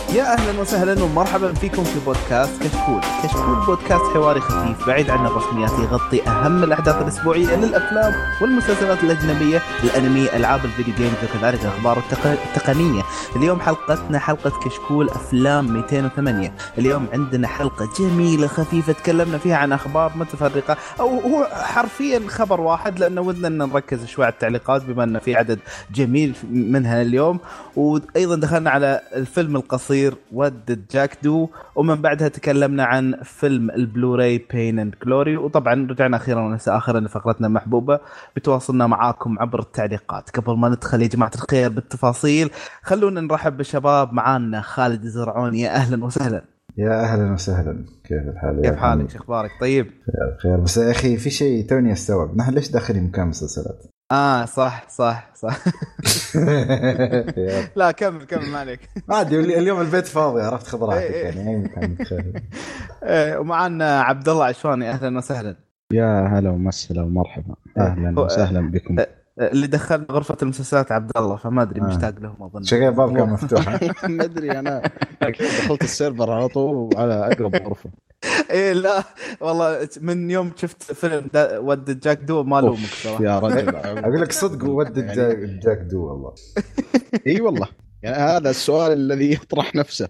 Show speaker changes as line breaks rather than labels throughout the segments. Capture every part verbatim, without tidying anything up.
يا أهلا وسهلا ومرحبا فيكم في بودكاست كشكول. كشكول بودكاست حواري خفيف بعيد عن الرسميات، يغطي أهم الأحداث الأسبوعية للأفلام والمسلسلات الأجنبية، الأنمي، ألعاب الفيديو جيمز، وكذلك الأخبار التق... التقنية. اليوم حلقتنا حلقة كشكول أفلام مئتين وثمانية. اليوم عندنا حلقة جميلة خفيفة تكلمنا فيها عن أخبار متفرقة، أو هو حرفيا خبر واحد، لأنه ودنا أن نركز شوي على التعليقات بما أن في عدد جميل منها اليوم. وأيضا دخلنا على الفيلم القصير ود جاك دو، ومن بعدها تكلمنا عن فيلم البلوراي بين اند جلوري، وطبعا رجعنا اخيرا وليس اخرا لفقرتنا المحبوبه بتواصلنا معاكم عبر التعليقات. قبل ما ندخل يا جماعه الخير بالتفاصيل، خلونا نرحب بالشباب. معانا خالد الزرعوني، يا اهلا وسهلا.
يا اهلا وسهلا، كيف الحال؟
كيف حالك؟ شو اخبارك؟ طيب
خير خير. بس يا اخي في شيء توني استوعب، نحن ليش داخلين مكان مسلسلات؟
اه صح صح صح لا كمل كمل، ما عليك.
عادي، اليوم البيت فاضي، عرفت، خذ راحتك يعني اي مكان متخيل.
ومعنا عبد الله عشواني، اهلا وسهلا.
يا هلا ومسهلا ومرحبا، اهلا وسهلا بكم.
اللي دخل غرفة المسلسلات عبد الله، فما ادري مشتاق له، ما اظن
شغال باب كان مفتوح.
ما ادري انا دخلت السيرفر على طول وعلى اقرب غرفة.
ايه لا والله، من يوم شفت فيلم ود جاك دو ما لومك صراحه
يا رجل.
اقول لك صدق، ود جاك دو والله.
اي والله، يعني هذا السؤال الذي يطرح نفسه.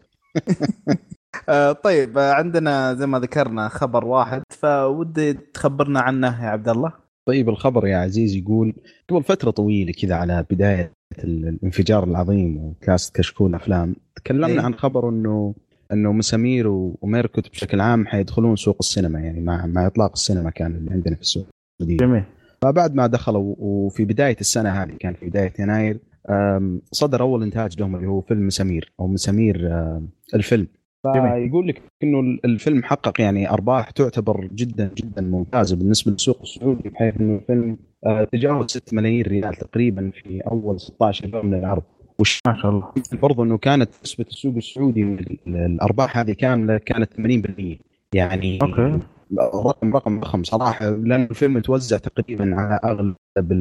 طيب عندنا زي ما ذكرنا خبر واحد، فودي تخبرنا عنه يا عبد الله.
طيب الخبر يا عزيز يقول قبل فترة طويلة كذا على بداية الانفجار العظيم وكاست كشكول أفلام، تكلمنا إيه؟ عن خبر إنه إنه مسامير وميركوت بشكل عام حيدخلون سوق السينما، يعني مع مع إطلاق السينما كان اللي عندنا في السوق.
جميل.
فبعد ما دخلوا وفي بداية السنة هذه، كان في بداية يناير، صدر أول إنتاج لهم اللي هو فيلم مسامير أو مسامير الفيلم. فيقول لك إنه الفيلم حقق يعني أرباح تعتبر جدا جدا ممتازة بالنسبة للسوق السعودي، بحيث إنه الفيلم تجاوز ستة ملايين ريال تقريبا في أول ستة عشر يوم من العرض. وش
ما شاء الله.
برضو إنه كانت نسبة السوق السعودي من الأرباح هذه كاملة كانت ثمانين بالمئة، يعني
أوكي.
رقم رقم ضخم صراحة، لأن الفيلم متوزع تقريبا على أغلب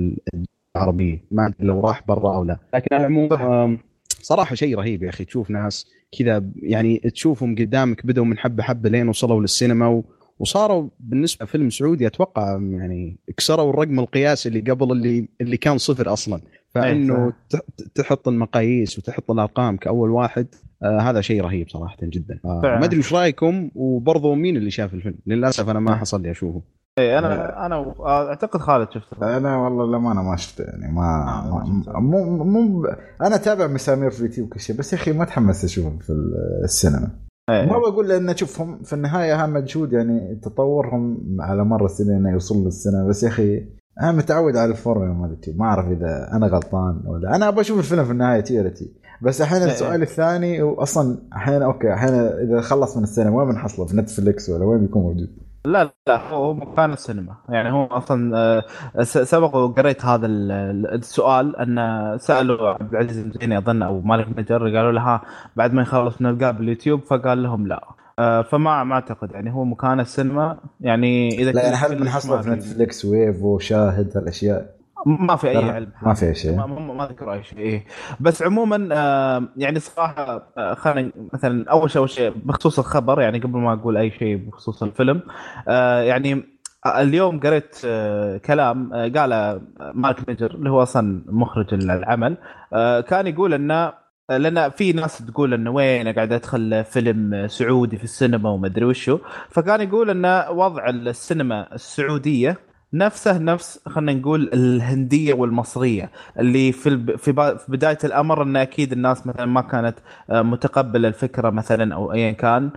العربية، ما أدري لو راح برا أو لا، لكن على العموم صراحة شيء رهيب يا أخي. تشوف ناس كذا يعني تشوفهم قدامك بدأوا من حبة حبة لين وصلوا للسينما، وصاروا بالنسبة فيلم سعودي أتوقع يعني كسروا الرقم القياسي اللي قبل اللي اللي كان صفر أصلا. فإنه تحط المقاييس وتحط الأرقام كأول واحد، آه هذا شيء رهيب صراحة جدا. آه ما أدري وش رأيكم، وبرضو مين اللي شاف الفيلم؟ للأسف أنا ما حصل لي أشوفه.
اي انا انا اعتقد خالد شفته.
انا والله لما انا ما شفته يعني ما, ما مو مو انا تابع مسامير في اليوتيوب كل شيء، بس يا اخي ما تحمست اشوفهم في السينما. ما بقول لان اشوفهم في النهايه هم مجهود، يعني تطورهم على مر السنين انه يوصل للسينما، بس يا اخي انا متعود على الفورمولا مال اليوتيوب، ما اعرف اذا انا غلطان ولا انا ابغى اشوف الفيلم في النهايه تيرتي. بس احيانا السؤال الثاني، واصلا احيانا اوكي احيانا اذا خلص من السينما وين بنحصله؟ في نتفليكس ولا وين بيكون موجود؟
لا لا هو مكان السينما، يعني هو اصلا سبق وقريت هذا السؤال، ان سالوا عبد العزيز المزيني اظن او مالك مجر، قالوا لها بعد ما يخلص نلقاه باليوتيوب، فقال لهم لا. فما ما اعتقد يعني هو مكان السينما، يعني اذا
لا يعني هل بنحصله في نتفليكس ويف وشاهد هالاشياء؟
ما في اي علم،
ما في شيء،
ما, ما اذكر اي شيء. إيه. بس عموما آه يعني صراحه آه خلينا مثلا اول شيء اول شيء بخصوص الخبر، يعني قبل ما اقول اي شيء بخصوص الفيلم، آه يعني اليوم قريت آه كلام آه قاله مارك ميجر اللي هو اصلا مخرج العمل، آه كان يقول انه لأن في ناس تقول إنه وين قاعد أدخل فيلم سعودي في السينما وما أدري وشو، فكان يقول إن وضع السينما السعودية نفسه نفس خلينا نقول الهندية والمصرية، اللي في في بداية الأمر إن أكيد الناس مثلا ما كانت متقبلة الفكرة مثلا أو أيا كان.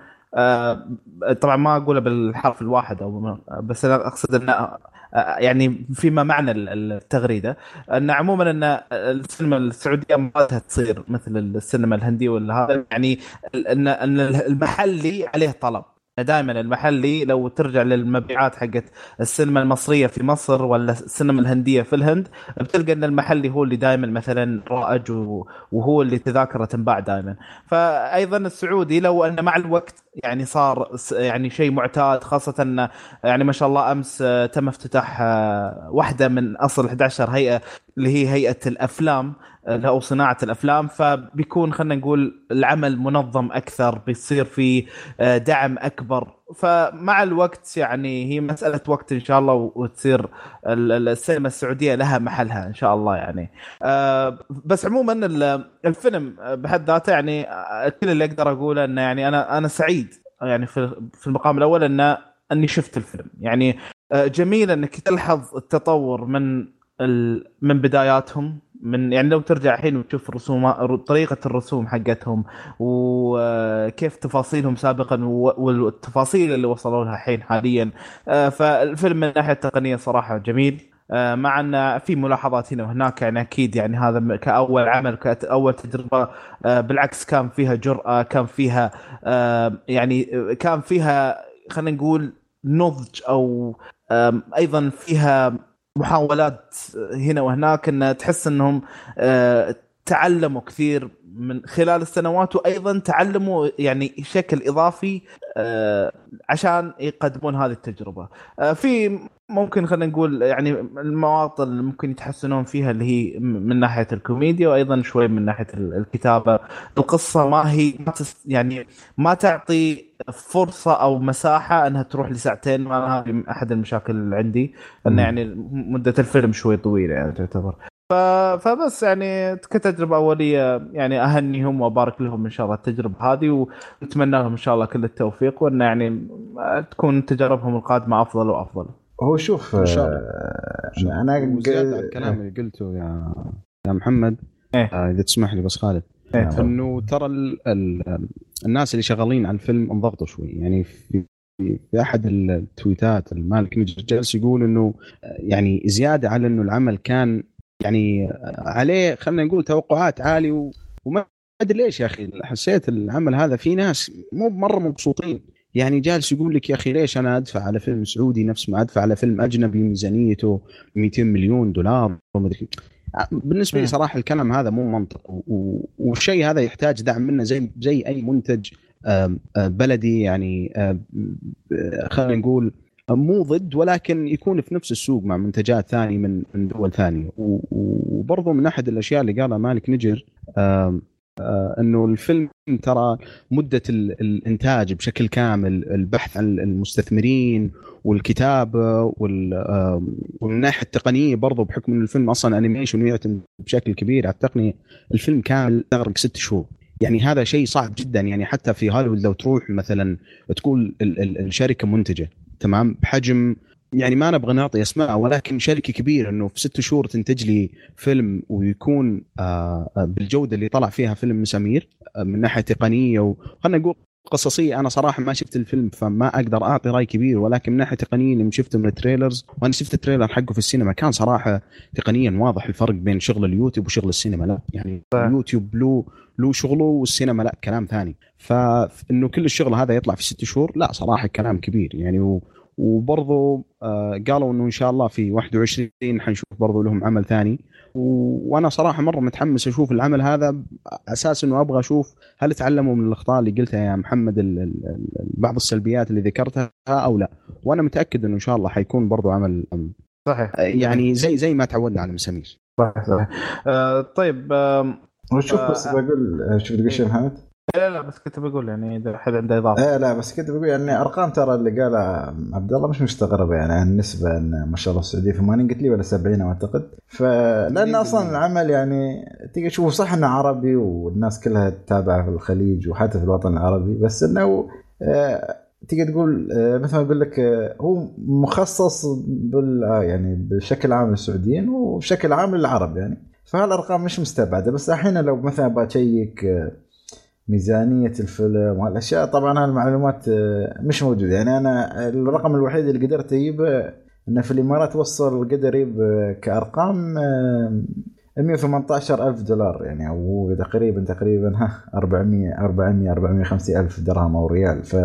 طبعا ما أقوله بالحرف الواحد أو بس أنا أقصد إن يعني فيما معنى التغريدة أن عموما أن السينما السعودية ما تصير مثل السينما الهندية ولا هذا، يعني أن أن المحلي عليه طلب. دائما المحلي لو ترجع للمبيعات حقت السينما المصرية في مصر ولا السينما الهندية في الهند، بتلقى أن المحلي هو اللي دائما مثلا رائج وهو اللي تذاكره تنباع دائما. فأيضا السعودي لو أن مع الوقت يعني صار يعني شيء معتاد، خاصة أن يعني ما شاء الله أمس تم افتتاح واحدة من أصل إحدى عشرة هيئة اللي هي هيئة الأفلام أو صناعة الأفلام، فبيكون خلنا نقول العمل منظم أكثر، بيصير في دعم أكبر. فمع الوقت يعني هي مسألة وقت إن شاء الله وتصير السينما السعودية لها محلها إن شاء الله يعني. بس عموما الفيلم بحد ذاته يعني كل اللي أقدر أقوله أنه يعني أنا أنا سعيد يعني في في المقام الأول أن أني شفت الفيلم. يعني جميل أنك تلحظ التطور من من بداياتهم، من يعني لو ترجع الحين وتشوف الرسوم، طريقة الرسوم حقتهم وكيف تفاصيلهم سابقا والتفاصيل اللي وصلوا لها الحين حاليا. فالفيلم من ناحية التقنية صراحة جميل، مع أن في ملاحظات هنا وهناك يعني أكيد يعني هذا كأول عمل كأول تجربة بالعكس كان فيها جرأة، كان فيها يعني كان فيها خلينا نقول نضج، أو أيضا فيها محاولات هنا وهناك ان تحس انهم تعلموا كثير من خلال السنوات، وايضا تعلموا يعني شكل اضافي عشان يقدمون هذه التجربه. في ممكن خلينا نقول يعني المواطن اللي ممكن يتحسنون فيها اللي هي من ناحيه الكوميديا، وايضا شوي من ناحيه الكتابه. القصه ما هي ما يعني ما تعطي فرصه او مساحه انها تروح لساعتين، وانا هذه احد المشاكل اللي عندي ان يعني مده الفيلم شوي طويله يعني تعتبر. فبس يعني كتجربه اوليه يعني اهنيهم وابارك لهم ان شاء الله التجربه هذه، ونتمنى لهم ان شاء الله كل التوفيق، وان يعني تكون تجاربهم القادمه افضل وافضل.
هو شوف
إن شاء الله. انا زيادة على الكلام اللي قلته يا يا محمد،
إيه؟
آه اذا تسمح لي بس خالد،
إيه؟
انه ترى ال ال الناس اللي شغالين على الفيلم انضغطوا شوي. يعني في في احد التويتات المالك نجر جالس يقول انه يعني زياده على انه العمل كان يعني عليه خلينا نقول توقعات عاليه، و... وما ادري ليش يا اخي حسيت العمل هذا في ناس مو مره مبسوطين. يعني جالس يقول لك يا اخي ليش انا ادفع على فيلم سعودي نفس ما ادفع على فيلم اجنبي ميزانيته مئتين مليون دولار ومدري. بالنسبه لي صراحه الكلام هذا مو منطق، والشيء هذا يحتاج دعم منه زي زي اي منتج بلدي. يعني خلينا نقول مو ضد، ولكن يكون في نفس السوق مع منتجات ثانيه من من دول ثانيه. وبرضه من احد الاشياء اللي قالها مالك نجر انه الفيلم ترى مده الانتاج بشكل كامل، البحث عن المستثمرين والكتابه ومن الناحيه التقنيه برضه، بحكم ان الفيلم اصلا انيميشن ويعتمد بشكل كبير على التقنيه، الفيلم كامل تغرق ست شهور. يعني هذا شيء صعب جدا. يعني حتى في هوليوود لو تروح مثلا تقول الشركه منتجه تمام بحجم، يعني ما نبغى نعطي اسماء، ولكن شركه كبيره انه في ست شهور تنتج لي فيلم ويكون بالجوده اللي طلع فيها فيلم مسامير من ناحيه تقنيه وخلنا نقول قصصيه. انا صراحه ما شفت الفيلم فما اقدر اعطي راي كبير، ولكن من ناحيه تقنيه اللي شفته من التريلرز، وانا شفت التريلر حقه في السينما، كان صراحه تقنيا واضح الفرق بين شغل اليوتيوب وشغل السينما. لا يعني اليوتيوب له له شغله والسينما لا كلام ثاني. فانه كل الشغل هذا يطلع في ست شهور لا صراحه كلام كبير يعني. و وبرضو آه قالوا انه ان شاء الله في واحد وعشرين حنشوف برضو لهم عمل ثاني. وانا صراحه مره متحمس اشوف العمل هذا، اساس انه ابغى اشوف هل تعلموا من الاخطاء اللي قلتها يا محمد، ال ال بعض السلبيات اللي ذكرتها او لا. وانا متاكد انه ان شاء الله حيكون برضو عمل
صحيح
يعني زي زي ما تعودنا على مسامير.
صحيح صحيح. آه طيب آه
وشوف بس آه بقول شوف تقول شيء محمد.
لا لا بس كنت بقول يعني اذا حد عنده اضافه.
ايه لا بس كنت بقول يعني ارقام ترى اللي قالها عبد الله مش مستغربه يعني النسبه ان ما شاء الله السعوديه ثمانين قلت لي ولا سبعين اعتقد. فلان اصلا العمل يعني تيجي تشوفه صح انه عربي والناس كلها تتابعه في الخليج وحتى في الوطن العربي، بس انه آه تيجي تقول آه مثل ما اقول لك آه هو مخصص بال آه يعني بشكل عام للسعوديين وبشكل عام للعرب يعني. فهالارقام مش مستبعده، بس الحين لو مثلا بشيك آه ميزانية الفيلم والأشياء طبعا هالمعلومات مش موجودة. يعني أنا الرقم الوحيد اللي قدرت أجيبه أن في الإمارات وصل قدر يجيب كأرقام مئة وثمانية عشر ألف دولار يعني، أو تقريبا تقريبا ها أربعمية أربعمية أربعمية وخمسين ألف درهم أو ريال. ف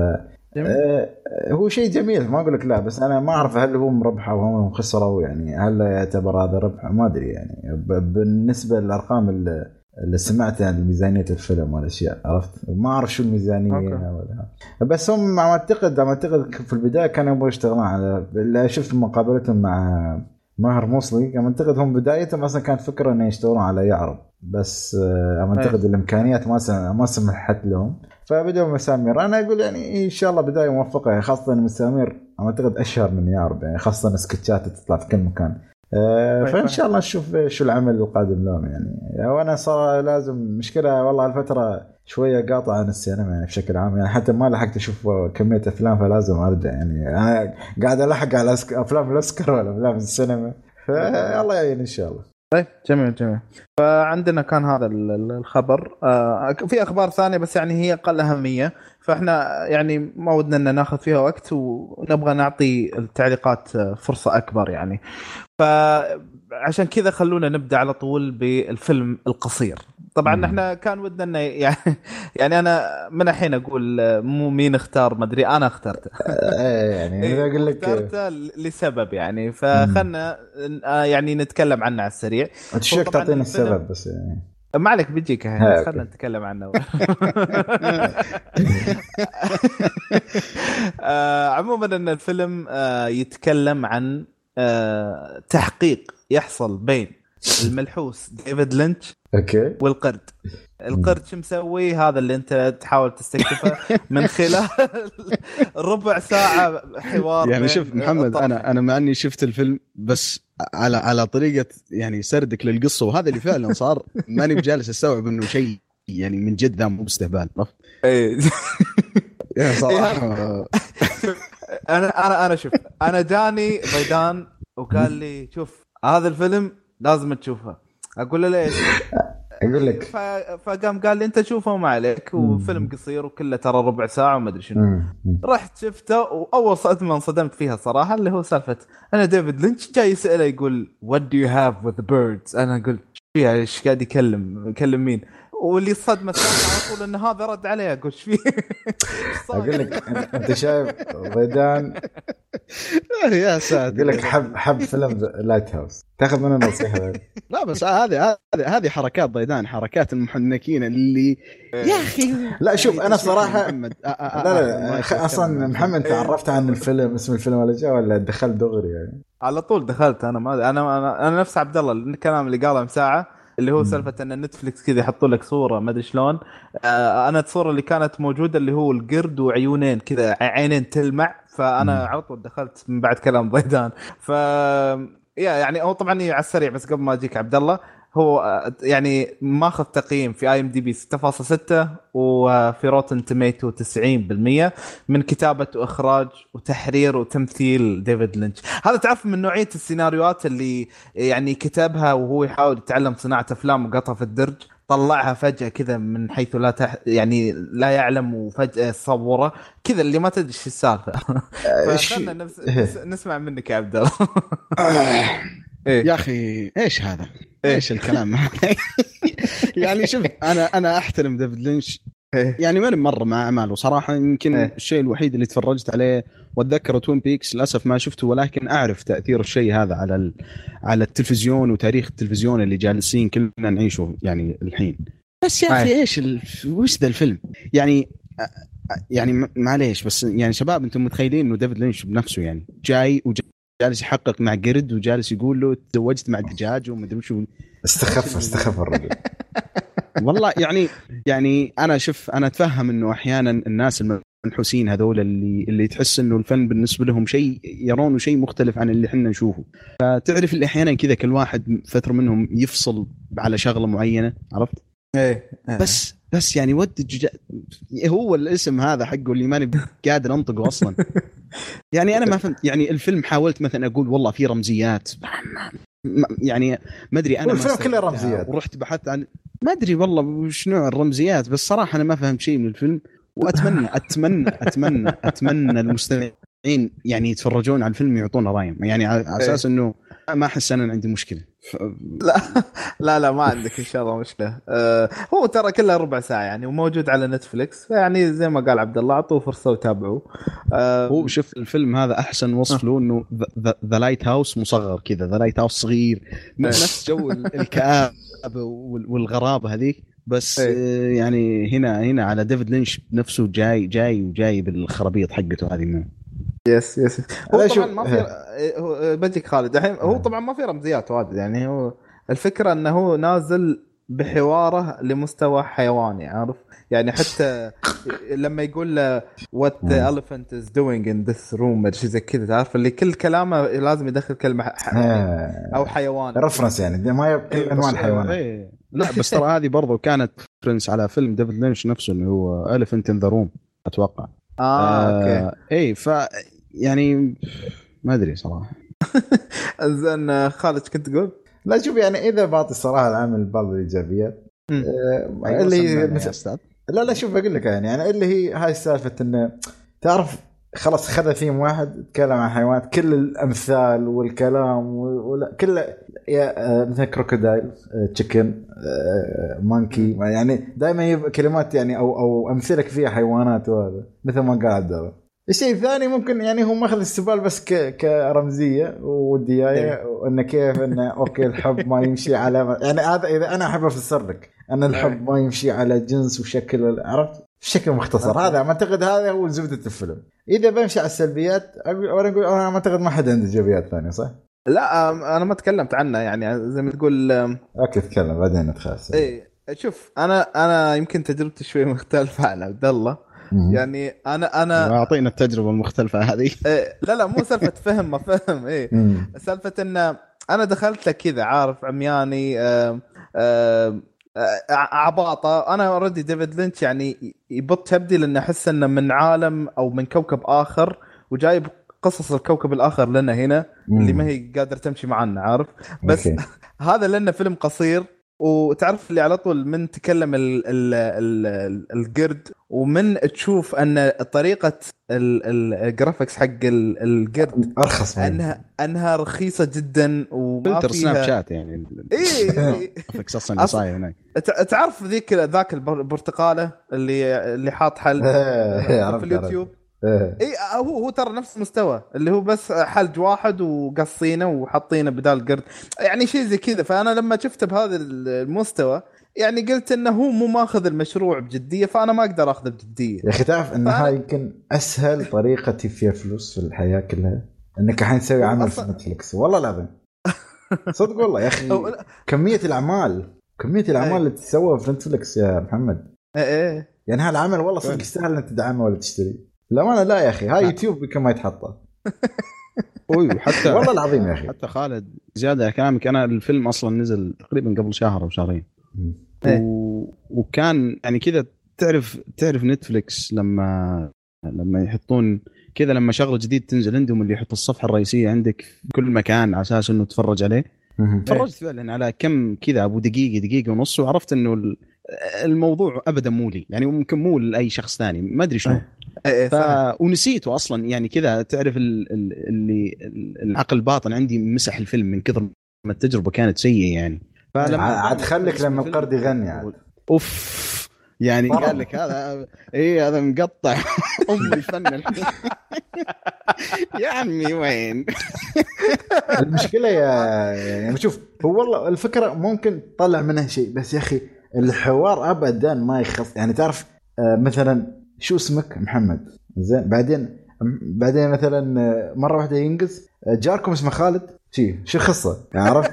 هو شيء جميل ما أقول لك لا، بس أنا ما أعرف هل هو مربح أو هم خسروا يعني، هل يعتبر هذا ربح ما أدري يعني بالنسبة للأرقام اللي اللي سمعت عن ميزانية الفيلم والأشياء، عرفت ما أعرف شو الميزانية ولا. بس هم أعتقد أعتقد في البداية كانوا يبغوا يشتغلون على اللي شفت مقابلتهم مع ماهر موصلي، أعتقد هم بدايتهم أصلا كانت فكرة إنه يشتغلون على يعرب، بس أعتقد الإمكانيات ما سم... ما سمحت لهم فبدأوا مسامير. أنا أقول يعني إن شاء الله بداية موفقة، خاصة مسامير أعتقد أشهر من يعرب يعني، خاصة سكتشات تطلع في كل مكان. فإن شاء الله نشوف شو العمل القادم لهم يعني. وأنا صار لازم مشكلة والله الفترة شوية قاطع عن السينما يعني بشكل عام يعني، حتى ما لحقت أشوف كمية أفلام فلازم أرجع يعني. أنا قاعد ألحق على أفلام الأوسكار ولا أفلام السينما، فالله يعين إن شاء الله.
طيب جميل جميل. فعندنا كان هذا الخبر. آه في أخبار ثانية بس يعني هي أقل أهمية، فإحنا يعني ما ودنا أن ناخذ فيها وقت ونبغى نعطي التعليقات فرصة أكبر يعني. فعشان كذا خلونا نبدأ على طول بالفيلم القصير. طبعا احنا كان ودنا يعني يعني انا من الحين اقول مو مين اختار ما ادري، انا اخترته
يعني اقول لك
اخترته لسبب يعني، فخلنا يعني نتكلم عنه على السريع.
تشيك تعطيني السبب بس يعني
ما عليك بيجيك الحين، خلنا نتكلم عنه. عموما ان الفيلم يتكلم عن تحقيق يحصل بين الملحوس ديفيد لينش
اوكي
والقرد. القرد شو مسوي؟ هذا اللي انت تحاول تستكشفه من خلال ربع ساعه حوار
يعني. شوف محمد،
الطرفين.
انا انا مع اني شفت الفيلم بس على على طريقه يعني سردك للقصه وهذا اللي فعلا صار ماني بجالس استوعب انه شيء يعني من جد ذا مو باستهبال.
اي
يعني صراحه
انا انا انا شوف، انا جاني ضيدان وقال لي شوف هذا الفيلم لازم تشوفه. اقول له ليش؟
اقول لك
فقام قال لي انت شوفه وما عليك، وفيلم قصير وكله ترى ربع ساعه وما ادري شنو. رحت شفته واول صدمه انصدمت فيها صراحه اللي هو سالفه انا ديفيد لينش جاي يساله يقول what do you have with the birds. انا قلت فيها ايش قاعد يكلم يكلم مين؟ واللي صدمه ثانيه على طول ان هذا رد عليه. اقول ايش فيه؟
اقول لك انت شايف ضيدان
يا ساتر.
اقول لك حب حب فيلم لايت هاوس، تاخذ منه نصيحه.
لا بس هذه هذه هذه حركات ضيدان، حركات المحنكين اللي يا اخي.
لا شوف انا صراحه لا لا اصلا محمد تعرفت عن الفيلم اسم الفيلم ولا جاء ولا دخلت دغري يعني؟
على طول دخلت انا ما انا انا, أنا نفس عبد الله الكلام اللي قاله من ساعه اللي هو سالفه ان نتفليكس كذا يحطوا لك صوره ما ادري شلون. آه انا الصوره اللي كانت موجوده اللي هو القرد وعيونين كذا عينين تلمع، فانا على طول دخلت من بعد كلام ضيدان. ف يعني هو طبعا على السريع بس قبل ما اجيك عبد الله، هو يعني ماخذ تقييم في اي ام دي بي ستة فاصلة ستة وفي روتن توميتو تسعين بالمية من كتابه واخراج وتحرير وتمثيل ديفيد لينش. هذا تعرف من نوعيه السيناريوهات اللي يعني كتبها وهو يحاول يتعلم صناعه افلام وقطها في الدرج، طلعها فجاه كذا من حيث لا تح... يعني لا يعلم وفجاه صوره كذا اللي ما تدري ايش السالفه. فخلنا نفس... نسمع منك يا عبد الله.
إيه؟ يا أخي إيش هذا؟ إيش الكلام؟ يعني شوف أنا أنا أحترم ديفيد لينش يعني من مرة مع أعماله صراحة. يمكن إيه؟ الشيء الوحيد اللي تفرجت عليه وأتذكره توين بيكس، للأسف ما شفته، ولكن أعرف تأثير الشيء هذا على ال... على التلفزيون وتاريخ التلفزيون اللي جالسين كلنا نعيشه يعني الحين. بس يا أخي إيش ال... وش ذا الفيلم يعني؟ يعني معليش بس يعني شباب أنتم متخيلين إنه ديفيد لينش بنفسه يعني جاي وجاي جالس يحقق مع قرد وجالس يقول له تزوجت مع دجاج وما ادري شو.
استخف استخف الرجل
والله يعني يعني انا شوف انا اتفهم انه احيانا الناس المنحوسين هذول اللي اللي تحس انه الفن بالنسبه لهم شيء يرونه شيء مختلف عن اللي احنا نشوفه. فتعرف اللي احيانا كذا كل واحد فتره منهم يفصل على شغله معينه، عرفت؟
ايه
بس بس يعني ود الجج... هو الاسم هذا حقه اللي ماني قادر انطقه اصلا. يعني انا ما فهمت يعني الفيلم، حاولت مثلا اقول والله في رمزيات يعني ما ادري انا
الفيلم كله رمزيات،
ورحت بحثت عن ما ادري والله وش نوع الرمزيات، بس صراحه انا ما فهمت شيء من الفيلم. واتمنى اتمنى اتمنى اتمنى المستمعين يعني يتفرجون على الفيلم يعطونا رايهم يعني على اساس انه ما احس انا عندي مشكله. ف...
لا لا لا ما عندك ان شاء الله مشكله. أه هو ترى كله ربع ساعه يعني وموجود على نتفليكس، فيعني زي ما قال عبد الله اعطوه فرصه وتابعوه. أه
هو شوف الفيلم هذا احسن وصف له انه ذا لايت هاوس مصغر كذا، ذا لايت هاوس صغير نفس جو الكآبه والغرابه هذيك بس. إيه. يعني هنا هنا على ديفيد لينش نفسه جاي جاي وجاي بالخرابيط حقته هذه. مو
يس يس هو طبعا ما في بديك خالد الحين. هو طبعا ما في رمزيات واجد يعني. هو الفكره انه هو نازل بحواره لمستوى حيواني عارف يعني. حتى لما يقول له what the elephant is doing in this room شيء زي كذا تعرف اللي كل كلامه لازم يدخل كلمه او حيوان
رفرنس يعني ما يبقى انواع الحيوانات.
ايه لا بس ترى هذه برضو كانت ريفرنس على فيلم ديفيد لينش نفسه اللي هو elephant in the room اتوقع.
اه, آه اوكي
اي ف يعني ما ادري صراحه.
زين خالد كنت تقول؟
لا شوف يعني اذا بعطي الصراحه العامل بعض الايجابيات آه اللي مثل... لا لا شوف بقول لك يعني يعني اللي هي هاي السالفه انه تعرف خلاص خذ ثيم واحد تكلم عن حيوانات كل الامثال والكلام ولا كل مثل كروكودايل تشيكن مانكي يعني دائما كلمات يعني او او امثله فيها حيوانات وهذا مثل ما قال عبد الله. الشيء الثاني ممكن يعني هو ماخذ السبال بس ك كرمزيه والديايه وانه كيف انه اوكي الحب ما يمشي على يعني هذا اذا انا احب افسر لك ان الحب ما يمشي على جنس وشكل عرفت بشكل مختصر. هذا ما اعتقد هذا هو زبده الفيلم. اذا بمشي على السلبيات انا اقول انا ما اعتقد ما حد عنده ايجابيات ثانيه صح.
لا انا ما تكلمت عنه يعني زي ما تقول
اوكي تكلم بعدين نتخاصم.
اي شوف انا انا يمكن تجربتي شوي مختلفه عن عبد الله يعني انا انا
اعطينا التجربه المختلفه هذه.
إيه لا لا مو سالفه فهم ما فهم ايه سالفه ان انا دخلت لك كذا عارف عمياني آآ آآ عباطه. انا اوريدي ديفيد لينش يعني يبط تبدي لان احس انه من عالم او من كوكب اخر وجايب قصص الكوكب الاخر لنا هنا مم. اللي ما هي قادر تمشي معنا عارف بس هذا لانه فيلم قصير وتعرف اللي على طول من تكلم ال ال ال الجرد ومن تشوف ان طريقه الجرافيكس حق الجرد
ارخص
انها انها رخيصه جدا وما
فيها سناب شات يعني.
اي
فيكس اصلا اللي صاير هناك
تعرف ذيك ذاك البرتقاله اللي اللي حاط حل في اليوتيوب. اي هو هو ترى نفس المستوى اللي هو بس حلج واحد وقصينه وحاطينه بدال قرد يعني شيء زي كذا. فانا لما شفته بهذا المستوى يعني قلت انه هو مو ماخذ المشروع بجديه فانا ما اقدر اخذه بجديه.
يا اخي تعرف ان هاي يمكن اسهل طريقه فيها فلوس في الحياه كلها انك الحين تسوي عمل في نتفلكس والله العظيم صدق والله يا اخي. كميه الاعمال كميه الاعمال اللي تسوى في نتفلكس يا محمد
ايه
يعني هالعمل والله صدق يستاهل انك تدعمه ولا تشتري. لا ما لا يا اخي هاي يوتيوب كما يتحطه.
اوي حتى
والله العظيم يا اخي
حتى خالد زياده على كلامك انا الفيلم اصلا نزل تقريبا قبل شهر او شهرين و... وكان يعني كذا تعرف تعرف نتفليكس لما لما يحطون كذا لما شغله جديد تنزل عندهم اللي يحط الصفحه الرئيسيه عندك في كل مكان على اساس انه تتفرج عليه. تفرجت فعلا على كم كذا ابو دقيقه دقيقه ونص وعرفت انه الموضوع ابدا مو لي يعني ممكن مو لاي شخص ثاني ما ادري شلون. ف... ونسيته اصلا يعني كذا تعرف اللي العقل الباطن عندي مسح الفيلم من كثر ما التجربه كانت سيئه يعني.
فلما عاد خليك لما القرد يغني عاد
اوف يعني قال لك هذا ايه هذا مقطع ام الفن الحين يا عمي وين
المشكله يا يعني شوف هو والله الفكره ممكن تطلع منها شيء بس يا اخي الحوار ابدا ما يخص يعني تعرف مثلا شو اسمك محمد زين بعدين بعدين مثلا مره واحده ينقز جاركم اسمه خالد شي شو خصه يعني عرفت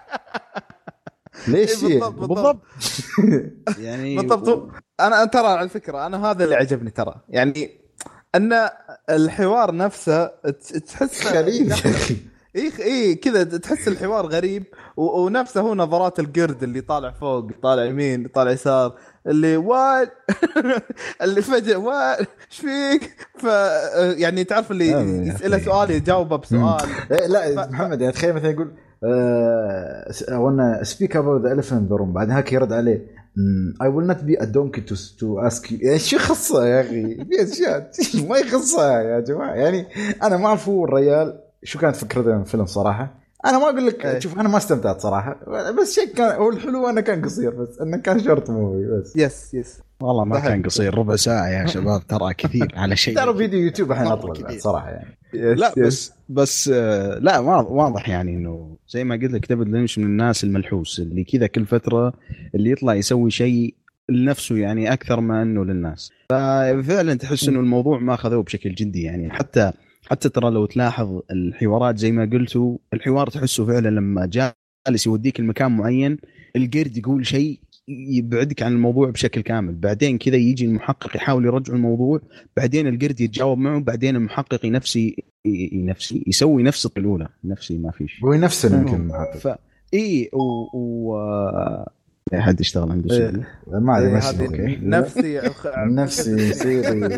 ليش
بالضبط بالضبط يعني بالضبط. انا ترى على الفكره انا هذا اللي عجبني ترى يعني ان الحوار نفسه تحس
غريب يا اخي
اي اي كذا تحس الحوار غريب ونفسه هو نظرات القرد اللي طالع فوق طالع يمين طالع يسار اللي وات اللي فجأة وات ايش فيك ف يعني تعرف اللي يسأله سؤال يجاوبه بسؤال.
لا ف... محمد يعني تخيل مثلا يقول وانا سبيك اباوت ذا elephant room بعد هاك يرد عليه I will not be a donkey to to ask you يعني شو خصه يا اخي في اشياء ما يخصها يا جماعه يعني انا ما اعرف هو الرجال شو كانت فكرته من الفيلم صراحه. انا ما اقول لك
أي.
شوف انا ما استمتعت صراحه، بس شيء كان هو الحلو انه كان قصير، بس انه كان شورت موفي بس.
يس يس
والله ما
صحيح.
كان قصير، ربع ساعه يا شباب ترى كثير على شيء.
ترى فيديو يوتيوب الحين
مرة
اطول
كثير.
بعد صراحه يعني.
يس
لا
يس.
بس بس آه، لا واضح واضح يعني انه زي ما قلت لك ديفيد لينش من الناس الملحوس اللي كذا كل فتره اللي يطلع يسوي شيء لنفسه يعني اكثر ما انه للناس. ففعلا تحس انه الموضوع ما اخذوه بشكل جدي يعني. حتى حتى ترى لو تلاحظ الحوارات زي ما قلتوا، الحوار تحسه فعلا لما جالس يوديك المكان معين القرد يقول شيء يبعدك عن الموضوع بشكل كامل، بعدين كذا يجي المحقق يحاول يرجع الموضوع، بعدين القرد يتجاوب معه، بعدين المحقق نفسي نفسي يسوي نفس الأولى نفسي ما فيش
هو نفسه يمكن
ف اي و, و... لا حد يشتغل عنده سوري
ما ادري
إيه،
مش
هذه
أوكي.
نفسي
نفسي سيري.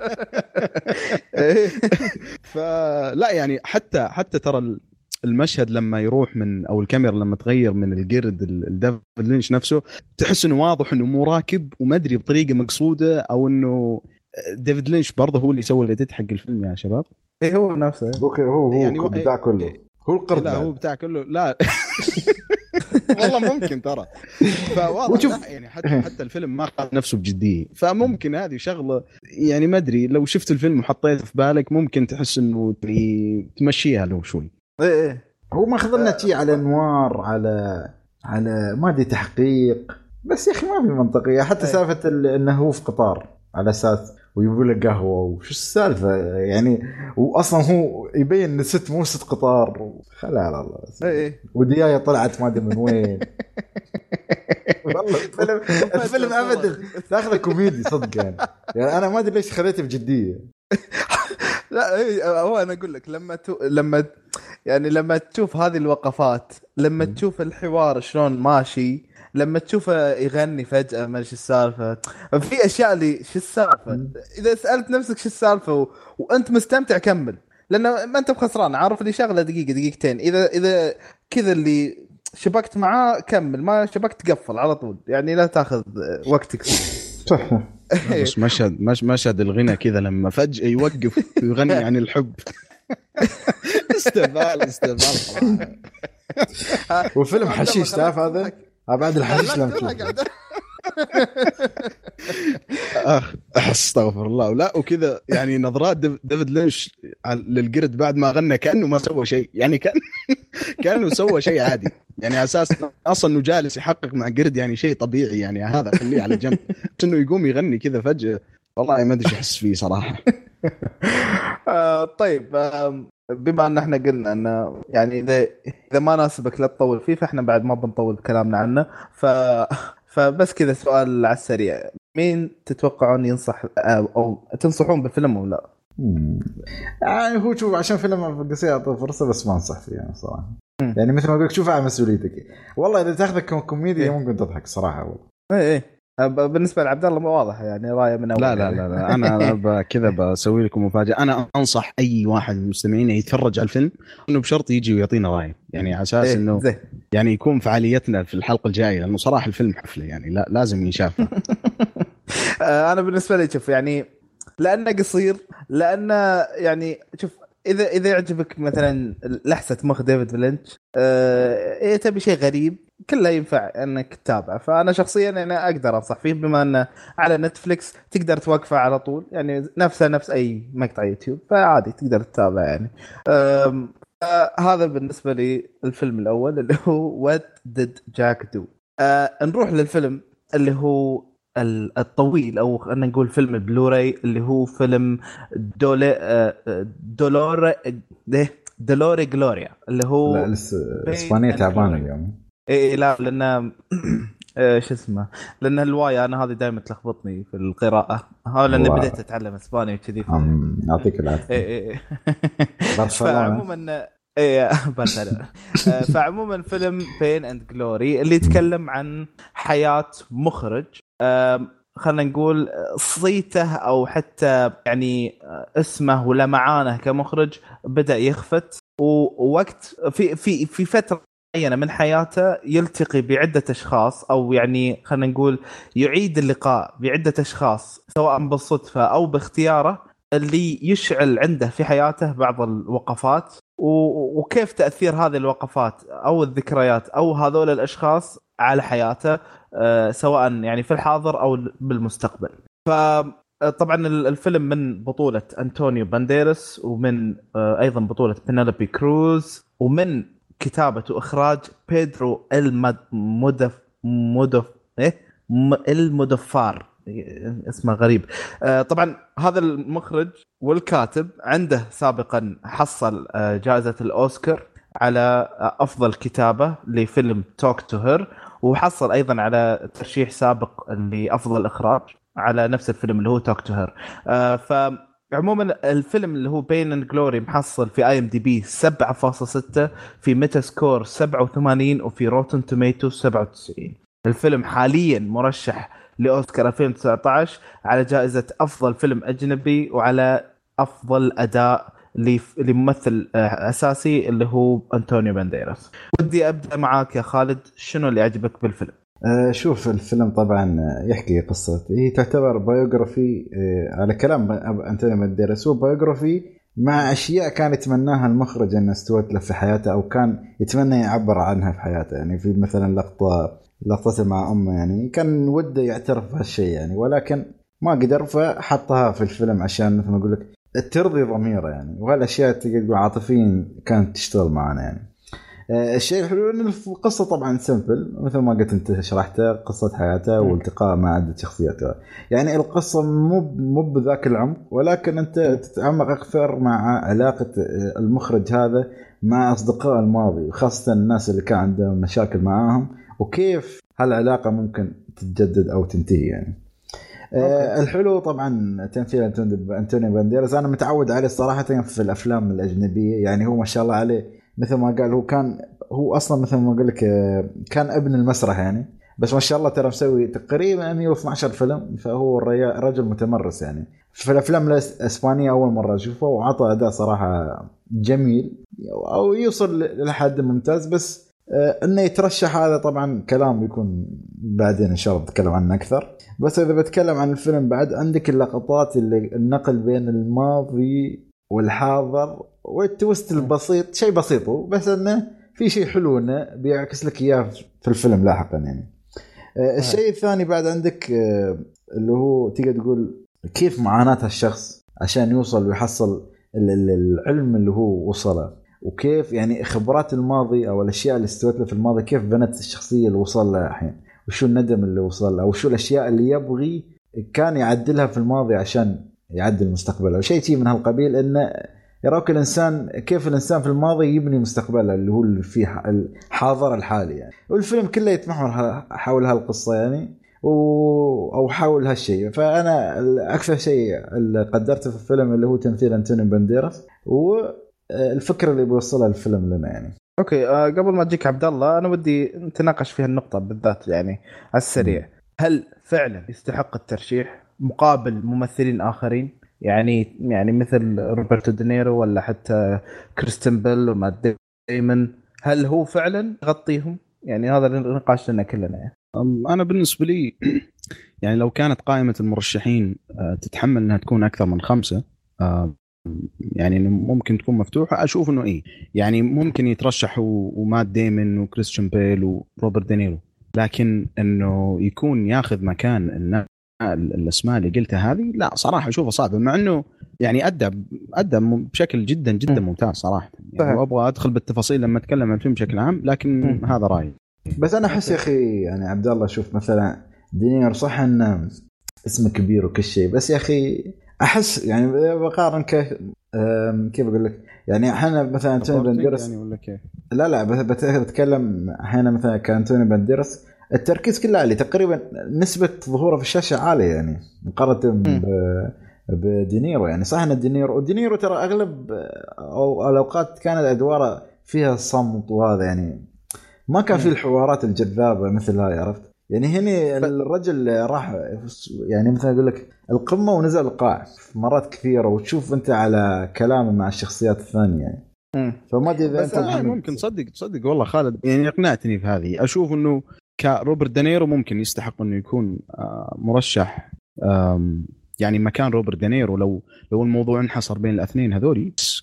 فلا يعني حتى حتى ترى المشهد لما يروح من او الكاميرا لما تغير من القرد الديفيد لينش نفسه تحس انه واضح انه مو راكب وما ادري بطريقه مقصوده او انه ديفيد لينش برضه هو اللي سوى الإديت حق الفيلم يا شباب.
ايه هو نفسه
اوكي هو هو
يعني
بتاع كله هو القرد.
لا هو بتاع كله لا والله ممكن ترى. فواضح لا يعني حتى حتى الفيلم ما اخذ نفسه بجديه، فممكن هذه شغله يعني ما ادري لو شفت الفيلم وحطيته في بالك ممكن تحس انه تمشيها له شوي.
ايه ايه
هو ما خذلنا شيء على نوار على على ما ادري تحقيق، بس يا اخي ما في منطقيه. حتى سالفه انه هو في قطار على اساس ويقول لك قهوه وش السالفه يعني، واصلا هو يبين ان ست مو ست قطار خلا على الله.
ايه
وديايه طلعت ما ادري من وين. والله الفيلم الفيلم ابدا تاخذه كوميدي صدق يعني. يعني انا ما ادري ليش خذيته بجديه.
لا إيه هو انا اقول لك لما تو... لما يعني لما تشوف هذه الوقفات، لما تشوف الحوار شلون ماشي، لما تشوفه يغني فجأة ما ايش السالفة، في اشياء اللي شو السالفة. اذا سألت نفسك شو السالفة و... وانت مستمتع كمل، لانه ما انت بخسران، عارف اللي شغله دقيقة دقيقتين. اذا اذا كذا اللي شبكت معاه كمل، ما شبكت قفل على طول يعني، لا تاخذ وقتك.
صح.
بس مشهد مش مشهد الغنى كذا لما فجأة يوقف ويغني عن الحب استبال استبال.
والفيلم حشيش تعرف هذا بعد الحشيش لم تشوف.
اخ استغفر الله. لا وكذا يعني نظرات ديفيد لينش للقرد بعد ما غنى كانه ما سوى شيء يعني، كان كانه سوى شيء عادي يعني، اساس اصلا انه جالس يحقق مع قرد يعني شيء طبيعي يعني، هذا خليه على جنب. انه يقوم يغني كذا فجأة والله ما ادري ايش احس فيه صراحه.
آه طيب آه بما ان احنا قلنا انه يعني اذا اذا ما ناسبك لا تطول فيه، فاحنا بعد ما بنطول كلامنا عنه. ف فبس كذا سؤال على السريع، مين تتوقعون ينصح او تنصحون بالفيلم او لا؟
يعني هو شوف عشان فيلم قصير اعطيه فرصه بس ما انصح فيه يعني صراحه. يعني مثل ما اقول لك شوف على مسؤوليتك والله. اذا تاخذك كوميديا ممكن تضحك صراحه والله.
ايه ايه بالنسبه لعبد الله ما واضح يعني رايه من اول.
لا لا لا, لا. انا كذا بسوي لكم مفاجاه. انا انصح اي واحد من المستمعين يتفرج على الفيلم انه بشرط يجي ويعطينا رايه يعني، على اساس
إيه
انه
زي.
يعني يكون فعاليتنا في الحلقه الجايه، لانه صراحه الفيلم حفله يعني لا لازم ينشاف.
انا بالنسبه لي شوف يعني لانه قصير، لانه يعني شوف اذا اذا يعجبك مثلا لحسه مخ ديفيد لينش، ايه تبي شيء غريب كله ينفع انك تتابعه. فانا شخصيا انا اقدر انصح فيه بما انه على نتفليكس تقدر توقفه على طول يعني، نفسه نفس اي مقطع يوتيوب، فعادي تقدر تتابعه يعني. هذا بالنسبه لي الفيلم الاول اللي هو What Did Jack Do. أه نروح للفيلم اللي هو الطويل او خلينا نقول فيلم البلوراي اللي هو فيلم دولي دولور ده دولوري غلوريا اللي هو
لا الاسبانيه تعبانه اليوم.
اي لا لان ايش اسمه، لان الواي انا هذه دائما تلخبطني في القراءه، ها لان بديت اتعلم اسباني وكذي.
يعطيك العافيه.
اي
اي
فعموما ايه برشلونة. فعموما فيلم بين اند جلوري اللي يتكلم عن حياة مخرج، خلينا نقول صيته او حتى يعني اسمه ولمعانه كمخرج بدأ يخفت، ووقت في في في فترة معينة من حياته يلتقي بعدة اشخاص، او يعني خلينا نقول يعيد اللقاء بعدة اشخاص سواء بالصدفة او باختياره، اللي يشعل عنده في حياته بعض الوقفات وكيف تأثير هذه الوقفات أو الذكريات أو هذول الأشخاص على حياته، سواء يعني في الحاضر أو بالمستقبل. فطبعا الفيلم من بطولة أنطونيو بانديراس، ومن أيضا بطولة بينيلوبي كروز، ومن كتابة وإخراج بيدرو المدف مدف إيه المدفار، اسمه غريب. طبعا هذا المخرج والكاتب عنده سابقا حصل جائزة الأوسكار على أفضل كتابة لفيلم توك تو هير، وحصل أيضا على ترشيح سابق لأفضل إخراج على نفس الفيلم اللي هو توك تو هير. فعموما الفيلم اللي هو بين اند جلوري محصل في اي ام دي بي سبعة فاصلة ستة، في ميتا سكور سبعة وثمانين، وفي روتن توميتو سبعة وتسعين. الفيلم حاليا مرشح لأوسكار ألفين وتسعة عشر على جائزة أفضل فيلم أجنبي وعلى أفضل أداء لممثل أساسي اللي هو أنطونيو بانديراس. ودي أبدأ معاك يا خالد، شنو اللي عجبك بالفيلم؟
أه شوف الفيلم طبعا يحكي قصة، هي تعتبر بايوغرافي أه على كلام أنطونيو بانديراس، هو بايوغرافي مع أشياء كان يتمناها المخرج أن استوت له في حياته أو كان يتمنى يعبر عنها في حياته. يعني في مثلا لقطة لقطته مع أمه يعني كان وده يعترف بهالشيء يعني، ولكن ما قدر، فحطها في الفيلم عشان مثل ما أقول لك ترضي ضميره يعني. وهالأشياء تقول عاطفيا كانت تشتغل معنا يعني. آه الشيء الحلو إن القصة طبعا سمبل مثل ما قلت أنت شرحتها، قصة حياته والتقاء مع عدة شخصيات يعني. القصة مو مو بذاك العمق، ولكن أنت تتعمق أكثر مع علاقة المخرج هذا مع أصدقاء الماضي، خاصة الناس اللي كان عندهم مشاكل معاهم، وكيف هالعلاقة ممكن تتجدد أو تنتهي يعني. آه الحلو طبعا تمثيل أنطونيو بانديراس، أنا متعود عليه صراحة في الأفلام الأجنبية يعني. هو ما شاء الله عليه مثل ما قال، هو كان هو أصلا مثل ما أقول لك كان ابن المسرح يعني، بس ما شاء الله ترى مسوي تقريبا مئة واثني عشر فيلم، فهو رجل متمرس يعني. في الأفلام الإسبانية أول مرة أشوفه، وعطى أداء صراحة جميل أو يوصل لحد ممتاز. بس انه يترشح هذا طبعا كلام بيكون بعدين ان شاء الله بتكلم عنه اكثر. بس اذا بتكلم عن الفيلم بعد، عندك اللقطات اللي النقل بين الماضي والحاضر والتويست البسيط، شيء بسيط بس انه في شيء حلو انه بيعكس لك اياه في الفيلم لاحقا يعني. الشيء الثاني بعد عندك اللي هو تقدر تقول كيف معاناة الشخص عشان يوصل ويحصل العلم اللي هو وصله، وكيف يعني خبرات الماضي او الاشياء اللي استوت له في الماضي كيف بنت الشخصيه اللي وصل لها الحين، وشو الندم اللي وصل له، او شو الاشياء اللي يبغي كان يعدلها في الماضي عشان يعدل مستقبله، وشيء شيء من هالقبيل. انه يراك الانسان كيف الانسان في الماضي يبني مستقبله اللي هو اللي فيه الحاضر الحالي يعني. والفيلم كله يتمحور حول هالقصه يعني، او حول هالشيء. فانا اكثر شيء اللي قدرته في الفيلم اللي هو تمثيل أنطونيو بانديراس و الفكرة اللي بيوصلها الفيلم لنا يعني.
اوكي آه قبل ما تجيك عبد الله، انا ودي نتناقش في هالنقطة بالذات يعني على السريع. هل فعلا يستحق الترشيح مقابل ممثلين آخرين يعني يعني مثل روبرتو دينيرو ولا حتى كريستين بيل ومات دايمون؟ هل هو فعلا يغطيهم يعني؟ هذا النقاش لنا كلنا يعني.
انا بالنسبة لي يعني لو كانت قائمة المرشحين تتحمل انها تكون اكثر من خمسة يعني ممكن تكون مفتوحة، أشوف إنه إيه يعني ممكن يترشحوا ومات ديمون وكريستيان بيل وروبرت دينيرو، لكن إنه يكون ياخذ مكان الأسماء اللي قلتها هذه لا صراحة أشوفها صعبة، مع إنه يعني أدى أدى بشكل جدا جدا ممتاز صراحة يعني. وأبغى أدخل بالتفاصيل لما أتكلم عن الفيلم بشكل عام، لكن هذا رأيي.
بس أنا أحس يا أخي يعني عبد الله، شوف مثلا دينيرو صح إنه اسمه كبير وكل شيء، بس يا أخي احس يعني بقارن كيف كيف اقول لك يعني احنا مثلا أنطونيو بانديراس يعني ولا كيف لا لا بتكلم احنا مثلا كأنطونيو بانديراس التركيز كله عليه تقريبا، نسبة ظهوره في الشاشة عالية يعني مقارنة بدينيرو يعني. صح ان دينيرو ودينيرو ترى اغلب او الاوقات كانت ادواره فيها صمت، وهذا يعني ما كان في الحوارات الجذابة مثل هاي، عرفت يعني. هنا الرجل راح يعني مثلا اقول لك القمه ونزل القاع مرات كثيره، وتشوف انت على كلامه مع الشخصيات الثانيه يعني. فما ادري اذا
انت ممكن تصدق تصدق والله خالد يعني اقنعتني في هذه. اشوف انه كروبرت دينيرو ممكن يستحق انه يكون مرشح يعني مكان روبرت دينيرو لو لو الموضوع انحصر بين الاثنين هذولي.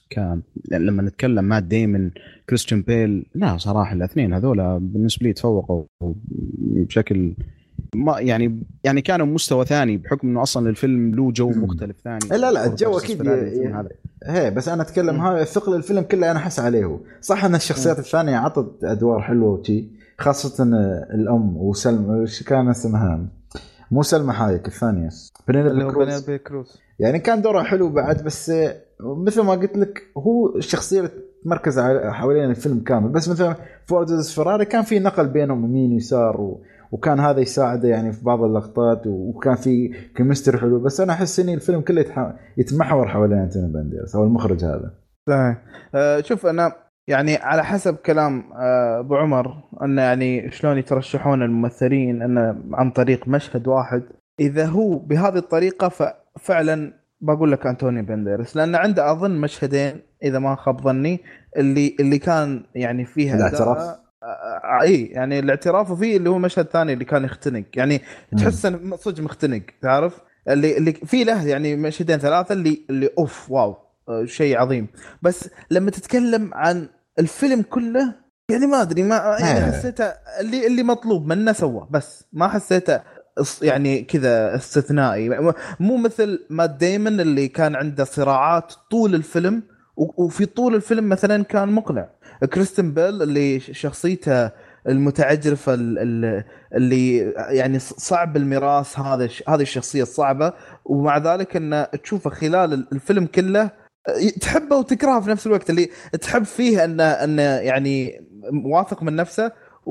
كان لما نتكلم مات ديمون كريستيان بيل، لا صراحه الاثنين هذولا بالنسبه لي تفوقوا بشكل ما يعني يعني كانوا مستوى ثاني بحكم انه اصلا الفيلم له جو مختلف ثاني.
لا لا الجو اكيد هذا هي، بس انا اتكلم هذا ثقل الفيلم كله انا احس عليه. صح ان الشخصيات مم. الثانيه عطت ادوار حلوه وشي، خاصه الام وسلمى، ايش كان اسمها، مو سلمى حايك الثانيه
بنيلبي كروز،
يعني كان دورها حلو بعد. بس مثل ما قلت لك هو الشخصيه تمركز حوالين الفيلم كامل. بس مثلا فورد فيراري كان في نقل بينهم يمين يسار و... وكان هذا يساعده يعني في بعض اللقطات، وكان في كيمستري حلو. بس انا احس ان الفيلم كله يتح... يتمحور حوالين أنتوني بانديراس او المخرج هذا.
صحيح. أه شوف انا يعني على حسب كلام ابو عمر انه يعني شلون يترشحون الممثلين انه عن طريق مشهد واحد، اذا هو بهذه الطريقه ففعلا بقول لك أنتوني بانديراس، لان عنده اظن مشهدين اذا ما خاب ظني اللي اللي كان يعني فيها
الاعتراف.
اي يعني الاعتراف، وفيه اللي هو مشهد ثاني اللي كان يختنق، يعني تحس انه صدق مختنق، تعرف اللي اللي في له يعني مشهدين ثلاثه اللي اللي اوف واو شيء عظيم. بس لما تتكلم عن الفيلم كله يعني ما ادري ما يعني حسيته اللي اللي مطلوب منه سوى، بس ما حسيته يعني كذا استثنائي، مو مثل مات ديمون اللي كان عنده صراعات طول الفيلم، وفي طول الفيلم مثلا كان مقنع. كريستن بيل اللي شخصيته المتعجرفة اللي يعني صعب المراس، هذا هذه الشخصية الصعبة، ومع ذلك أن تشوفه خلال الفيلم كله تحبه وتكرهه في نفس الوقت، اللي تحب فيه أنه أنه يعني واثق من نفسه،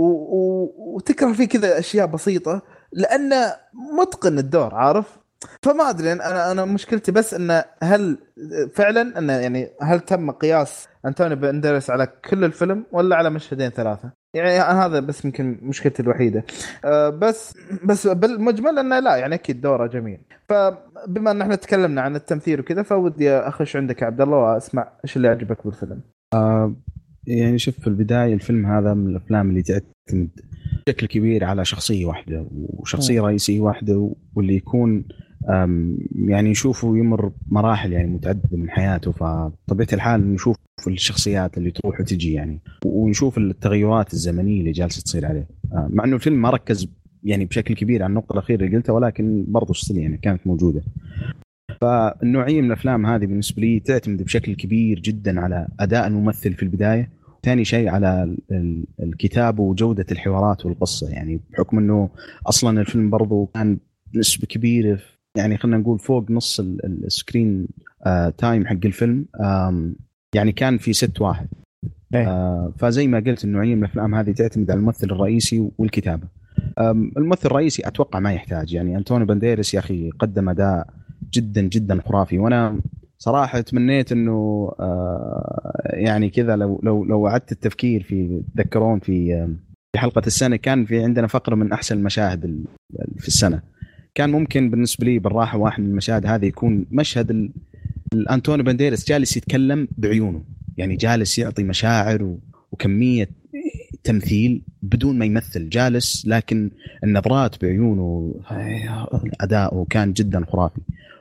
وتكره فيه كذا أشياء بسيطة لأنه متقن الدور، عارف. فما ادري انا انا مشكلتي بس انه هل فعلا انه يعني هل تم قياس أنتوني بانديراس على كل الفيلم ولا على مشهدين ثلاثه؟ يعني هذا بس يمكن مشكلتي الوحيده. أه بس بس بالمجمل انه لا يعني اكيد دوره جميل. فبما ان احنا تكلمنا عن التمثيل وكذا، فودي اخش عندك يا عبد الله واسمع ايش اللي عجبك بالفيلم.
آه يعني شوف في البدايه الفيلم هذا من الافلام اللي تعتمد بشكل كبير على شخصيه واحده وشخصيه م. رئيسيه واحده، واللي يكون يعني نشوفه يمر مراحل يعني متعددة من حياته، فطبيعة الحال نشوف الشخصيات اللي تروح وتجي يعني، ونشوف التغيرات الزمنية اللي جالسة تصير عليه. مع أنه الفيلم ما ركز يعني بشكل كبير على النقطة الأخيرة اللي قلتها، ولكن برضو ستيل يعني كانت موجودة. فالنوعية من الأفلام هذه بالنسبة لي تعتمد بشكل كبير جدا على أداء الممثل في البداية، ثاني شيء على الكتابة وجودة الحوارات والقصة، يعني بحكم أنه أصلا الفيلم برضو كان نسبة كبيرة يعني خلينا نقول فوق نص السكرين آه تايم حق الفيلم آه يعني كان في ست واحد. آه فزي ما قلت النوعية من الأفلام هذه تعتمد على الممثل الرئيسي والكتابة. الممثل الرئيسي أتوقع ما يحتاج، يعني أنتوني بانديراس يا أخي قدم أداء جدا جدا خرافي، وأنا صراحة تمنيت إنه آه يعني كذا لو لو لو أعدت التفكير في تذكرون في في حلقة السنة كان في عندنا فقرة من أحسن المشاهد في السنة، كان ممكن بالنسبة لي بالراحة واحد من المشاهد هذه يكون مشهد الأنتوني بانديراس جالس يتكلم بعيونه، يعني جالس يعطي مشاعر وكمية تمثيل بدون ما يمثل، جالس لكن النظرات بعيونه أداؤه كان جدا خرافي.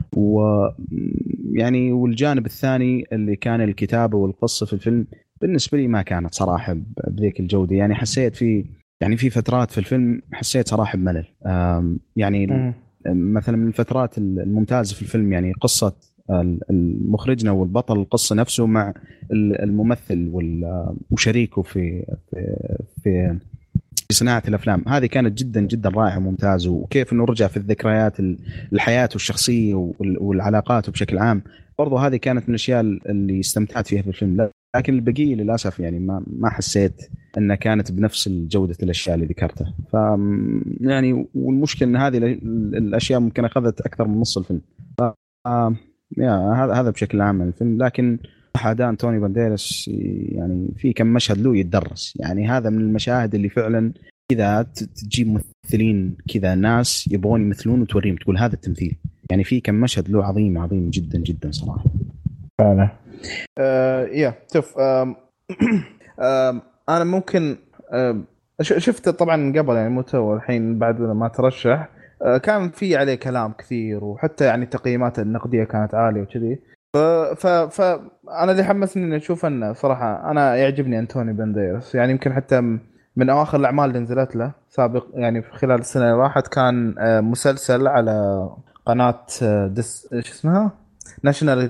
ويعني والجانب الثاني اللي كان الكتابة والقصة في الفيلم بالنسبة لي ما كانت صراحة بذيك الجودة، يعني حسيت في يعني في فترات في الفيلم حسيت صراحة بملل. يعني م. مثلا من الفترات الممتازة في الفيلم يعني قصة المخرجنا والبطل القصة نفسه مع الممثل وشريكه في في في صناعة الأفلام، هذه كانت جدا جدا رائعة وممتازة، وكيف إنه رجع في الذكريات الحياة والشخصية والعلاقات بشكل عام، برضو هذه كانت من الأشياء اللي استمتعت فيها في الفيلم. لكن البقية للأسف يعني ما ما حسيت أنها كانت بنفس الجودة الأشياء اللي ذكرتها. ف يعني والمشكلة أن هذه الأشياء ممكن أخذت أكثر من نص الفيلم. ف هذا هذا بشكل عام من الفيلم. لكن أداء أنتوني بانديراس يعني في كم مشهد له يتدرس، يعني هذا من المشاهد اللي فعلا كذا تجيب ممثلين كذا ناس يبغون يمثلون وتوريهم تقول هذا التمثيل، يعني في كم مشهد له عظيم عظيم جدا جدا صراحة.
فعلا. آه يا شوف آه آه أنا ممكن آه شفته طبعا قبل يعني مو تو الحين بعد ما ترشح، آه كان في عليه كلام كثير، وحتى يعني تقييمات النقدية كانت عالية وكذي. ف ف ف انا اللي حمسني اني اشوف انه صراحه انا يعجبني انتوني بانديرس، يعني يمكن حتى من اواخر الاعمال اللي نزلت له سابق، يعني في خلال السنه اللي راحت كان آه، مسلسل على قناه آه، دس ايش اسمها، ناشونال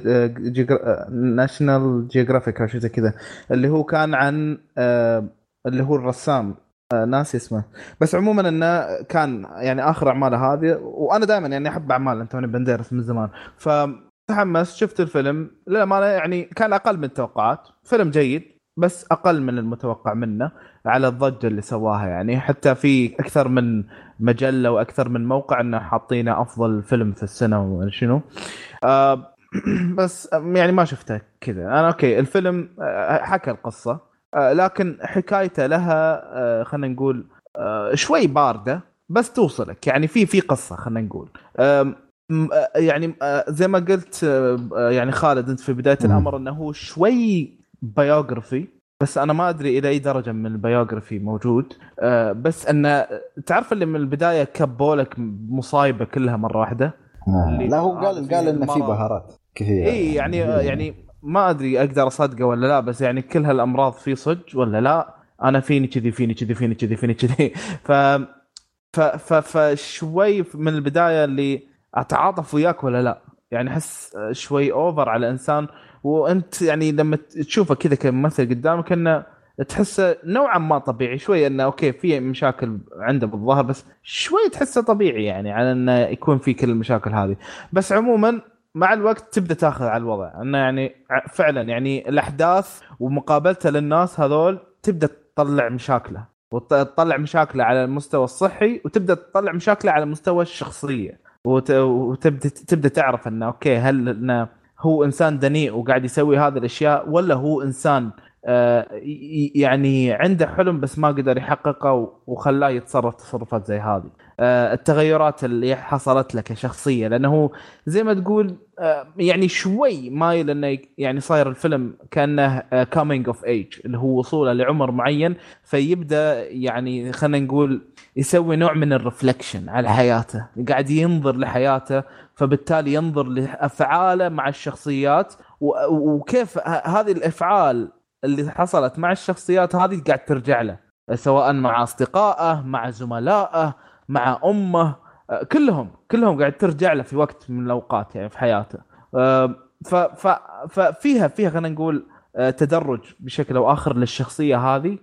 ناشونال جيوغرافيك او شيء زي كذا، اللي هو كان عن آه، اللي هو الرسام آه، ناسي اسمه. بس عموما انه كان يعني اخر اعماله هذه، وانا دائما يعني احب اعمال انتوني بانديرس من زمان. ف تحمست شفت الفيلم للأمانة، يعني كان أقل من التوقعات، فيلم جيد بس أقل من المتوقع منه على الضجة اللي سواها. يعني حتى في أكثر من مجلة وأكثر من موقع أنه حاطينه أفضل فيلم في السنة وشنو. آه بس يعني ما شفته كذا أنا. أوكي الفيلم آه، حكى القصة، آه لكن حكايته لها آه خلينا نقول آه شوي باردة، بس توصلك يعني في في قصة خلينا نقول. آم، م- آه، يعني آه، زي ما قلت آه، آه، يعني خالد انت في بدايه الامر انه هو شوي بايوغرافي، بس انا ما ادري الى اي درجه من البايوغرافي موجود. آه، بس انه تعرف اللي من البدايه كبولك مصايبه كلها مره واحده،
آه.
اللي
لا هو
هذا
قال قال
فيه
إن في
المرض.
بهارات كثيرة
اي
يعني.
يعني يعني ما ادري اقدر اصدقه ولا لا، بس يعني كل هالامراض في صج ولا لا. انا فيني كذي فيني كذي فيني كذي فيني كذي ف ف ف فشوي من البدايه اللي اتعاطف وياك ولا لا، يعني احس شوي اوفر على انسان. وانت يعني لما تشوفه كذا كممثل قدامك انه تحسه نوعا ما طبيعي شوي، انه اوكي في مشاكل عنده بالظهر بس شوي تحسه طبيعي يعني على انه يكون في كل المشاكل هذه. بس عموما مع الوقت تبدا تاخذ على الوضع، انه يعني فعلا يعني الاحداث ومقابلته للناس هذول تبدا تطلع مشاكله، وتطلع مشاكله على المستوى الصحي، وتبدا تطلع مشاكله على المستوى الشخصيه. وت... وتبدا تبدا تعرف انه اوكي هل إنه هو انسان دنيء وقاعد يسوي هذه الاشياء، ولا هو انسان آه ي- يعني عنده حلم بس ما قدر يحققه وخلاه يتصرف تصرفات زي هذه. آه التغيرات اللي حصلت له كشخصيه، لانه زي ما تقول آه يعني شوي مايل انه يعني صاير الفيلم كانه كامينج اوف ايج، اللي هو وصوله لعمر معين، فيبدا يعني خلينا نقول يسوي نوع من الرفلكشن على حياته، قاعد ينظر لحياته، فبالتالي ينظر لافعاله مع الشخصيات و- وكيف ه- هذه الافعال اللي حصلت مع الشخصيات هذه قاعد ترجع له، سواء مع اصدقائه مع زملائه مع امه، آه، كلهم كلهم قاعد ترجع له في وقت من الاوقات يعني في حياته. آه، ف ف ففيها فيها خلينا نقول آه، تدرج بشكل او اخر للشخصيه هذه.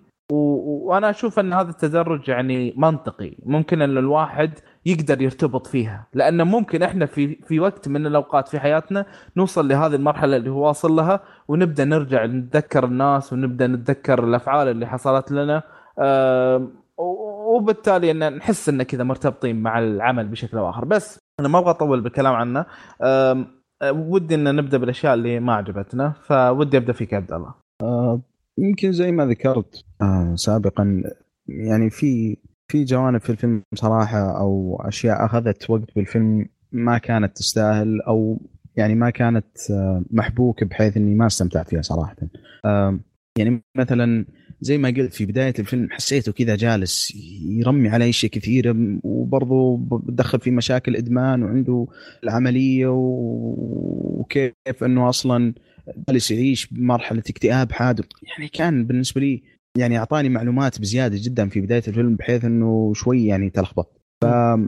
و- وانا اشوف ان هذا التدرج يعني منطقي، ممكن ان الواحد يقدر يرتبط فيها، لانه ممكن احنا في في وقت من الاوقات في حياتنا نوصل لهذه المرحله اللي هو واصل لها، ونبدا نرجع نتذكر الناس ونبدا نتذكر الافعال اللي حصلت لنا. آم، و- وبالتالي ان نحس ان كذا مرتبطين مع العمل بشكل او اخر. بس انا ما ابغى اطول بالكلام عنه. آم، ودي ان نبدا بالاشياء اللي ما عجبتنا، فودي ابدا فيك يا عبد الله.
آه، يمكن زي ما ذكرت آه، سابقا، يعني في في جوانب في الفيلم صراحة أو أشياء أخذت وقت بالفيلم ما كانت تستاهل، أو يعني ما كانت آه، محبوكة بحيث إني ما استمتعت فيها صراحة. آه، يعني مثلا زي ما قلت في بداية الفيلم حسيته كذا جالس يرمي على أشياء كثيرة، وبرضه بدخل في مشاكل إدمان وعنده العملية، و- وكيف أنه أصلا جالس يعيش بمرحلة اكتئاب حاد. يعني كان بالنسبة لي يعني أعطاني معلومات بزيادة جدا في بداية الفيلم بحيث أنه شوي يعني تلخبط. ف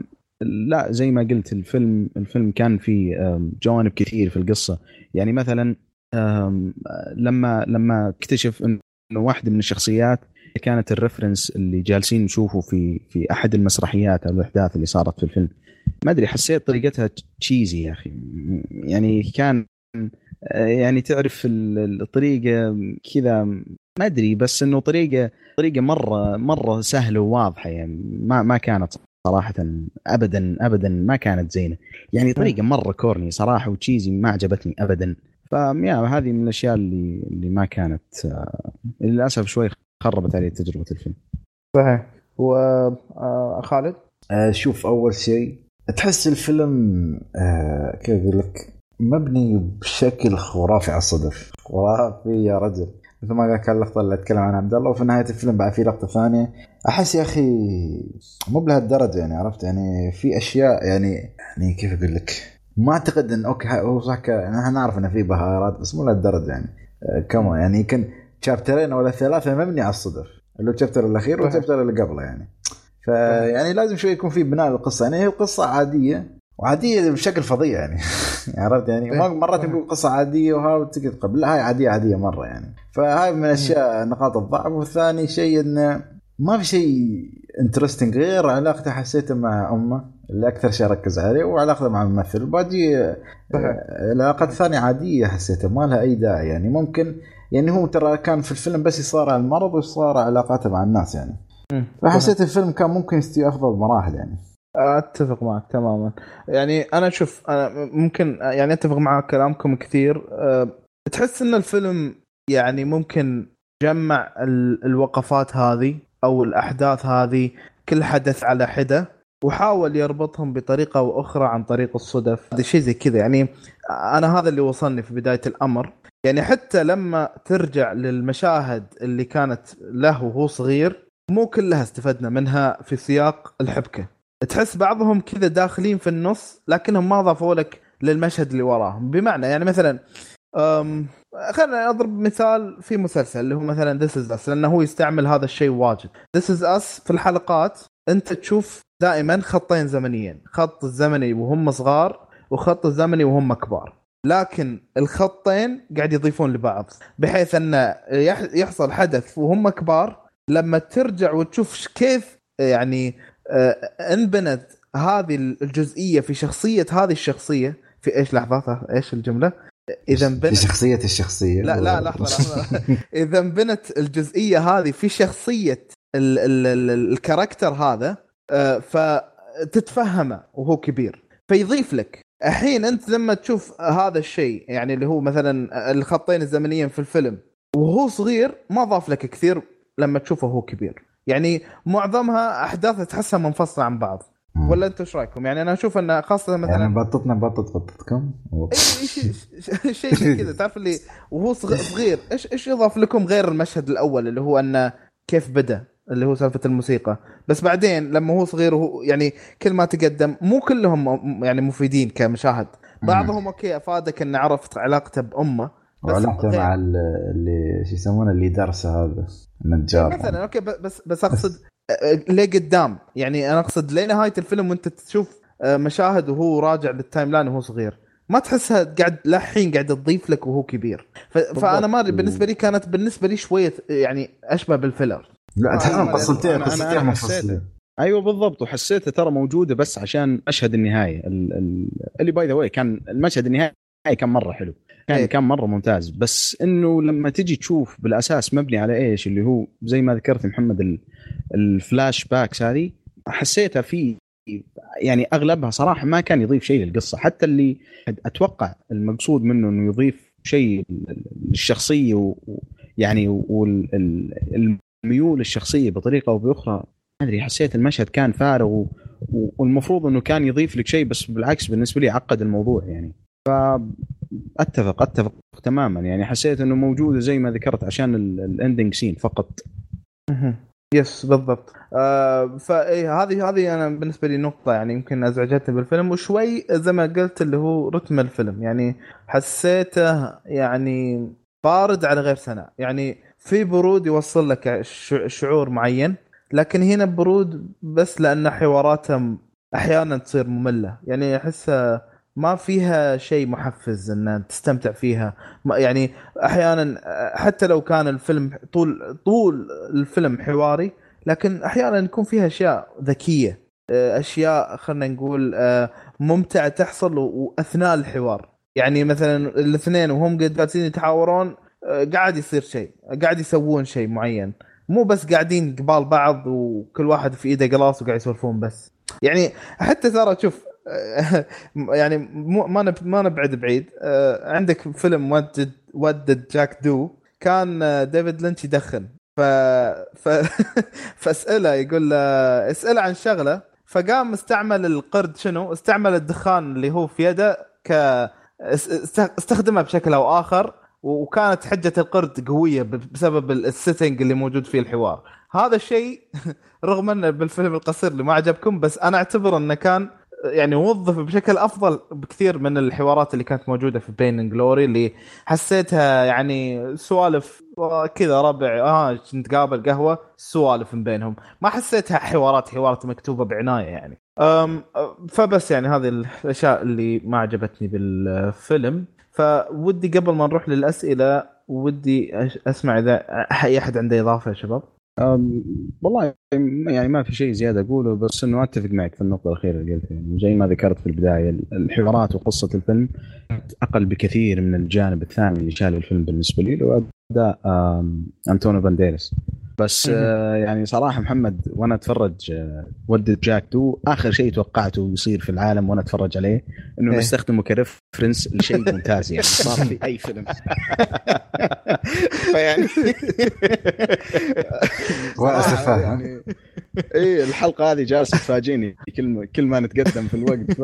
لا زي ما قلت الفيلم الفيلم كان فيه آم، جوانب كثير في القصة. يعني مثلا آم، لما لما اكتشف انه واحدة من الشخصيات كانت الريفرنس اللي جالسين نشوفه في في احد المسرحيات او الاحداث اللي صارت في الفيلم، ما ادري حسيت طريقتها تشيزي يا اخي. يعني كان آه، يعني تعرف ال- الطريقة كذا، ما ادري، بس انه طريقة طريقة مرة مرة سهلة وواضحة، يعني ما ما كانت صراحة ابدا ابدا ما كانت زينة. يعني طريقة مرة كورني صراحة وتشيزي، ما عجبتني ابدا. فيا هذه من الاشياء اللي اللي ما كانت آه، للاسف شوي خربت علي تجربة الفيلم.
صحيح. وخالد
آه شوف اول شيء تحس الفيلم آه كيف اقول لك مبني بشكل خرافي على الصدف، خرافي يا رجل. مثل ما قال كان اللقطه اللي اتكلم عنها عبد الله، وفي نهايه الفيلم بعد في لقطه ثانيه احس يا اخي مو بلهالدرجه يعني، عرفت يعني في اشياء يعني يعني كيف اقول لك ما اعتقد ان اوكي هو صح ك... نحن نعرف ان في بهارات بس مو لهالدرجه يعني. كمان يعني يمكن شابترين ولا ثلاثه مبني على الصدر، اللي هو الشابتر الاخير والشابتر اللي قبله يعني. فيعني لازم شوي يكون في بناء للقصه. يعني هي قصه عاديه وعاديه بشكل فظيع يعني. عرفت يعني ما مرات نقول قصه عاديه وها تقدر قبل، هاي عاديه عاديه مره يعني. فهاي من الاشياء نقاط الضعف. والثاني شيء انه ما في شيء انترستنج غير علاقته حسيته مع امه اللي اكثر شيء ركز عليه، وعلاقته مع الممثل. باقي العلاقات الثانيه عاديه حسيته ما لها اي داعي يعني. ممكن يعني هو ترى كان في الفيلم بس يصار على المرض ويصار علاقاته مع الناس يعني. فحسيت الفيلم كان ممكن يستوي افضل مراحل يعني.
اتفق معك تماما. يعني انا شوف انا ممكن يعني اتفق معك كلامكم كثير. أه تحس ان الفيلم يعني ممكن جمع الوقفات هذه او الاحداث هذه كل حدث على حده وحاول يربطهم بطريقه او اخرى عن طريق الصدف. هذا شيء زي كذا يعني. انا هذا اللي وصلني في بدايه الامر يعني. حتى لما ترجع للمشاهد اللي كانت له وهو صغير مو كلها استفدنا منها في سياق الحبكه. تحس بعضهم كذا داخلين في النص لكنهم ما ضافوا لك للمشهد اللي وراهم. بمعنى يعني مثلا خلينا نضرب مثال في مسلسل اللي هو مثلا This is Us، لأنه هو يستعمل هذا الشيء واجد. This is Us في الحلقات أنت تشوف دائما خطين زمنيين، خط الزمني وهم صغار وخط الزمني وهم كبار، لكن الخطين قاعد يضيفون لبعض بحيث أن يحصل حدث وهم كبار لما ترجع وتشوف كيف يعني انبنت هذه الجزئية في شخصية هذه الشخصية في إيش لحظة إيش الجملة إذا بنت
في شخصية الشخصية
لا لا لحظة لحظة إذا بنت الجزئية هذه في شخصية ال ال ال الكاركتر هذا فتتفهمه وهو كبير فيضيف لك. الحين أنت لما تشوف هذا الشيء يعني اللي هو مثلا الخطين الزمنيين في الفيلم وهو صغير ما ضاف لك كثير لما تشوفه هو كبير يعني. معظمها أحداث تحسها منفصلة عن بعض. ولا انتوا ايش رايكم؟ يعني انا اشوف ان خاصه مثلا
يعني بطتنا بطت بطتكم
اي شيء شيء زي كذا تعرف اللي وهو صغير ايش ايش يضاف لكم غير المشهد الاول اللي هو انه كيف بدا اللي هو سالفه الموسيقى. بس بعدين لما هو صغير وهو يعني كل ما تقدم مو كلهم يعني مفيدين كمشاهد. بعضهم اوكي افادك ان عرفت علاقته بامه
وعلاقته مع اللي شو يسمونه اللي درسه هذا النجار
مثلا. اوكي بس بس اقصد ليه قدام يعني. انا اقصد لين نهايه الفيلم وانت تشوف مشاهد وهو راجع للتايم لاين وهو صغير ما تحسها قاعد لحين قاعد تضيف لك وهو كبير. فانا ما بالنسبه لي كانت بالنسبه لي شويه يعني اشبه بالفيلر.
لا تمام قصتين قصتين منفصلين.
ايوه بالضبط. وحسيته ترى موجوده بس عشان مشهد النهايه اللي باي ذا واي كان المشهد النهائي كان مره حلو كان إيه. كان مره ممتاز. بس انه لما تجي تشوف بالاساس مبني على ايش اللي هو زي ما ذكرت محمد الفلاش باكس هذه حسيتها في يعني اغلبها صراحه ما كان يضيف شيء للقصه. حتى اللي اتوقع المقصود منه انه يضيف شيء للشخصيه ويعني والميول الشخصيه بطريقه او باخرى ما ادري. حسيت المشهد كان فارغ والمفروض انه كان يضيف لك شيء بس بالعكس بالنسبه لي عقد الموضوع يعني. فاتفق اتفق تماما يعني. حسيت انه موجوده زي ما ذكرت عشان الاندنج سين فقط.
يس بالضبط. آه فايه هذه هذه انا بالنسبه لي نقطه يعني يمكن ازعجتني بالفيلم وشوي زي ما قلت اللي هو رتم الفيلم يعني. حسيته يعني بارد على غير سناء يعني. في برود يوصل لك شعور معين لكن هنا برود بس لان حواراتهم احيانا تصير ممله يعني. احسها ما فيها شيء محفز ان تستمتع فيها يعني. احيانا حتى لو كان الفيلم طول طول الفيلم حواري لكن احيانا يكون فيها اشياء ذكيه اشياء خلينا نقول ممتعه تحصل واثناء الحوار يعني. مثلا الاثنين وهم جالسين يتحاورون قاعد يصير شيء قاعد يسوون شيء معين مو بس قاعدين قبال بعض وكل واحد في ايده قلاص وقاعد يسولفون بس يعني. حتى ترى تشوف يعني ما ما نبعد بعيد. عندك فيلم ودد ودد جاك دو كان ديفيد لينش يدخن ف... ف... فاسأله يقول له اسأله عن شغلة فقام استعمل القرد شنو استعمل الدخان اللي هو في يده ك استخدمه بشكل أو آخر وكانت حجة القرد قوية بسبب السيتنج اللي موجود فيه الحوار. هذا الشيء رغم أنه بالفيلم القصير اللي ما عجبكم بس أنا أعتبر أنه كان يعني وظف بشكل افضل بكثير من الحوارات اللي كانت موجوده في بين اند جلوري، اللي حسيتها يعني سوالف كذا ربع اه نتقابل قهوه سوالف من بينهم، ما حسيتها حوارات حوارات مكتوبه بعنايه يعني. أم فبس يعني هذه الاشياء اللي ما عجبتني بالفيلم. فودي قبل ما نروح للاسئله ودي اسمع اذا اي احد عنده اضافه يا شباب.
أم، والله يعني ما في شيء زيادة أقوله، بس إنه أتفق معك في النقطة الأخيرة اللي قلتها. يعني زي ما ذكرت في البداية، الحوارات وقصة الفيلم أقل بكثير من الجانب الثاني اللي شال الفيلم بالنسبة لي، لو أداء آم، أنطونيو بانديراس. بس آه، يعني صراحة محمد وأنا أتفرج ودد جاك تو، آخر شيء توقعته يصير في العالم وأنا أتفرج عليه إنه نستخدمه كريفرنس لشيء ممتاز يعني صار في أي فيلم. فيعني
واسفه
يعني ايه الحلقه هذه جالسه تفاجئني كل كل ما نتقدم في الوقت. ف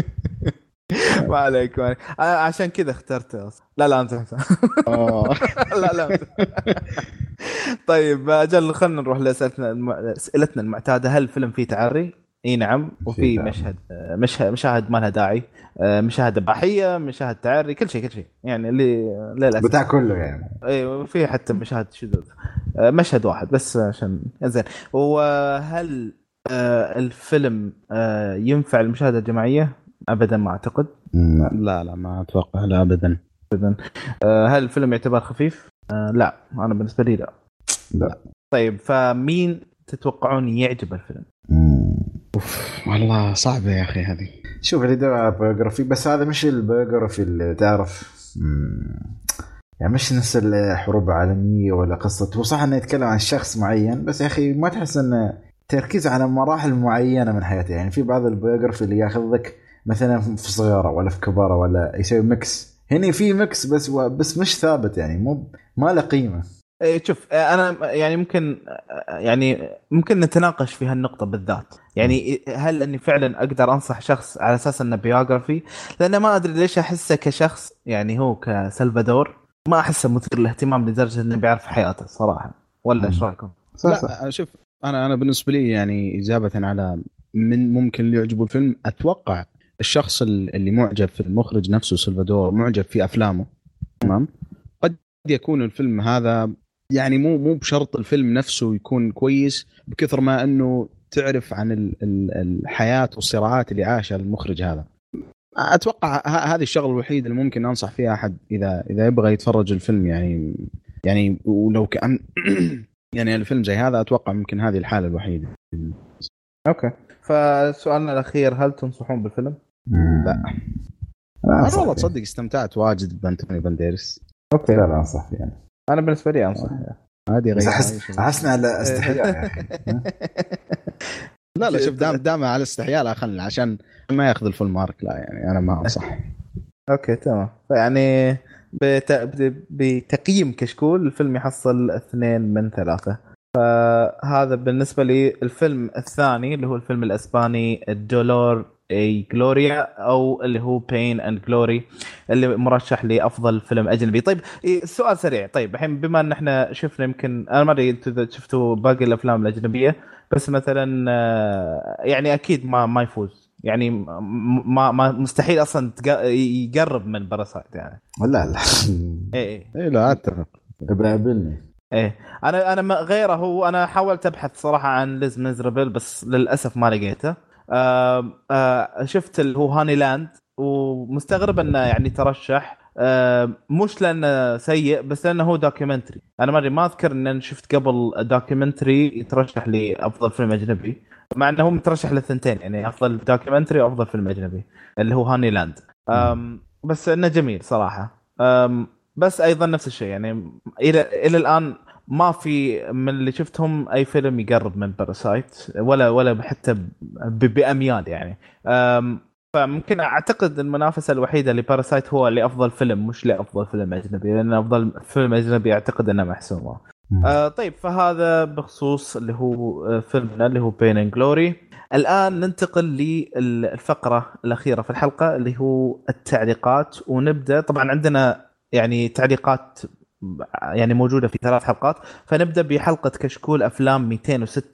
ما عليك ما عليك. عشان كذا اخترته اصلا. لا لا انت
آه.
لا لا انت. طيب اجل خلينا نروح لاسئلتنا اسئلتنا المعتاده. هل الفيلم فيه تعري؟ اي نعم. وفي مشهد مشهد مشاهد ما لها داعي، مشاهد اباحيه، مشاهد تعري، كل شيء كل شيء يعني اللي للاسف
بتاع كله يعني.
ايوه في حتى مشاهد شذوذ. مشهد واحد بس عشان زين. وهل الفيلم ينفع المشاهده الجماعيه؟ ابدا ما اعتقد.
لا لا ما اتوقع، لا ابدا
ابدا. هل الفيلم يعتبر خفيف؟ لا انا بالنسبه لي لا.
لا.
طيب فمين تتوقعون يعجب الفيلم؟
اوف والله صعبه يا اخي هذه.
شوف اللي ده بايوغرافي، بس هذا مش البايوغرافي اللي تعرف يعني مش نفس الحروب العالميه ولا قصه. هو صح انه يتكلم عن شخص معين، بس يا اخي ما تحس انه تركيز على مراحل معينه من حياته. يعني في بعض البايوغرافي اللي ياخذك مثلا في صغيره ولا في كباره ولا يسوي ميكس. هنا في ميكس بس بس مش ثابت يعني، مو ما له قيمه.
شوف انا يعني ممكن يعني ممكن نتناقش في هالنقطه بالذات. يعني هل اني فعلا اقدر انصح شخص على اساس انه بيوغرافي؟ لان ما ادري ليش احسه كشخص يعني هو كسلفادور ما احسه مثير للاهتمام لدرجه انه بيعرف حياته صراحه. ولا ايش رايكم؟
لا شوف انا انا بالنسبه لي يعني اجابه على من ممكن اللي يعجبه الفيلم، اتوقع الشخص اللي معجب في المخرج نفسه سلفادور، معجب في افلامه، تمام، قد يكون الفيلم هذا يعني مو مو بشرط الفيلم نفسه يكون كويس بكثر ما انه تعرف عن ال ال الحياه والصراعات اللي عاشها المخرج هذا. اتوقع هذه الشغله الوحيده اللي ممكن انصح فيها احد اذا اذا يبغى يتفرج الفيلم يعني يعني ولو كان يعني الفيلم زي هذا اتوقع ممكن هذه الحاله الوحيده.
اوكي فسؤالنا الاخير، هل تنصحون بالفيلم؟
لا انا والله تصدق استمتعت واجد بأنتوني بانديرس.
اوكي
لا لا انصح فيه يعني.
انا بالنسبه لي انصح
عادي غير
احسن على استحياء يا اخي.
لا لا شوف دام دام على استحياء لا خلنا عشان ما ياخذ الفول مارك. لا يعني انا ما انصح.
اوكي تمام. يعني بتقييم كشكول الفيلم يحصل اثنين من ثلاثة. فهذا بالنسبة لي. الفيلم الثاني اللي هو الفيلم الاسباني الدولور اي جلوريا او اللي هو بين اند جلوري اللي مرشح لافضل فيلم اجنبي. طيب السؤال سريع. طيب الحين بما ان احنا شفنا يمكن انا ما ادري انتم شفتوا باقي الافلام الاجنبيه، بس مثلا يعني اكيد ما ما يفوز يعني ما ما مستحيل اصلا يقرب من باراسايت يعني.
لا لا
ايه
ايه لا اتفق
قابلني.
ايه انا انا غيره. هو انا حاولت ابحث صراحه عن ليز ميزرابل بس للاسف ما لقيته. آه آه شفت اللي هو هاني لاند ومستغرب انه يعني ترشح، آه مش لانه سيء بس لانه هو دوكيومنتري. انا ما ادري ما اذكر ان شفت قبل دوكيومنتري يترشح لافضل فيلم اجنبي، مع انه هو مترشح للثنتين يعني افضل دوكيومنتري وافضل فيلم اجنبي اللي هو هاني لاند. بس انه جميل صراحه. بس ايضا نفس الشيء يعني الى الى الان ما في من اللي شفتهم اي فيلم يقرب من باراسايت ولا ولا حتى باميال يعني. فممكن اعتقد المنافسه الوحيده لباراسايت هو لافضل فيلم مش لافضل فيلم اجنبي، لان افضل فيلم اجنبي اعتقد انه محسومه. آه طيب فهذا بخصوص اللي هو فيلمنا اللي هو بين اند جلوري. الان ننتقل للفقره الاخيره في الحلقه اللي هو التعليقات، ونبدا طبعا عندنا يعني تعليقات يعني موجودة في ثلاث حلقات، فنبدأ بحلقة كشكول أفلام مئتين وستة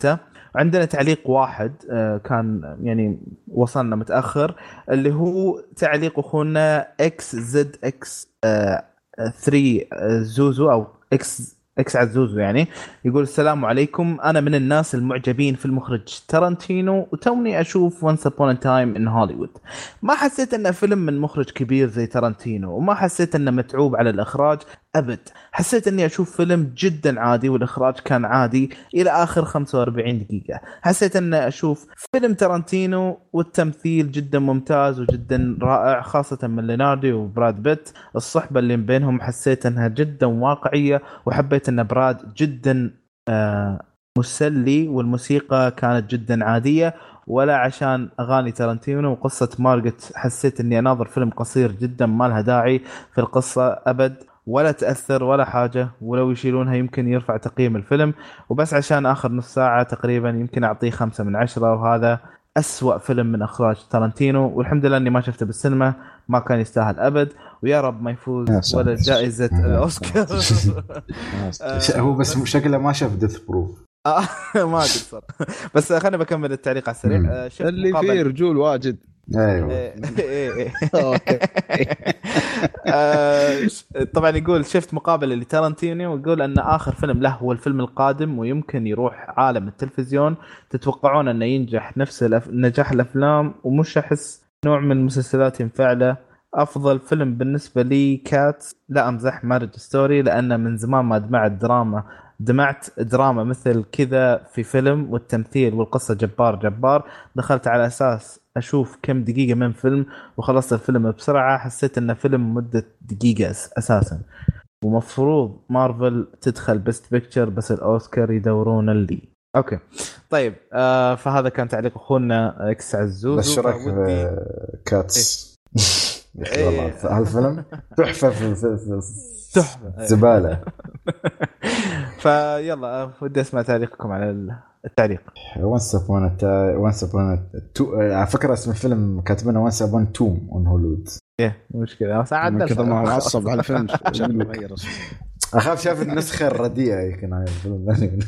عندنا تعليق واحد كان يعني وصلنا متأخر، اللي هو تعليق أخونا إكس زد إكس ثري زوزو أو إكس إكس عزوزو، يعني يقول السلام عليكم، أنا من الناس المعجبين في المخرج تارانتينو وتوني أشوف Once Upon a Time in Hollywood. ما حسيت أنه فيلم من مخرج كبير زي تارانتينو، وما حسيت أنه متعوب على الإخراج أبد. حسيت أني أشوف فيلم جدا عادي والإخراج كان عادي إلى آخر خمسة وأربعين دقيقة. حسيت أن أشوف فيلم تارانتينو والتمثيل جدا ممتاز وجدا رائع، خاصة من ليناردو وبراد بيت. الصحبة اللي بينهم حسيت أنها جدا واقعية، وحبيت أن براد جدا آه مسلي، والموسيقى كانت جدا عادية، ولا عشان أغاني تارانتينو وقصة مارغت حسيت أني أناظر فيلم قصير جدا ما لها داعي في القصة أبد، ولا تأثر ولا حاجة، ولو يشيلونها يمكن يرفع تقييم الفيلم. وبس عشان آخر نص ساعة تقريبا يمكن أعطيه خمسة من عشرة، وهذا أسوأ فيلم من إخراج تارانتينو، والحمد لله أني ما شفته بالسينما، ما كان يستاهل أبد، ويا رب ما يفوز ولا جائزة الأوسكار.
هو بس شكله ما شاف ديث بروف.
ما أدري صار. بس خلينا بكمل التعليق على السريع.
اللي فيه رجول واجد.
ايوه
طبعا يقول شفت مقابله لتارانتينو ويقول ان اخر فيلم له هو الفيلم القادم، ويمكن يروح عالم التلفزيون. تتوقعون انه ينجح نفس الأف... نجاح الافلام، ومش احس نوع من المسلسلات ينفعله. افضل فيلم بالنسبه لي كات، لا امزح، مارج ستوري، لانه من زمان ما دمعت دراما دمعت دراما مثل كذا في فيلم، والتمثيل والقصه جبار جبار. دخلت على اساس اشوف كم دقيقه من فيلم وخلصت الفيلم بسرعه، حسيت انه فيلم مده دقيقه اساسا، ومفروض مارفل تدخل بيست بيكتشر، بس الاوسكار يدورون اللي اوكي. طيب آه فهذا كان تعليق اخونا اكس عزوز.
بس شرك في كاتس إيه؟ والله هالفيلم تحفه في
تحفه
زباله.
فيلا ودي اسمع تعليقكم على التعليق.
Once upon a time Once upon a two على فكرة اسم الفيلم كاتبينه Once upon Tomb on Hollywood.
ايه مشكلة ساعدنا
كذا ما معصب على الفيلم شكله غير اسمه.
اخاف شاف النسخة الرديئة يمكن هاي الفيلم.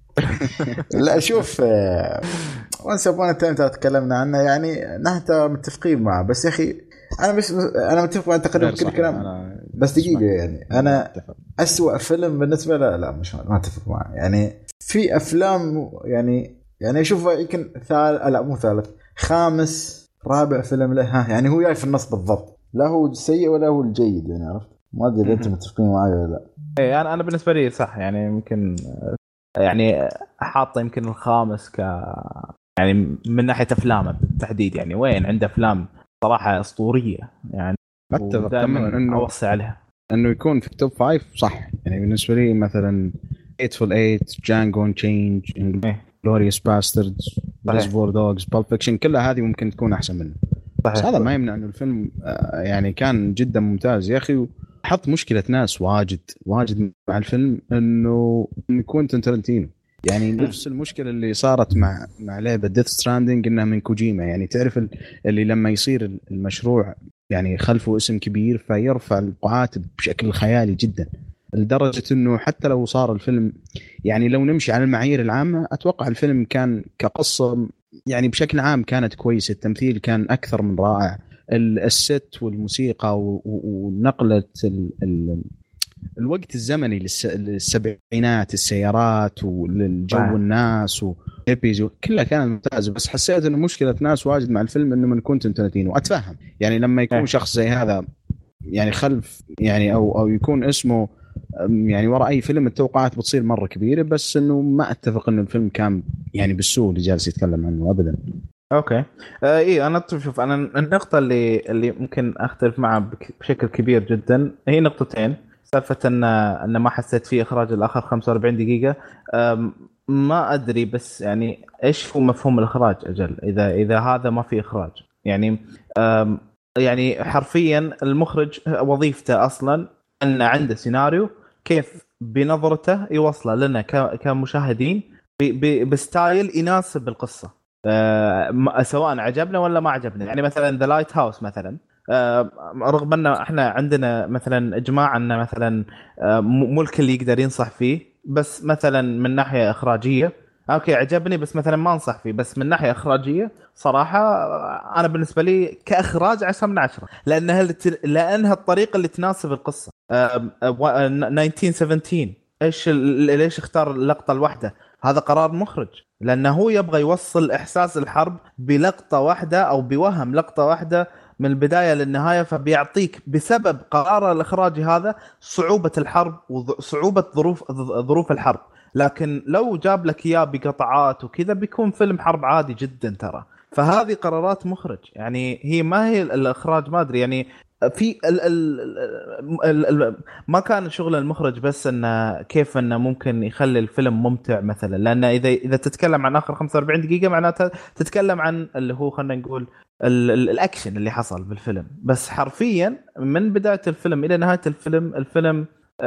لا شوف Once upon a time تكلمنا عنه، يعني نحن متفقين معه، بس يا اخي انا بس انا متفق مع تقريبا كل كلام، بس دقيقة يعني انا أسوأ فيلم بالنسبة له لا مش ما اتفق معه. يعني في افلام يعني يعني شوف يمكن ثالث لا مو ثالث خامس رابع فيلم له ها، يعني هو جاي في النص بالضبط، لا هو السيء ولا هو الجيد، يعني عرفت ما ادري اذا انتم متفقين معي ولا لا.
اي انا انا بالنسبه لي صح، يعني يمكن يعني حاطه يمكن الخامس ك يعني من ناحيه افلامه بالتحديد، يعني وين عنده افلام صراحه اسطوريه، يعني
اتفق تماما انه
اوصي عليها
انه يكون في التوب فايف صح. يعني بالنسبه لي مثلا Hateful Eight, Django Unchained, Inglourious Basterds, Reservoir Dogs, Pulp Fiction، كلها هذه ممكن تكون احسن منه. بس هذا ما يمنع انه الفيلم يعني كان جدا ممتاز يا اخي. حط مشكله ناس واجد واجد مع الفيلم انه كوينتين تارانتينو، يعني نفس المشكله اللي صارت مع مع لعبه ديث ستراندينج انها من كوجيما. يعني تعرف اللي لما يصير المشروع يعني خلفه اسم كبير فيرفع القاعات بشكل خيالي جدا، لدرجة أنه حتى لو صار الفيلم يعني لو نمشي على المعايير العامة أتوقع الفيلم كان كقصة يعني بشكل عام كانت كويس، التمثيل كان أكثر من رائع، الست والموسيقى ونقلة الوقت الزمني للسبعينات، السيارات والجو الناس والهيبيز كلها كانت ممتازة. بس حسيت أنه مشكلة ناس واجد مع الفيلم أنه من كوينتين تارانتينو. وأتفهم يعني لما يكون شخص زي هذا يعني خلف يعني أو أو يكون اسمه يعني وراء أي فيلم التوقعات بتصير مرة كبيرة، بس إنه ما أتفق إنه الفيلم كان يعني بالسوء اللي جالس يتكلم عنه أبدا.
أوكي آه إيه أنا شوف أنا النقطة اللي اللي ممكن أختلف معها بشكل كبير جدا هي نقطتين. سالفة أن أن ما حسيت فيه إخراج الآخر خمسة وأربعين دقيقة، ما أدري بس يعني إيش هو مفهوم الإخراج أجل إذا إذا هذا ما في إخراج. يعني يعني حرفيا المخرج وظيفته أصلا أن عنده سيناريو كيف بنظرته يوصله لنا كمشاهدين بستايل يناسب القصة، أه سواء عجبنا ولا ما عجبنا. يعني مثلا ذا لايت هاوس مثلا، أه رغم أن احنا عندنا مثلا إجماع أن مثلا أه ملك اللي يقدر ينصح فيه، بس مثلا من ناحية إخراجية اوكي عجبني بس مثلا ما انصح فيه، بس من ناحيه اخراجيه صراحه انا بالنسبه لي كاخراج عشرة من عشرة، لانها الت... لانها الطريقه اللي تناسب القصه. أم... أم... ألف وتسعمية وسبعتاشر ايش ال... ليش اختار اللقطه الواحده؟ هذا قرار مخرج، لانه هو يبغى يوصل احساس الحرب بلقطه واحده او بوهم لقطه واحده من البدايه للنهايه، فبيعطيك بسبب قرار الاخراجي هذا صعوبه الحرب وصعوبه ظروف ظروف الحرب. لكن لو جاب لك اياه بقطعات وكذا بيكون فيلم حرب عادي جدا ترى. فهذه قرارات مخرج، يعني هي ما هي الاخراج ما ادري يعني في ال ال ال ال ما كان شغل المخرج بس انه كيف انه ممكن يخلي الفيلم ممتع مثلا، لان اذا اذا تتكلم عن اخر خمسة وأربعين دقيقه معناتها تتكلم عن اللي هو خلينا نقول ال ال الاكشن اللي حصل بالفيلم. بس حرفيا من بدايه الفيلم الى نهايه الفيلم الفيلم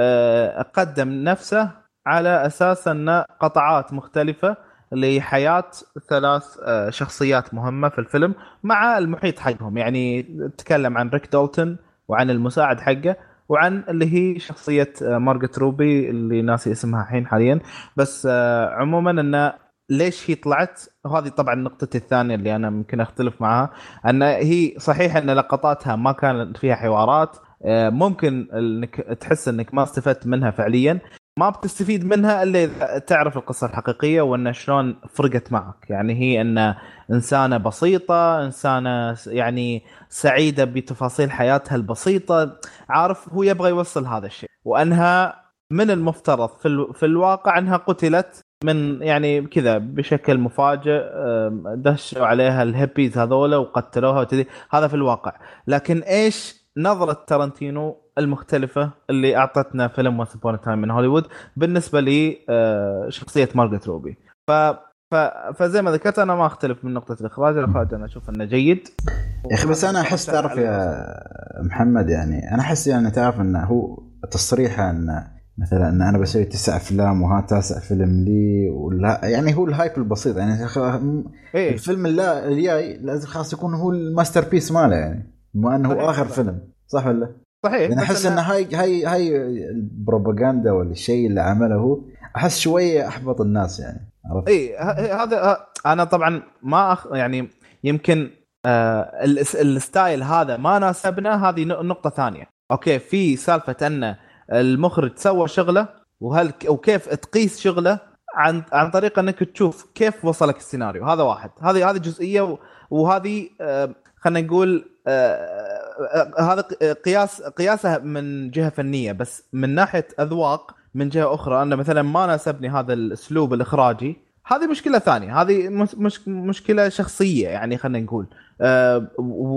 آه قدم نفسه على أساس أن قطعات مختلفة لحياة ثلاث شخصيات مهمة في الفيلم مع المحيط حقهم. يعني تكلم عن ريك دولتون وعن المساعد حقه وعن اللي هي شخصية مارغت روبي اللي ناسي اسمها الحين حاليا. بس عموما أن ليش هي طلعت، وهذه طبعا نقطتي الثانية اللي أنا ممكن أختلف معها، أن هي صحيح أن لقطاتها ما كانت فيها حوارات، ممكن انك تحس انك ما استفدت منها فعليا، ما بتستفيد منها الا اذا تعرف القصه الحقيقيه وان شلون فرقت معك. يعني هي ان انسانه بسيطه، انسانه يعني سعيده بتفاصيل حياتها البسيطه، عارف هو يبغى يوصل هذا الشيء، وانها من المفترض في, ال... في الواقع انها قتلت من يعني كذا بشكل مفاجئ، دشوا عليها الهيبيز هذولا وقتلوها وتدي. هذا في الواقع. لكن ايش نظرة تارانتينو المختلفة اللي أعطتنا فيلم Once Upon a Time in Hollywood بالنسبة لي شخصية مارغريت روبي؟ ف... ف... فزي ما ذكرت أنا ما أختلف من نقطة الإخراج. الإخراج أنا أشوف أنه جيد
يا أخي، بس أنا أحس تعرف يا محمد، يعني أنا أحس يعني تعرف أنه هو تصريحه أن مثلا أن أنا بسوي تسع أفلام وها تاسع فيلم لي ولا، يعني هو الهايب البسيط يعني إيه؟ الفيلم اللي الجاي لازم خلاص يكون هو الماستر بيس ماله، يعني ما أنه هو آخر فيلم، صح ولا؟
صحيح.
يعني أحس أن هاي هاي هاي البروباغندا ولا الشيء اللي عمله هو أحس شوية أحبط الناس، يعني عرفت؟
إيه هذا أنا طبعا ما أخ يعني يمكن آه الستايل هذا ما ناسبنا، هذه نقطة ثانية. أوكي في سالفة أن المخرج سوى شغله وهل وكيف تقيس شغله عن عن طريق انك تشوف كيف وصلك السيناريو، هذا واحد. هذه هذه جزئيه، وهذه آه خلينا نقول آه هذا قياس قياسها من جهه فنيه، بس من ناحيه اذواق من جهه اخرى انا مثلا ما ناسبني هذا الاسلوب الاخراجي، هذه مشكله ثانيه، هذه مش مشكله شخصيه يعني خلينا نقول. أه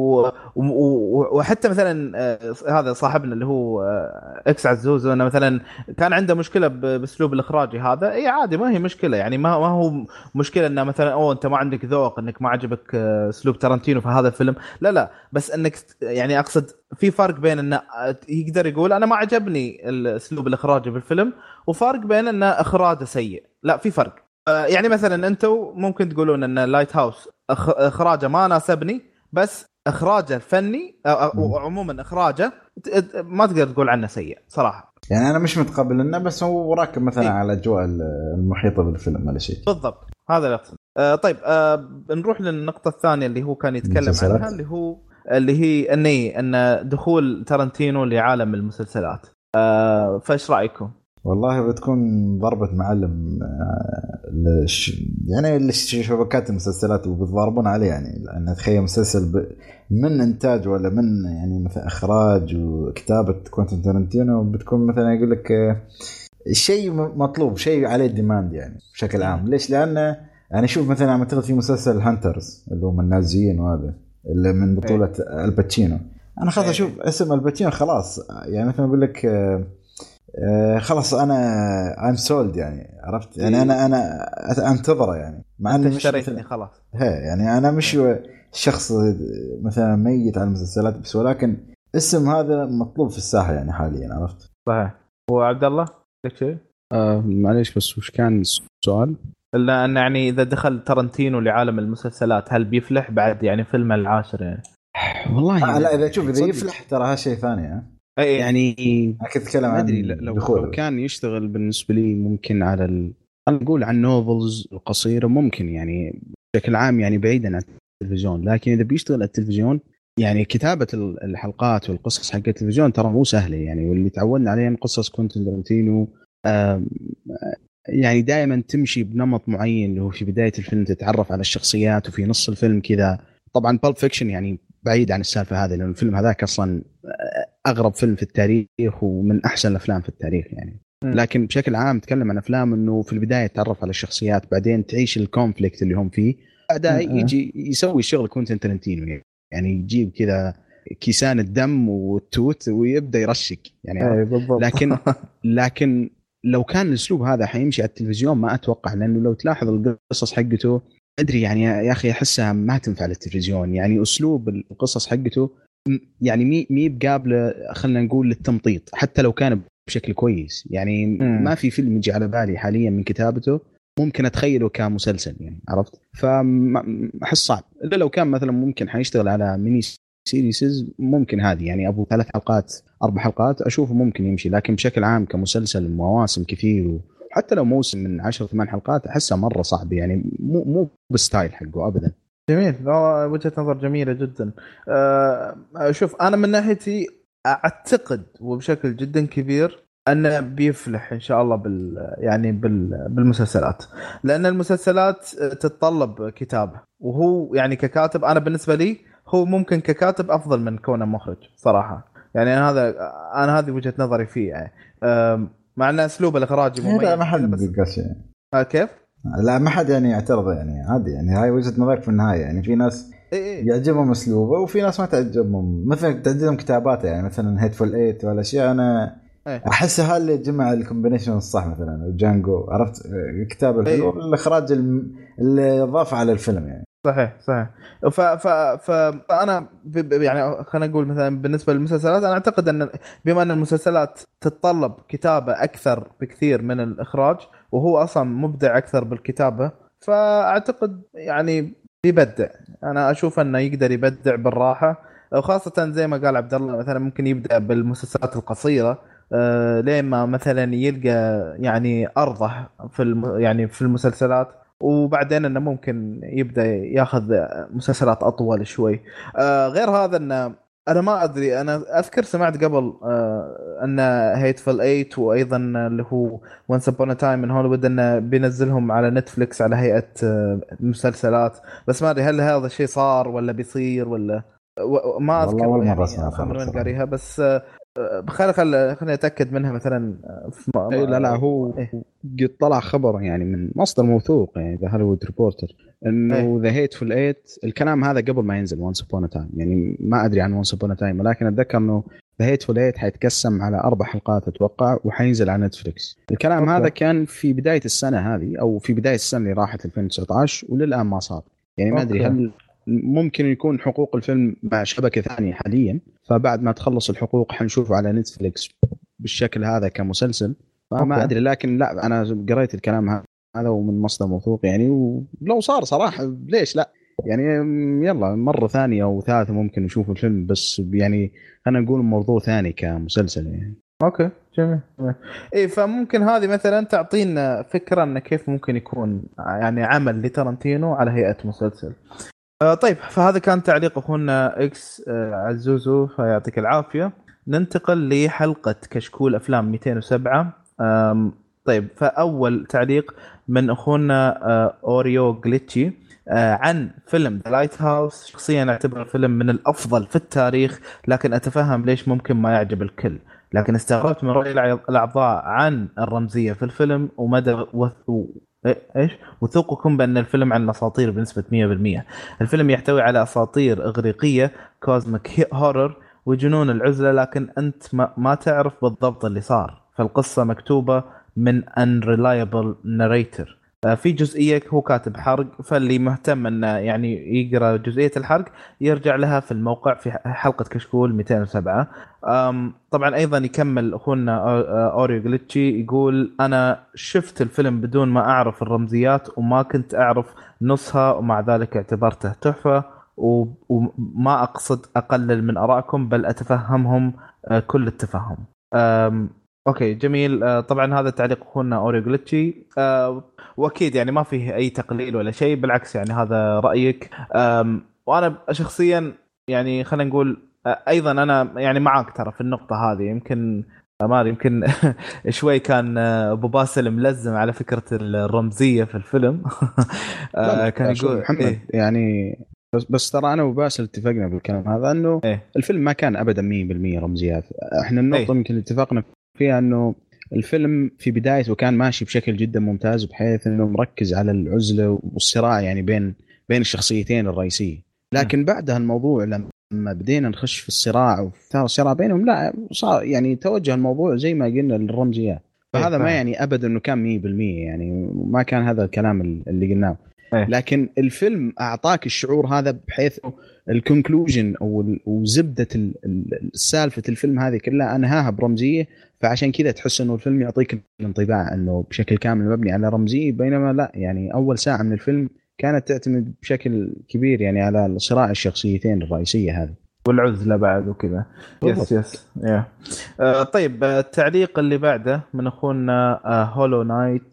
وحتى مثلا أه هذا صاحبنا اللي هو أه اكس عزوز، انا مثلا كان عنده مشكله باسلوب الاخراجي هذا. اي عادي، ما هي مشكله يعني، ما ما هو مشكله انه مثلا او انت ما عندك ذوق، انك ما عجبك اسلوب تارانتينو في هذا الفيلم، لا لا، بس انك يعني اقصد في فرق بين انه يقدر يقول انا ما عجبني الاسلوب الاخراجي بالفيلم، وفرق بين انه اخراجه سيء. لا، في فرق. يعني مثلا انتم ممكن تقولون ان لايت هاوس اخراجه ما ناسبني، بس اخراجه الفني او عموما اخراجه ما تقدر تقول عنه سيء صراحه.
يعني انا مش متقبل انه، بس هو راكب مثلا إيه؟ على الاجواء المحيطه بالفيلم ولا شيء.
بالضبط، هذا اللي اقصد. آه طيب آه نروح للنقطه الثانيه اللي هو كان يتكلم عنها، اللي هو اللي هي اني ان دخول تارانتينو لعالم المسلسلات. آه فايش رايكم؟
والله بتكون ضربة معلم لش يعني لشبكات المسلسلات وبتضاربون عليه، يعني لأن تخيل مسلسل ب... من إنتاج ولا من يعني مثلا إخراج وكتابة كوينتين تارانتينو، بتكون مثلا يقول لك شيء مطلوب، شيء عليه ديماند يعني بشكل عام. ليش؟ لأن يعني شوف مثلا عم تغل في مسلسل هانترز اللي هم النازيين، وهذا اللي من بطولة الباتشينو. أنا خلاص أشوف اسم الباتشينو خلاص، يعني مثلا أقول لك آه خلاص انا I'm sold يعني، عرفت يعني. انا انا انتظره يعني، مع انه مش مثلا
خلاص
ها يعني انا مش شخص مثلا ميت على المسلسلات، بس ولكن اسم هذا مطلوب في الساحه يعني حاليا، عرفت؟
صحيح. هو عبد الله لك شيء؟
آه معليش بس وش كان السؤال؟
الا ان يعني اذا دخل تارانتينو لعالم المسلسلات هل بيفلح بعد يعني فيلم العاشر يعني؟
والله
آه لا، اذا تشوف اذا يفلح ترى هذا شيء ثاني ها؟
يعني
اكيد اتكلم
عن لو, لو كان يشتغل بالنسبه لي ممكن على انا اقول عن نوفلز القصيره ممكن يعني بشكل عام يعني بعيدا عن التلفزيون، لكن اذا بيشتغل التلفزيون يعني كتابه الحلقات والقصص حق التلفزيون ترى مو سهله يعني، واللي تعودنا عليه من قصص كوينتين تارانتينو يعني دائما تمشي بنمط معين، اللي هو في بدايه الفيلم تتعرف على الشخصيات وفي نص الفيلم كذا. طبعا بالب فيكشن يعني بعيد عن السالفه هذه، لان الفيلم هذاك اصلا اغرب فيلم في التاريخ ومن احسن الافلام في التاريخ يعني. لكن بشكل عام تكلم عن افلام انه في البدايه تعرف على الشخصيات، بعدين تعيش الكونفليكت اللي هم فيه، بعدها يجي يسوي شغل كوينتين تارانتينو يعني يجيب كذا كيسان الدم والتوت ويبدا يرشق يعني. لكن لكن لو كان الاسلوب هذا حيمشي على التلفزيون ما اتوقع، لانه لو تلاحظ القصص حقته ادري يعني يا اخي احسها ما تنفع للتلفزيون، يعني اسلوب القصص حقته يعني مي مي بقابله خلينا نقول للتمطيط، حتى لو كان بشكل كويس يعني. م. ما في فيلم يجي على بالي حاليا من كتابته ممكن اتخيله كمسلسل يعني، عرفت؟ فاحس صعب، الا لو كان مثلا ممكن حيشتغل على ميني سيريسز ممكن هذه يعني ابو ثلاث حلقات اربع حلقات اشوفه ممكن يمشي، لكن بشكل عام كمسلسل مواسم كثير وحتى لو موسم من عشر ثمان حلقات احسها مره صعب يعني، مو مو بالستايل حقه ابدا.
جميل، وجهة نظر جميلة جدا. أه شوف انا من ناحيتي اعتقد وبشكل جدا كبير انه بيفلح ان شاء الله بال يعني بال بالمسلسلات، لان المسلسلات تتطلب كتابة، وهو يعني ككاتب انا بالنسبة لي هو ممكن ككاتب افضل من كونه مخرج صراحة يعني. هذا انا هذه وجهة نظري فيه يعني. مع ان اسلوب الاخراج مميز
لا ما حد
بس
بيقاس يعني.
آه كيف
لا ما حد يعني يعترض يعني عادي يعني، هاي وجهة نظرك في النهاية يعني. في ناس
إيه إيه.
يعجبهم اسلوبه وفي ناس ما تعجبهم، مثلا تعجبهم كتاباته يعني مثلا هيتفول ايت ولا شيء. انا إيه. احسها اللي جمع الكومبينيشن الصح، مثلا جانجو عرفت الكتاب الحلو إيه. الاخراج اللي اضاف على الفيلم يعني.
صحيح صحيح. ف ف فانا يعني خلينا نقول مثلا بالنسبه للمسلسلات انا اعتقد ان بما ان المسلسلات تتطلب كتابه اكثر بكثير من الاخراج، وهو اصلا مبدع اكثر بالكتابه، فاعتقد يعني يبدع. انا اشوف انه يقدر يبدع بالراحه، وخاصه زي ما قال عبد الله مثلا ممكن يبدا بالمسلسلات القصيره أه لين ما مثلا يلقى يعني ارضه في الم يعني في المسلسلات، وبعدين انه ممكن يبدا ياخذ مسلسلات اطول شوي. آه غير هذا انه انا ما ادري، انا اذكر سمعت قبل آه ان هيتفل ايت وايضا اللي هو وانس ابون تايم من هوليوود انه بينزلهم على نتفليكس على هيئه آه مسلسلات، بس ما ادري هل هذا الشيء صار ولا بيصير ولا ما اذكر
والله
يعني
اصلا
من وين قاريها. بس آه خلينا خلينا خلينا نتاكد منها مثلا في
م... أي لا لا هو إيه؟ قد طلع خبر يعني من مصدر موثوق يعني ذا هوليوود ريبورتر انه ذا هيتفول ايت، الكلام هذا قبل ما ينزل وانس ابون تايم يعني، ما ادري عن وانس ابون تايم، ولكن اتذكر انه ذا هيتفول ايت حيتقسم على اربع حلقات اتوقع وحينزل على نتفليكس. الكلام أوكي. هذا كان في بدايه السنه هذه او في بدايه السنه اللي راحت ألفين وتسعة عشر وللان ما صار يعني. ما ادري هل ممكن يكون حقوق الفيلم مع شبكه ثانيه حاليا، فبعد ما تخلص الحقوق حنشوفه على نتفليكس بالشكل هذا كمسلسل، فما ادري. لكن لا انا قريت الكلام هذا ومن مصدر موثوق يعني، ولو صار صراحه ليش لا يعني، يلا مره ثانيه او ثالثه ممكن نشوف الفيلم، بس يعني خلينا نقول موضوع ثاني كمسلسل يعني.
اوكي جميل. ايه فممكن هذه مثلا تعطينا فكره انه كيف ممكن يكون يعني عمل لتارانتينو على هيئه مسلسل. آه طيب فهذا كان تعليق اخونا اكس آه عزوزو، فيعطيك العافيه. ننتقل لحلقه كشكول افلام مئتين وسبعة. طيب فاول تعليق من اخونا آه اوريو جليتشي آه عن فيلم ذا لايت هاوس. شخصيا اعتبر الفيلم من الافضل في التاريخ، لكن اتفهم ليش ممكن ما يعجب الكل. لكن استغربت من رأي الاعضاء عن الرمزيه في الفيلم ومدى وثو ايش وثوقكم بان الفيلم عن الاساطير بنسبه مئة بالمئة. الفيلم يحتوي على اساطير اغريقيه كوزميك هورر وجنون العزله، لكن انت ما, ما تعرف بالضبط اللي صار. فالقصه مكتوبه من unreliable narrator. في جزئيه هو كاتب حرق، فاللي مهتم انه يعني يقرا جزئيه الحرق يرجع لها في الموقع في حلقه كشكول مئتين وسبعة. طبعا ايضا يكمل اخونا اوريو جليتشي يقول انا شفت الفيلم بدون ما اعرف الرمزيات وما كنت اعرف نصها، ومع ذلك اعتبرته تحفه، وما اقصد اقلل من ارائكم بل اتفهمهم كل التفهم. اوكي جميل. آه، طبعا هذا تعليق اخونا اوريو جلتشي، آه، واكيد يعني ما فيه اي تقليل ولا شيء، بالعكس يعني هذا رايك. آم، وانا شخصيا يعني خلينا نقول آه، ايضا انا يعني معاك ترى في النقطه هذه. يمكن آه، ما أدري، يمكن شوي كان آه، ابو باسل ملزم على فكره الرمزيه في الفيلم.
لا
آه، كان
لا شوف
يقول
محمد
ايه
يعني، بس بس ترى انا وباسل اتفقنا بالكلام هذا انه
ايه
الفيلم ما كان ابدا مية بالمية رمزيات. احنا النقطه
ايه
يمكن اتفقنا فيها انه الفيلم في بدايته كان ماشي بشكل جدا ممتاز، بحيث انه مركز على العزله والصراع يعني بين بين الشخصيتين الرئيسيه.
مم.
لكن بعدها الموضوع لما بدينا نخش في الصراع وفي الصراع بينهم، لا صار يعني توجه الموضوع زي ما قلنا للرمزيات.
ايه
فهذا ما
فاهم.
يعني ابدا انه كان مية بالمية، يعني ما كان هذا الكلام اللي قلناه.
ايه
لكن الفيلم اعطاك الشعور هذا، بحيث الكونكلوجن او ال- وزبده ال- ال- السالفه الفيلم هذه كلها انهاها برمزيه. فعشان كذا تحس انه الفيلم يعطيك الانطباع انه بشكل كامل مبني على رمزيه، بينما لا، يعني اول ساعه من الفيلم كانت تعتمد بشكل كبير يعني على صراع الشخصيتين الرئيسيه هذه.
والعزلة بعد وكذا. يس
بالضبط.
يس يا آه طيب، آه، التعليق اللي بعده من اخونا آه هولو نايت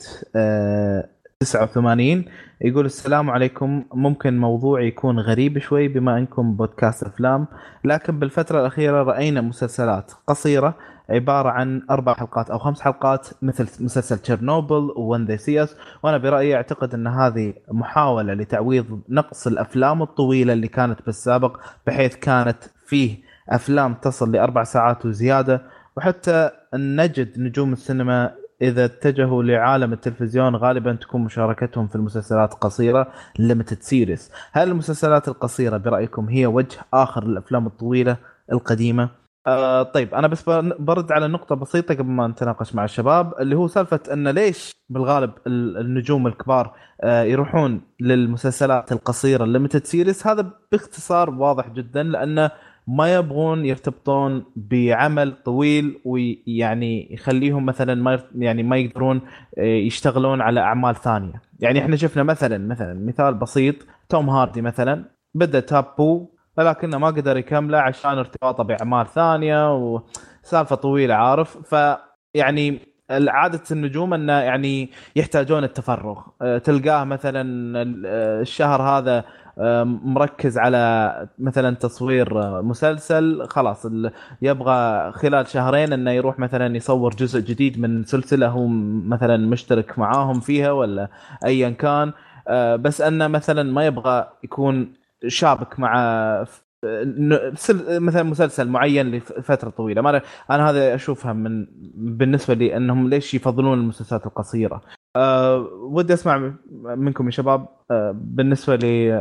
آه تسعة وثمانين، يقول السلام عليكم. ممكن موضوع يكون غريب شوي بما انكم بودكاست افلام، لكن بالفترة الاخيرة راينا مسلسلات قصيرة عبارة عن اربع حلقات او خمس حلقات مثل مسلسل تشيرنوبل وون ذي سي اس. وانا برايي اعتقد ان هذه محاولة لتعويض نقص الافلام الطويلة اللي كانت بالسابق، بحيث كانت فيه أفلام تصل لأربع ساعات وزيادة. وحتى نجد نجوم السينما إذا اتجهوا لعالم التلفزيون غالبا تكون مشاركتهم في المسلسلات قصيرة limited series. هل المسلسلات القصيرة برأيكم هي وجه آخر للأفلام الطويلة القديمة؟ آه طيب أنا بس برد على نقطة بسيطة قبل ما نتناقش مع الشباب، اللي هو سالفة أن ليش بالغالب النجوم الكبار آه يروحون للمسلسلات القصيرة limited series. هذا باختصار واضح جدا، لأنه ما يبغون يرتبطون بعمل طويل ويعني يخليهم مثلا ما يرت- يعني ما يقدرون آه، يشتغلون على أعمال ثانية. يعني احنا شفنا مثلا مثلا مثال بسيط، توم هاردي مثلا بدأ تابو، ولكنه ما قدر يكمله عشان ارتباطه بأعمال ثانية وسالفة طويلة، عارف. ف يعني عادة النجوم أنه يعني يحتاجون التفرغ. آه، تلقاه مثلا آه، الشهر هذا آه، مركز على مثلا تصوير آه، مسلسل، خلاص ال- يبغى خلال شهرين انه يروح مثلا يصور جزء جديد من سلسلة هو م- مثلا مشترك معاهم فيها ولا ايا كان. آه، بس انه مثلا ما يبغى يكون شابك مع ف- ن- سل- مثلا مسلسل معين لفترة طويلة. ما أنا- انا هذا اشوفها من بالنسبة لي انهم ليش يفضلون المسلسلات القصيرة. أه ودي اسمع منكم يا شباب أه بالنسبه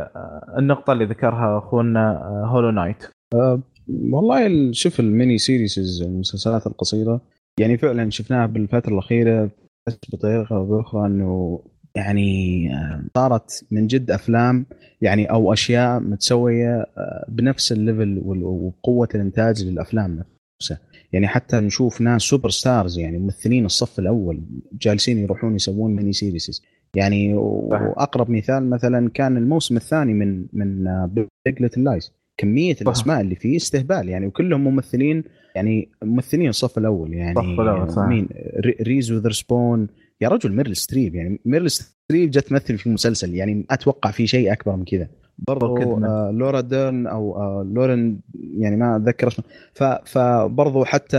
للنقطه اللي ذكرها اخونا أه هولو نايت.
أه والله ال- شوف الميني سيريز المسلسلات القصيرة، يعني فعلا شفناها بالفترة الأخيرة بس بطريقة أو بأخرى أنه يعني آه، صارت من جد أفلام يعني أو أشياء متسوية آه، بنفس الليفل وال- وقوة الإنتاج للأفلام نفسها. يعني حتى نشوف ناس سوبر ستارز، يعني ممثلين الصف الأول جالسين يروحون يسوون ميني سيريز. يعني
صح
وأقرب مثال مثلا كان الموسم الثاني من من بيج ليتل لايز. كمية
صح
الأسماء اللي فيه استهبال يعني، وكلهم ممثلين يعني ممثلين الصف الأول
صح
يعني.
ولا صح.
مين ري- ريز وذرسبون، يا رجل ميرل ستريب، يعني ميرل ستريب جت تمثل في المسلسل، يعني أتوقع في شيء أكبر من كذا. برضو
كدمن.
آه لورا ديرن أو آه لورن، يعني ما أتذكر اسمه. ف- فبرضو حتى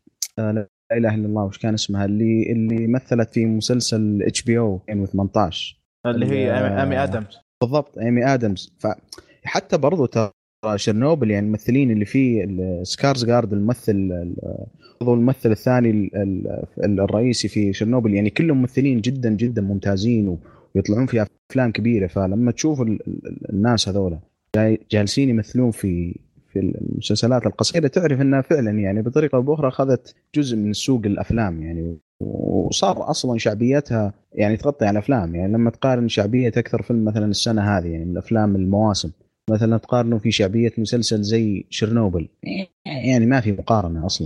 آه لا إله إلا الله، وش كان اسمها اللي اللي مثلت في مسلسل اتش بي او ألفين وثمانية عشر؟
اللي
ال-
هي أمي أمي
آه،
ادمز.
بالضبط ايمي ادمز. فحتى برضو ترى شيرنوبل، يعني الممثلين اللي فيه سكارز جارد الممثل ال- برضو الممثل الثاني ال- ال- الرئيسي في شيرنوبل، يعني كلهم ممثلين جدا جدا ممتازين ويطلعون في افلام كبيره. فلما تشوف ال- ال- الناس هذولا جاي- جالسين يمثلون في في المسلسلات القصيره، تعرف انها فعلا يعني بطريقه او باخرى اخذت جزء من سوق الافلام يعني، وصار اصلا شعبيتها يعني تغطي على الافلام. يعني لما تقارن شعبيه اكثر فيلم مثلا السنه هذه يعني من الافلام المواسم، مثلا تقارنه في شعبيه مسلسل زي شيرنوبل، يعني ما في مقارنه اصلا.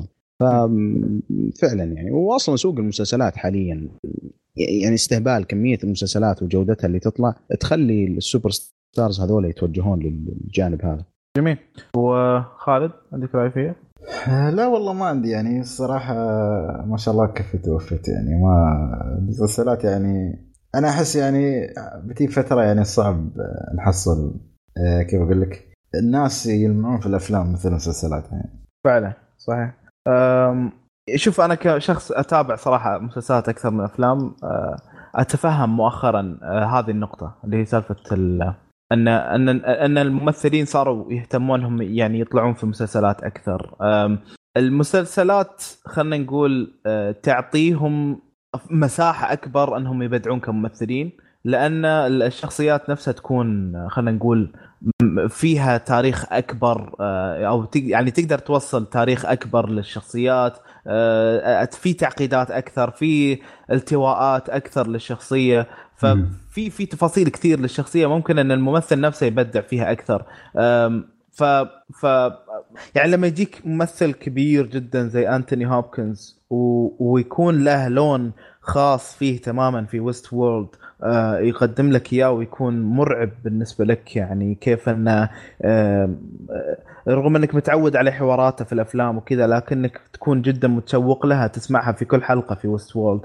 ففعلا يعني واصلا سوق المسلسلات حاليا يعني استهبال كميه المسلسلات وجودتها اللي تطلع تخلي السوبر ستارز هذول يتوجهون للجانب هذا.
جميل. وخالد عندك رأي فيها؟
لا والله ما عندي يعني الصراحة، ما شاء الله كفت ووفت يعني. ما مسلسلات يعني أنا أحس يعني بتيجي فترة يعني صعب نحصل، آه، كيف أقول لك، الناس يلمعون في الأفلام مثل المسلسلات يعني.
فعلا صحيح. أم، شوف انا كشخص اتابع صراحه مسلسلات اكثر من افلام. أه، اتفهم مؤخرا أه، هذه النقطه اللي هي سالفه ال- ان ان ان الممثلين صاروا يهتمون هم يعني يطلعون في مسلسلات اكثر. أم، المسلسلات خلينا نقول أه، تعطيهم مساحه اكبر انهم يبدعون كممثلين، لان الشخصيات نفسها تكون خلينا نقول فيها تاريخ اكبر. آه، او تق- يعني تقدر توصل تاريخ اكبر للشخصيات. آه، في تعقيدات اكثر، في التواءات اكثر للشخصيه.
مم.
ففي في تفاصيل كثير للشخصيه ممكن ان الممثل نفسه يبدع فيها اكثر. آم، ف ف يعني لما يجيك ممثل كبير جدا زي أنتوني هوبكنز و... ويكون له لون خاص فيه تماما في ويست وورلد، آه، يقدم لك اياه ويكون مرعب بالنسبه لك. يعني كيف انه آه، آه، رغم انك متعود على حواراته في الافلام وكذا، لكنك تكون جدا متشوق لها تسمعها في كل حلقه في ويست وورلد.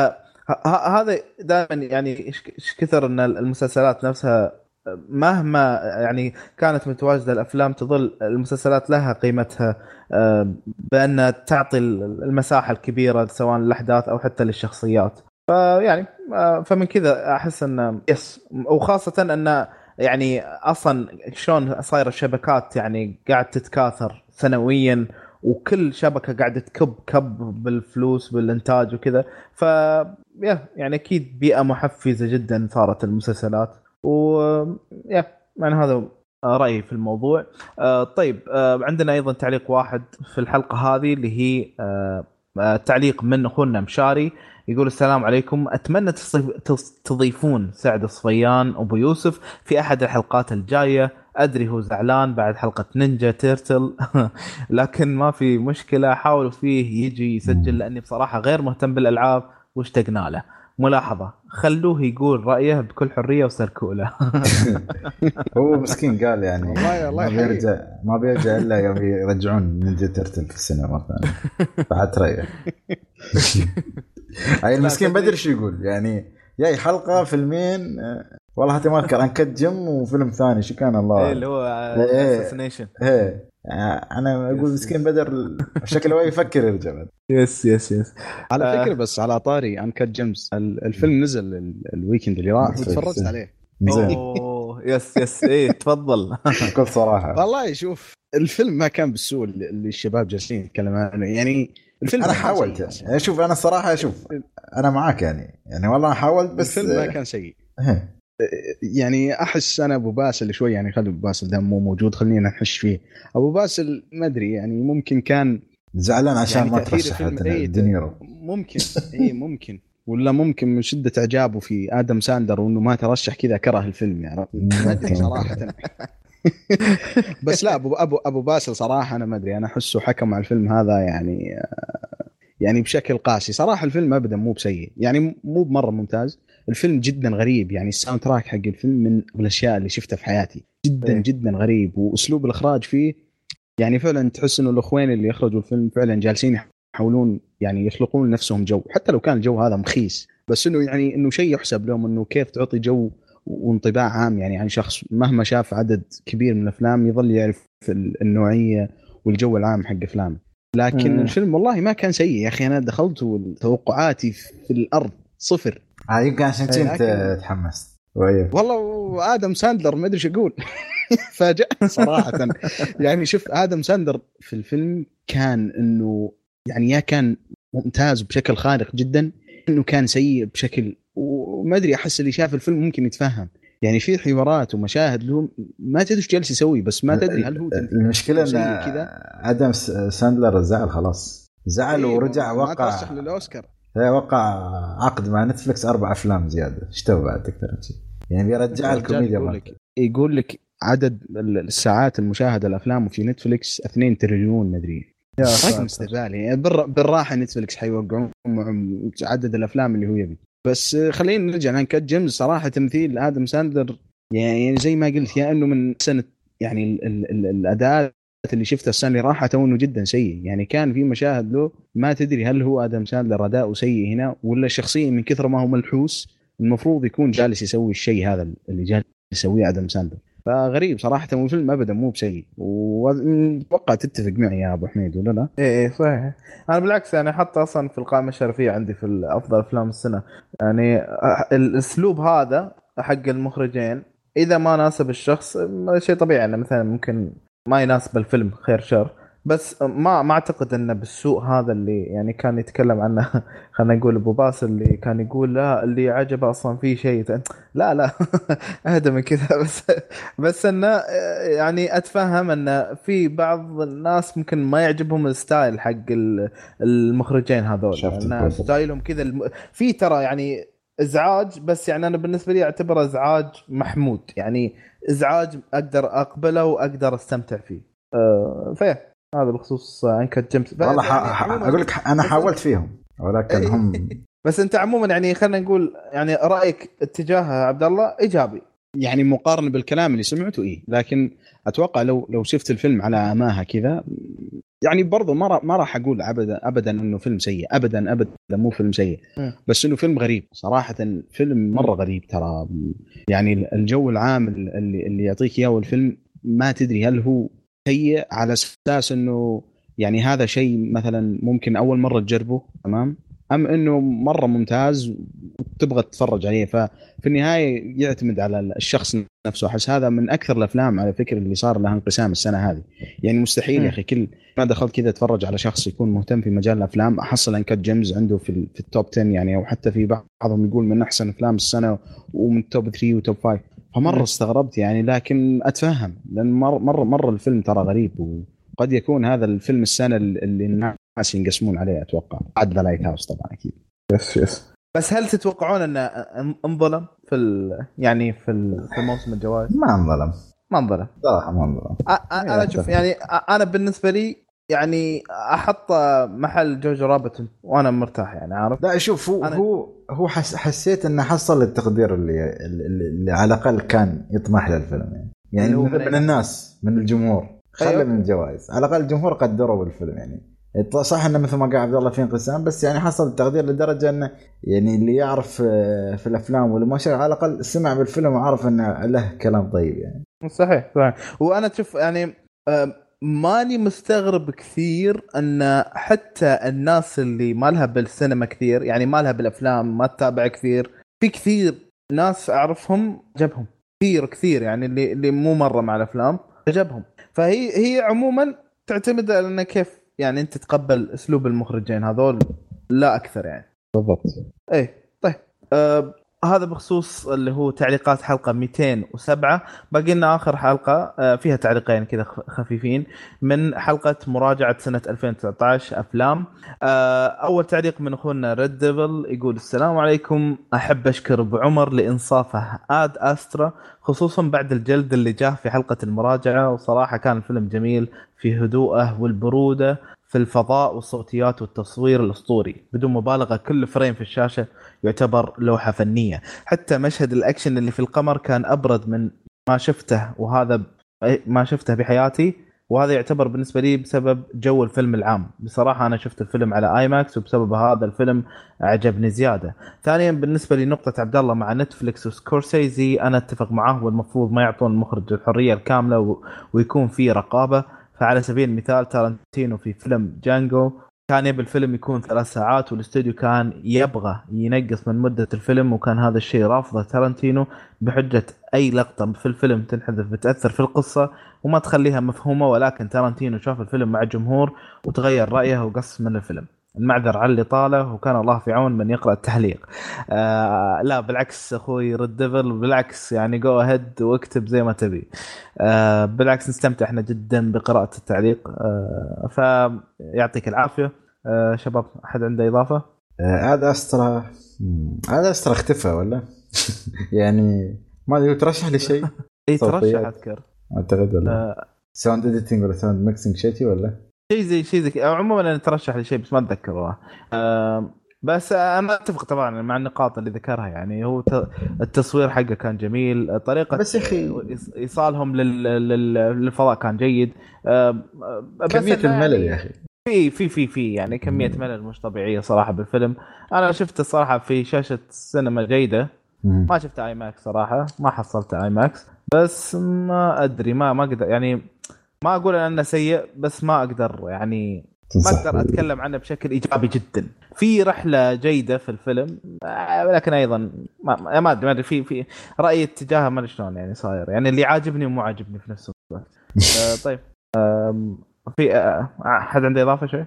فهذا دائما يعني ايش إيش كثر ان المسلسلات نفسها مهما يعني كانت متواجده الافلام، تظل المسلسلات لها قيمتها، آه، بان تعطي المساحه الكبيره سواء للاحداث او حتى للشخصيات. فيعني آه، فمن كذا احس ان يس، وخاصه ان يعني اصلا شلون صايره الشبكات يعني قاعد تتكاثر سنويا، وكل شبكه قاعده تكب كب بالفلوس بالانتاج وكذا. ف يا يعني اكيد بيئه محفزه جدا صارت المسلسلات. و يا يعني هذا رايي في الموضوع. آه، طيب، آه، عندنا ايضا تعليق واحد في الحلقه هذه اللي هي آه، آه، تعليق من اخونا مشاري. يقول السلام عليكم، أتمنى تصيف- تص- تضيفون سعد الصفيان أبو يوسف في أحد الحلقات الجاية. أدري هو زعلان بعد حلقة نينجا تيرتل لكن ما في مشكلة، حاولوا فيه يجي يسجل،
مم.
لأني بصراحة غير مهتم بالألعاب واشتقنا له. ملاحظة، خلوه يقول رأيه بكل حرية وسركوا له.
هو مسكين قال يعني
والله الله
ما
يحييه.
بيرجع ما بيرجع إلا يوم يرجعون نينجا ترتل في السينما مرة ثانية، بعد تريح. هاي
لا
المسكين بدري
تدري.
شو يقول يعني، جاي حلقة فيلمين، آه، والله حتى ما أذكر، أنكت جم وفيلم ثاني شو كان الله
ايه
أعلم.
اللي هو
ايه
الاساسينيشن.
ايه آه، انا اقول
يس
مسكين
يس
بدر شكله هو يفكر يرجع بعد.
يس يس يس.
على فكره،
آه.
بس على طاري انكت جيمس، الفيلم نزل ال- الويكند اللي راح
نتفلكس.
وتفرجت عليه.
زين.
اوه يس يس، ايه تفضل.
بكل صراحة
والله شوف، الفيلم ما كان بالسوء اللي اللي الشباب جالسين يتكلمون عنه يعني. الفيلم
انا
ما كان
حاولت
سيء اصلا.
يعني، شوف انا الصراحة اشوف، انا معاك يعني يعني والله انا حاولت بس
الفيلم ما
آه،
كان سيء.
إيه.
يعني احس انا ابو باسل شوي، يعني خلي ابو باسل ده مو موجود، خلينا نحش فيه. ابو باسل ما ادري يعني، ممكن كان
زعلان عشان
يعني
ما
تاثير
ترشح
الفيلم اي ت...
دينيرو.
ممكن اي ممكن، ولا ممكن من شده اعجابه في ادم ساندر وانه ما ترشح كذا كره الفيلم يعني. ما ادري
ممكن
صراحه.
ممكن.
بس لا، ابو ابو ابو باسل صراحه انا ما ادري، انا احسه حكم على الفيلم هذا يعني، يعني بشكل قاسي صراحه. الفيلم ابدا مو بسيء يعني، مو بمره ممتاز. الفيلم جدا غريب يعني، الساوند تراك حق الفيلم من الاشياء اللي شفتها في حياتي، جدا
إيه.
جدا غريب. واسلوب الاخراج فيه يعني فعلا تحس انه الاخوين اللي يخرجوا الفيلم فعلا جالسين يحاولون يعني يخلقون لنفسهم جو، حتى لو كان الجو هذا مخيس، بس انه يعني انه شيء يحسب لهم، انه كيف تعطي جو وانطباع عام يعني عن شخص مهما شاف عدد كبير من الافلام يظل يعرف النوعيه والجو العام حق افلام. لكن
مم.
الفيلم والله ما كان سيء يا اخي، انا دخلت وتوقعاتي في الارض صفر.
آه، يمكن عشان كنت
لكن
تحمست وعيف.
والله ادم ساندلر ما ادري ايش اقول. فاجأت صراحه. يعني شوف، ادم ساندر في الفيلم كان انه يعني يا كان ممتاز بشكل خارق جدا، انه كان سيء بشكل، وما ادري، احس اللي شاف الفيلم ممكن يتفهم يعني في حوارات ومشاهد له ما تدري ايش جالس يسوي، بس ما تدري هل هو تمثيل
المشكلة
أو
ان
سيء كذا.
ادم ساندلر زعل خلاص، زعل
اي
ورجع
ما
وقع.
ترشح للاوسكار.
هي وقع عقد مع نتفلكس اربع افلام زياده، ايش تبغى بعد اكثر من شيء يعني، بيرجع
الرجال
الكوميديا
يقول
مالته.
لك يقول لك عدد الساعات المشاهده الافلام في نتفلكس اثنين تريليون مدري،
يا
رقم
ساتر.
استهبالي يعني. بالر- بالراحه نتفلكس حيوقعون معهم عدد الافلام اللي هو يبي. بس خلينا نرجع لانكت جيمز. صراحه تمثيل ادم ساندلر يعني زي ما قلت، يا انه من سنه يعني ال ال ال الاداء اللي شفتها السنه اللي راحت انه جدا سيء. يعني كان في مشاهد له ما تدري هل هو ادم ساندلر اداؤه سيء هنا ولا شخصيا من كثر ما هو ملحوس المفروض يكون جالس يسوي الشيء هذا اللي جالس يسويه ادم ساندلر. فغريب صراحه، الفيلم ابدا مو بسيء، واتوقع تتفق معي يا ابو حميد ولا لا؟
ايه ايه صحيح. انا بالعكس يعني حتى اصلا في القائمه الشرفيه عندي في افضل افلام السنه. يعني الاسلوب هذا حق المخرجين اذا ما ناسب الشخص شيء طبيعي انه مثلا ممكن ما يناسب الفيلم خير شر، بس ما ما اعتقد انه بالسوء هذا اللي يعني كان يتكلم عنه خلينا نقول ابو باس اللي كان يقول لا اللي عجبه اصلا في شيء. لا لا اهدى من كذا. بس بس انه يعني اتفهم ان في بعض الناس ممكن ما يعجبهم الستايل حق المخرجين هذول، ان ستايلهم كذا الم... في ترى يعني ازعاج، بس يعني انا بالنسبه لي اعتبره ازعاج محمود، يعني ازعاج اقدر اقبله واقدر استمتع فيه. أه فيه هذا بخصوص انكت جيمس.
والله ح... يعني اقول لك انا حاولت فيهم ولكن هم
بس انت عموما يعني خلينا نقول يعني رايك اتجاه عبد الله ايجابي
يعني مقارنه بالكلام اللي سمعته ايه، لكن اتوقع لو لو شفت الفيلم على اماها كذا يعني برضو ما ما راح اقول ابدا ابدا انه فيلم سيء، ابدا ابدا مو فيلم سيء، بس انه فيلم غريب صراحه، فيلم مره غريب ترى. يعني الجو العام اللي اللي يعطيك اياه الفيلم ما تدري هل هو سيء على اساس انه يعني هذا شيء مثلا ممكن اول مره تجربه تمام، ام انه مره ممتاز وتبغى تتفرج عليه. ففي النهايه يعتمد على الشخص نفسه. احس هذا من اكثر الافلام على فكره اللي صار لها انقسام السنه هذه. يعني مستحيل يا اخي كل ما دخلت كذا اتفرج على شخص يكون مهتم في مجال الافلام احصل انكت جيمز عنده في في التوب عشرة يعني، او حتى في بعضهم يقول من احسن افلام السنه ومن توب ثلاثة وتوب خمسة. فمره استغربت يعني، لكن اتفهم لان مره مره, مرة الفيلم ترى غريب، وقد يكون هذا الفيلم السنه اللي الناس ينقسمون عليه اتوقع بعد ذا لايت هاوس طبعا اكيد.
يس يس. بس هل تتوقعون انه انظلم في ال... يعني في ال... في موسم الجوائز؟
ما انظلم
ما انظلم
صراحه ما انظلم.
انا اشوف يعني انا بالنسبه لي يعني احط محل جوجو رابت وانا مرتاح يعني عارف.
لا شوف هو هو هو حس حسيت انه حصل التقدير اللي, اللي, اللي على الاقل كان يطمح للفيلم يعني, يعني من, من الناس من الجمهور خلى أيوه. من الجوائز على الاقل الجمهور قدروا الفيلم يعني. صح انه مثل ما قال عبد الله في انقسام، بس يعني حصل التقدير لدرجه انه يعني اللي يعرف في الافلام واللي ما شاف على الاقل سمع بالفيلم وعرف انه له كلام طيب يعني.
صحيح صحيح. وانا تشوف يعني ماني مستغرب كثير ان حتى الناس اللي ما لها بالسينما كثير يعني ما لها بالافلام ما تتابع كثير، في كثير ناس اعرفهم جبهم كثير كثير يعني اللي اللي مو مره مع الافلام جبهم. فهي هي عموما تعتمد على انك كيف يعني انت تتقبل اسلوب المخرجين هذول لا اكثر يعني.
بالضبط.
ايه طيب آه هذا بخصوص اللي هو تعليقات حلقة مئتين وسبعة. باقي لنا آخر حلقة آه فيها تعليقين كذا خفيفين من حلقة مراجعة سنة ألفين وتسعة عشر أفلام. آه أول تعليق من أخونا ريد ديفل يقول السلام عليكم، أحب أشكر أبو عمر لإنصافه آد أسترا خصوصا بعد الجلد اللي جاه في حلقة المراجعة، وصراحة كان الفيلم جميل في هدوءه والبرودة في الفضاء والصوتيات والتصوير الأسطوري بدون مبالغة. كل فريم في الشاشة يعتبر لوحة فنية، حتى مشهد الأكشن اللي في القمر كان أبرد من ما شفته وهذا ما شفته بحياتي، وهذا يعتبر بالنسبة لي بسبب جو الفيلم العام. بصراحة أنا شفت الفيلم على آي ماكس وبسبب هذا الفيلم عجبني زيادة. ثانيا بالنسبة لنقطة عبد الله مع نتفليكس وسكورسيزي أنا اتفق معه، والمفروض ما يعطون المخرج الحرية الكاملة و... ويكون فيه رقابة. فعلى سبيل المثال تارانتينو في فيلم جانجو كان يبي الفيلم يكون ثلاث ساعات والاستوديو كان يبغى ينقص من مدة الفيلم، وكان هذا الشيء رافضه تارانتينو بحجة أي لقطة في الفيلم تنحذف بتأثر في القصة وما تخليها مفهومة. ولكن تارانتينو شاف الفيلم مع الجمهور وتغير رأيه وقص من الفيلم. المعذر على اللي طاله وكان الله في عون من يقرأ التحليق. آه لا بالعكس أخوي ريد ديفل، بالعكس يعني جو أهد واكتب زي ما تبي. آه بالعكس نستمتع احنا جدا بقراءة التعليق. آه فيعطيك العافية. آه شباب أحد عنده إضافة؟
هذا آه أسترا هذا أسترا اختفى ولا يعني ما أدري ترشح لي شيء؟
اي ترشح أذكر
أعتقد ولا آه ساوند إديتينج ولا ساوند ميكسينج شيء ولا
شيء زي شيء زي عموما أنا ترشح لي شيء بس ما أتذكر والله. آه بس انا اتفق طبعا مع النقاط اللي ذكرها. يعني هو ت- التصوير حقه كان جميل، طريقه
بس يا اخي
إيص- ايصالهم لل- لل- للفضاء كان جيد. آه، بس
كميه
انه
الملل يا
يعني
اخي.
في في في في يعني كميه ملل مش طبيعيه صراحه بالفيلم. انا شفت الصراحه في شاشه سينما جيده،
مم.
ما شفت اي ماكس صراحه، ما حصلت اي ماكس. بس ما ادري، ما ما اقدر يعني، ما اقول انه سيء بس ما اقدر يعني، ما
تنصح
اقدر
بال-
اتكلم عنه بشكل ايجابي جدا. في رحله جيده في الفيلم، آه، ولكن ايضا ما ما ما ادري ما أدري، في في رايي اتجاهه ما أدري شلون يعني صاير، يعني اللي عاجبني ومو عاجبني في نفس الوقت. آه طيب، آم، في آه، احد عنده اضافه شيء؟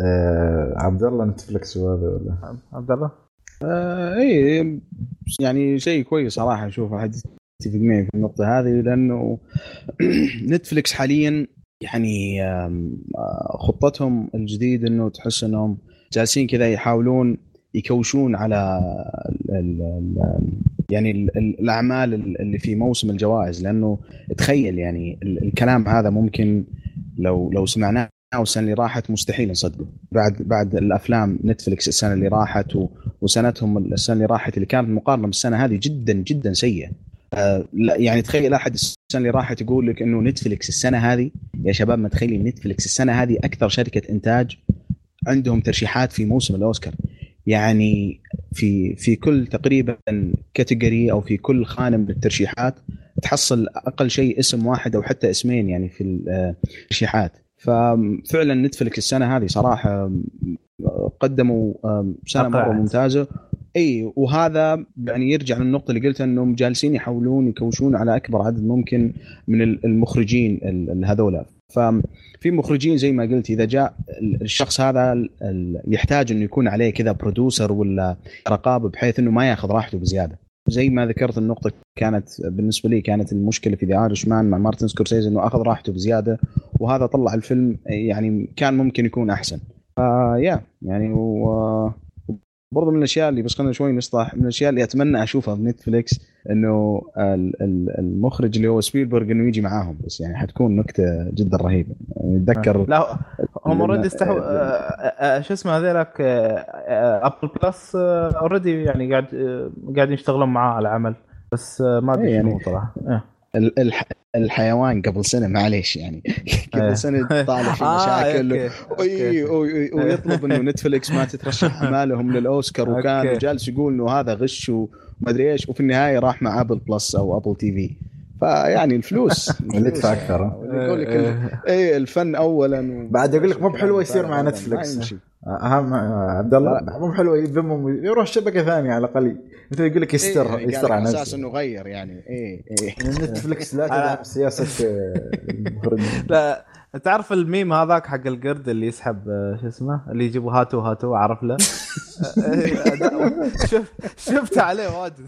آه عبد الله نتفلكس وهذا ولا؟
عبد الله.
آه ايه، يعني شيء كويس صراحه. اشوف احد يتفق معي في النقطه هذه، لانه نتفليكس حاليا يعني آم، آه، خطتهم الجديد انه تحس انهم جالسين كذا يحاولون يكوشون على ال ال ال يعني ال ال الاعمال اللي في موسم الجوائز. لانه تخيل يعني ال الكلام هذا ممكن لو لو سمعناه السنه اللي راحت مستحيل نصدقه. بعد بعد الافلام نتفليكس السنه اللي راحت و- وسنتهم السنه اللي راحت اللي كانت مقارنه بالسنه هذه جدا جدا سيئه. آه لا يعني تخيل احد السنه اللي راحت يقول لك انه نتفليكس السنه هذه، يا شباب ما تخيلين نتفليكس السنه هذه اكثر شركه انتاج عندهم ترشيحات في موسم الاوسكار. يعني في في كل تقريبا كاتيجوري او في كل خانه من الترشيحات تحصل اقل شيء اسم واحد او حتى اسمين يعني في الترشيحات. ففعلا نتفلكس السنه هذه صراحه قدموا سنه مره
أقرأت.
ممتازه. اي، وهذا يعني يرجع للنقطه اللي قلتها انهم جالسين يحاولون يكوشون على اكبر عدد ممكن من المخرجين هذولا. ففي مخرجين زي ما قلت اذا جاء الشخص هذا يحتاج انه يكون عليه كذا برودوسر ولا رقابه بحيث انه ما ياخذ راحته بزياده. زي ما ذكرت النقطه كانت بالنسبه لي كانت المشكله في ذا ايرشمان مع مارتن سكورسيزي انه اخذ راحته بزياده، وهذا طلع الفيلم يعني كان ممكن يكون احسن. فيا يعني و برضو من الاشياء اللي بس خلينا شوي نصلح، من الاشياء اللي اتمنى اشوفها في نتفليكس انه المخرج اللي هو سبيلبرغ انه يجي معاهم، بس يعني حتكون نكته جدا رهيبه. نتذكر
لا هم اوريدي استحو شو اسمه هذيلك ابل بلس اوريدي يعني قاعد قاعدين يشتغلون معاه على عمل، بس ما ادري شنو
يعني
صراحه.
الح... الحيوان قبل سنه معليش يعني قبل سنه طالع في مشاكل
آه،
وي... وي... ويطلب انه نتفليكس ما تترشح اعمالهم للاوسكار، وكان جالس يقول انه هذا غش وما ادري ايش، وفي النهايه راح مع ابل بلس او ابل تي في. فيعني الفلوس
اللي يدفع اكثر
يقول لك ايه الفن اولا،
بعد يقول لك مو بحلوه يصير مع نتفلكس. اهم عبد الله مو بحلوه يذمهم يروح شبكه ثانيه على الاقل، مثل يقول لك يستر
إيه
يستر على نفسه
اساس انه غير يعني ايه ايه
نتفلكس لا تدعم سياسه المخرجين.
لا تعرف الميم هذاك حق القرد اللي يسحب شو اسمه اللي يجيبوا هاتو هاتو عارف له. شفت شفت عليه واجد.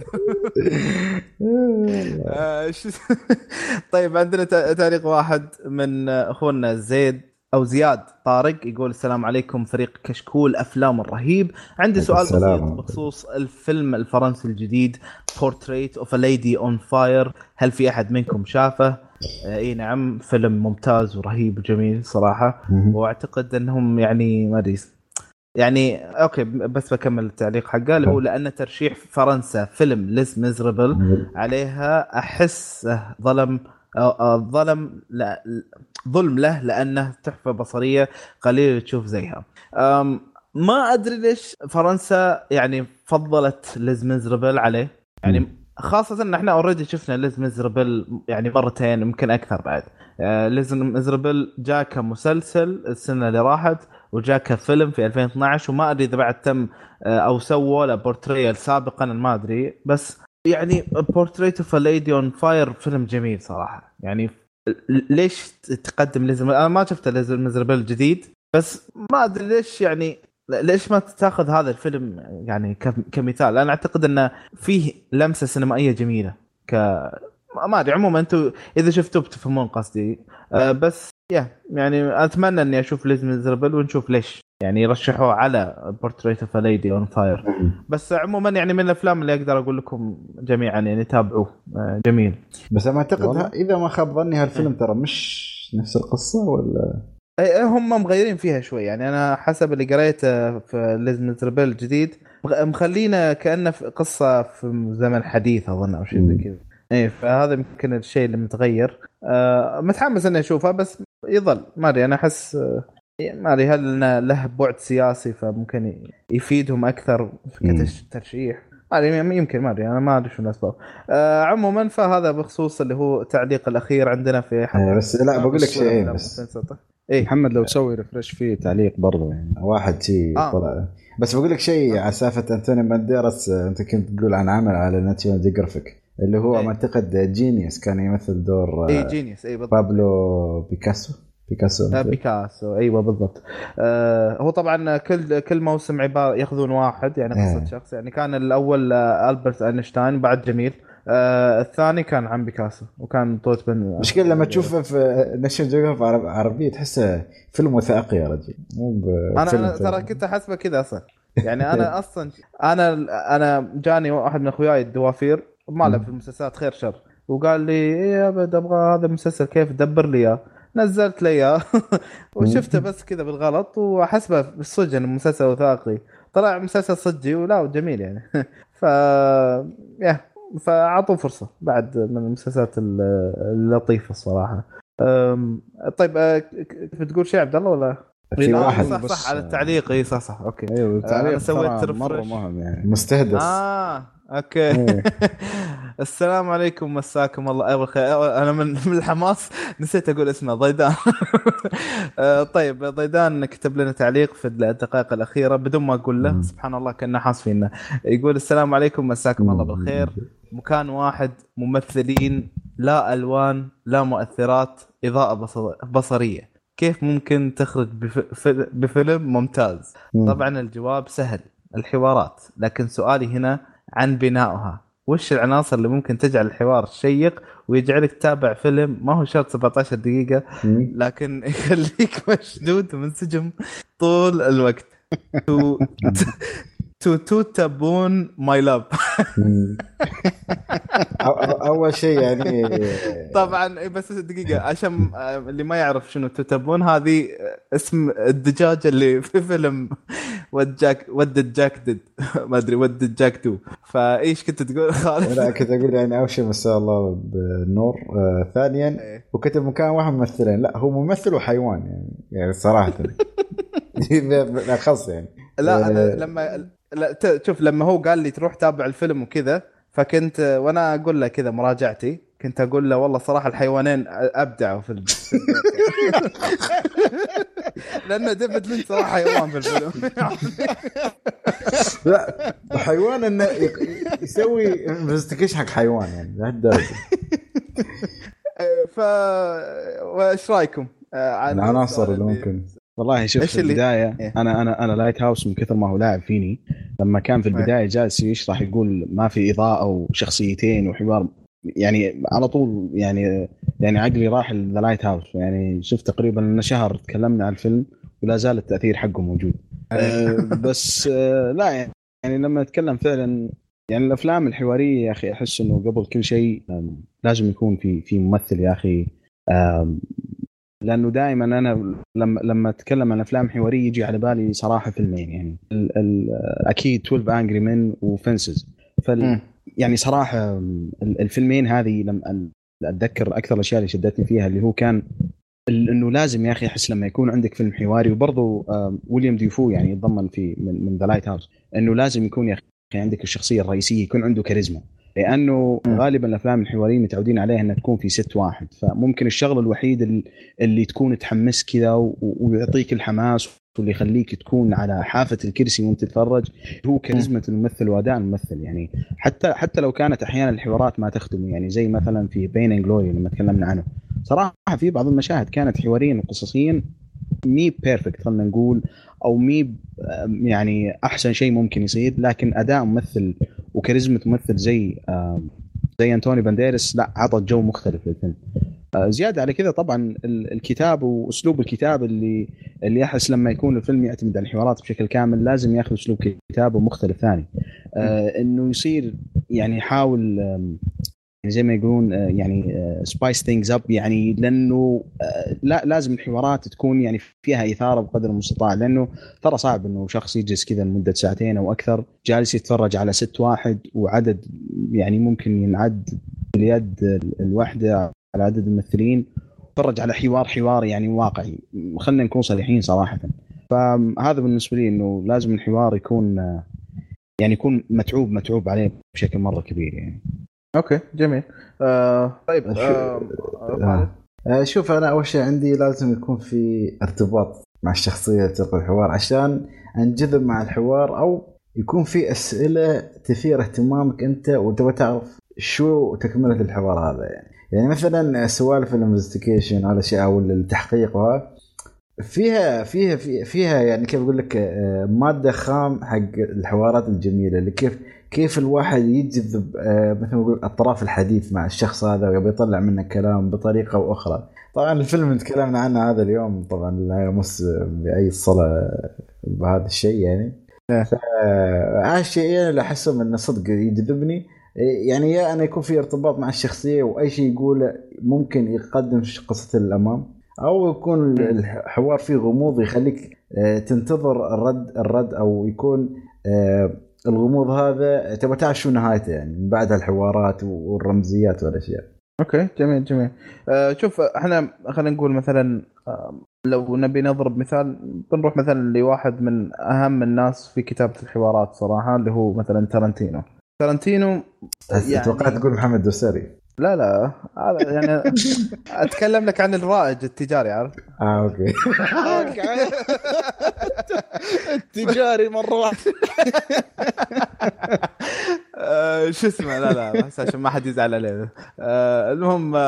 طيب عندنا تعليق واحد من اخونا زيد او زياد طارق يقول السلام عليكم فريق كشكول افلام الرهيب، عندي سؤال بسيط بخصوص الفيلم الفرنسي الجديد Portrait of a Lady on Fire، هل في احد منكم شافه؟ اي نعم، فيلم ممتاز ورهيب وجميل صراحه، واعتقد انهم يعني ما ادري يعني اوكي بس بكمل التعليق حقه اللي هو لان ترشيح فرنسا فيلم ليس ميزربل عليها احسه ظلم ظلم لا ظلم له لانه تحفه بصريه قليل تشوف زيها. ما ادري ليش فرنسا يعني فضلت ليز ميزربل عليه، يعني خاصه ان احنا اوريدي شفنا ليز ميزربل يعني مرتين يمكن اكثر بعد. ليز ميزربل جاء كمسلسل السنه اللي راحت وجاء كفيلم في ألفين واثناشر، وما ادري اذا بعد تم او سووا له بورتريال سابقا ما ادري، بس يعني بورتريت اوف ا ليدي اون فاير فيلم جميل صراحه. يعني ليش تقدم ليز انا ما شفت ليز ميزربل جديد، بس ما ادري ليش يعني ليش ما تاخذ هذا الفيلم يعني كمثال. انا اعتقد انه فيه لمسه سينمائيه جميله ك ما ادري. عموما انتم اذا شفتوه بتفهمون قصدي. أه بس يا يعني اتمنى اني اشوف ليز ميزربل ونشوف ليش يعني يرشحوه على بورتريت اوف ا ليدي اون فاير. بس عموما يعني من الافلام اللي اقدر اقول لكم جميعا يعني تابعوه أه جميل.
بس انا اعتقد اذا ما خاب ظني هالفيلم ترى مش نفس القصه ولا
أي هم مغيرين فيها شوي يعني. انا حسب اللي قريته في ليز ميزربل الجديد مغ- مخلينا كأنه في قصة في زمن حديث اظن او شيء زي
مم.
كذا. ايه فهذا يمكن الشيء اللي متغير. آه متحمس اني اشوفها بس يظل ما ادري. انا احس آه، ما ادري هل إنه له بعد سياسي فممكن ي- يفيدهم اكثر في
مم.
كترشيح. ما ادري يمكن ما ادري انا ما ادري شو الاسباب. آه عموما فهذا بخصوص اللي هو التعليق الاخير عندنا في
آه،
حلقة
بس لا بقول لك
بس
شيئين
افلام
بس.
ألفين وستة عشر. ايه
محمد لو تسوي ريفرش فيه تعليق برضه يعني.
واحد شيء
اه
طلع. بس بقول لك شيء
آه.
على سالفه انتوني بانديراس. آه، انت كنت تقول عن عمل على ناتشونال جيوغرافيك اللي هو
ايه
معتقد جينيوس كان يمثل دور
اي
آه،
جينيوس اي بالضبط.
بابلو بيكاسو. بيكاسو
آه
انت.
بيكاسو ايوه بالضبط. آه هو طبعا كل كل موسم عباره ياخذون واحد يعني قصه
ايه
شخص يعني. كان الاول آه البرت اينشتاين بعد جميل. آه الثاني كان عن بيكاسو وكان طوت بن
مشكلة لما
بانديراس.
تشوفه في ناشونال جيوغرافيك عربية تحسه فيلم وثائقي يا رجل مو
انا
بفيلم
انا ترى
فيلم.
كنت احسبه كذا اصلا يعني. انا اصلا انا انا جاني واحد من اخوياي الدوافير ما له في المسلسلات خير شر وقال لي إيه يا ابد ابغى هذا المسلسل كيف دبر لي اياه. نزلت لي اياه وشفته بس كذا بالغلط وحسبه بالصدق انه مسلسل وثائقي. طلع مسلسل صجي ولا جميل يعني. ف يا فاعطوا فرصه بعد من المسلسلات ال- اللطيفه الصراحه. أم، طيب أه، ك- كنت بتقول شيء عبد الله ولا؟
اي
في
لا
اه
واحد
صح
اقول
صح
بس
على التعليق اي صح صح اوكي.
ايوه
آه انا
التعليق
سويت
ترى مره
ريفرش.
مهم يعني.
مستهدس.
اه اوكي.
ايه
السلام عليكم مساكم الله اول خير. انا من من الحماس نسيت اقول اسمه ضيدان. آه طيب ضيدان كتب لنا تعليق في الدقائق الاخيره بدون ما اقول له سبحان الله كنا حاس فينا. يقول السلام عليكم مساكم الله بالخير. مكان واحد ممثلين لا الوان لا مؤثرات اضاءه بصر- بصريه كيف ممكن تخرج بف... بفيلم ممتاز؟ طبعا الجواب سهل الحوارات. لكن سؤالي هنا عن بنائها. وش العناصر اللي ممكن تجعل الحوار شيق ويجعلك تتابع فيلم ما هو شرط سبعة عشر دقيقة لكن يخليك مشدود ومنسجم طول الوقت. تو تو تو تابون ماي لاف.
اول شيء يعني
طبعا بس دقيقة عشان اللي ما يعرف شنو توتابون هذه اسم الدجاجة اللي في فيلم ود جاك ود جاك ديد. ما ادري ود جاك تو. فايش كنت تقول خالد؟
لا كنت اقول يعني اول شيء مساء الله بالنور. آه ثانيا
إيه.
وكتب مكان واحد ممثلين لا هو ممثل وحيوان يعني يعني صراحة بالاخص يعني.
لا انا
آه
لما لا ت- شوف لما هو قال لي تروح تابع الفيلم وكذا فكنت وانا اقول له كذا مراجعتي كنت اقول له والله صراحه الحيوانين ابدعوا في الجوكر. لان ديفيد لينش صراحه حيوان في الفيلم.
لا حيوان انه يق- يسوي انفستيجيشن حق حيوان يعني لهالدرجة.
ف وايش رايكم آه، عن
العناصر
السؤال
اللي ممكن.
والله شوف
إيش
في
اللي-
البدايه
إيه.
انا انا انا لايت هاوس من كثر ما هو لاعب فيني. لما كان في البدايه جالس يشرح يقول ما في اضاءه وشخصيتين وحوار يعني على طول يعني يعني عقلي راح ذا لايت هاوس يعني شفت تقريبا ان شهر تكلمنا عن الفيلم ولا زال التاثير حقه موجود. أه بس أه لا يعني, يعني لما نتكلم فعلا يعني الافلام الحواريه يا اخي احس انه قبل كل شيء لازم يكون في في ممثل يا اخي. لانه دائما انا لما لما اتكلم عن افلام حواريه يجي على بالي صراحه فيلمين يعني ال ال اكيد اثنا عشر انجري مان وفنسز. فال يعني صراحه الفيلمين هذه لما اتذكر اكثر الاشياء اللي شدتني فيها اللي هو كان انه لازم يا اخي احس لما يكون عندك فيلم حواري وبرضه ويليام ديفو يعني يتضمن في من من ذا لايت هاوس انه لازم يكون يا اخي عندك الشخصيه الرئيسيه يكون عنده كاريزما. لانه غالبا الافلام الحواريه متعودين عليها انها تكون في ست واحد فممكن الشغله الوحيد اللي تكون تحمس كذا ويعطيك الحماس واللي يخليك تكون على حافه الكرسي وانت تتفرج هو كاريزما الممثل واداء الممثل يعني. حتى حتى لو كانت احيانا الحوارات ما تخدم يعني زي مثلا في بين اند جلوري لما تكلمنا عنه صراحه في بعض المشاهد كانت حواريا وقصصيا مي بيرفكت خلينا نقول او مي يعني احسن شيء ممكن يصير لكن اداء ممثل وكاريزما ممثل زي زي أنتوني بانديرس لا عطى جو مختلف للفيلم. زياده على كذا طبعا الكتاب واسلوب الكتاب اللي اللي احس لما يكون الفيلم يعتمد على الحوارات بشكل كامل لازم ياخذ اسلوب كتابه مختلف ثاني. انه يصير يعني يحاول زي ما يقولون يعني سبايس ثينجز اب، يعني لانه لا لازم الحوارات تكون يعني فيها اثاره بقدر المستطاع، لانه ترى صعب انه شخص يجلس كذا لمده ساعتين او اكثر جالس يتفرج على ست واحد وعدد يعني ممكن ينعد باليد الواحده على عدد الممثلين، يتفرج على حوار حوار يعني واقعي. خلينا نكون صريحين صراحه، فهذا بالنسبه لي انه لازم الحوار يكون يعني يكون متعوب متعوب عليه بشكل مره كبير يعني.
اوكي جميل. آه طيب آه
آه. آه شوف انا اول شيء عندي لازم يكون في ارتباط مع الشخصيه تلقى الحوار عشان انجذب مع الحوار، او يكون في اسئله تثير اهتمامك انت وتبغى تعرف شو تكمله الحوار هذا. يعني يعني مثلا سوالف الانفستيجيشن على شيء او التحقيق وها فيها فيها فيها يعني كيف اقول لك ماده خام حق الحوارات الجميله اللي كيف كيف الواحد يجذب مثل ما نقول اطراف الحديث مع الشخص هذا ويبي يطلع منه كلام بطريقه او اخرى. طبعا الفيلم اللي تكلمنا عنه هذا اليوم طبعا لا يمس باي صله بهذا الشيء يعني. هذا الشيء اللي احسه انه صدق يجذبني، يعني يا أنا يكون في ارتباط مع الشخصية وأي شيء يقوله ممكن يقدم قصة للأمام، أو يكون الحوار فيه غموض يخليك تنتظر الرد الرد أو يكون الغموض هذا تبغى تعرف شو نهايته يعني من بعد الحوارات والرمزيات والأشياء.
اوكي جميل جميل. آه شوف احنا خلينا نقول مثلا آه لو نبي نضرب مثال بنروح مثلا لواحد من اهم الناس في كتابة الحوارات صراحة اللي هو مثلا تارانتينو. تارانتينو
يعني توقعت تقول محمد دوسري.
لا لا هذا يعني اتكلم لك عن الرائج التجاري عارف.
اه اوكي
التجاري مره
آه شو اسمه لا لا بس عشان ما حد يزعل عليه. آه المهم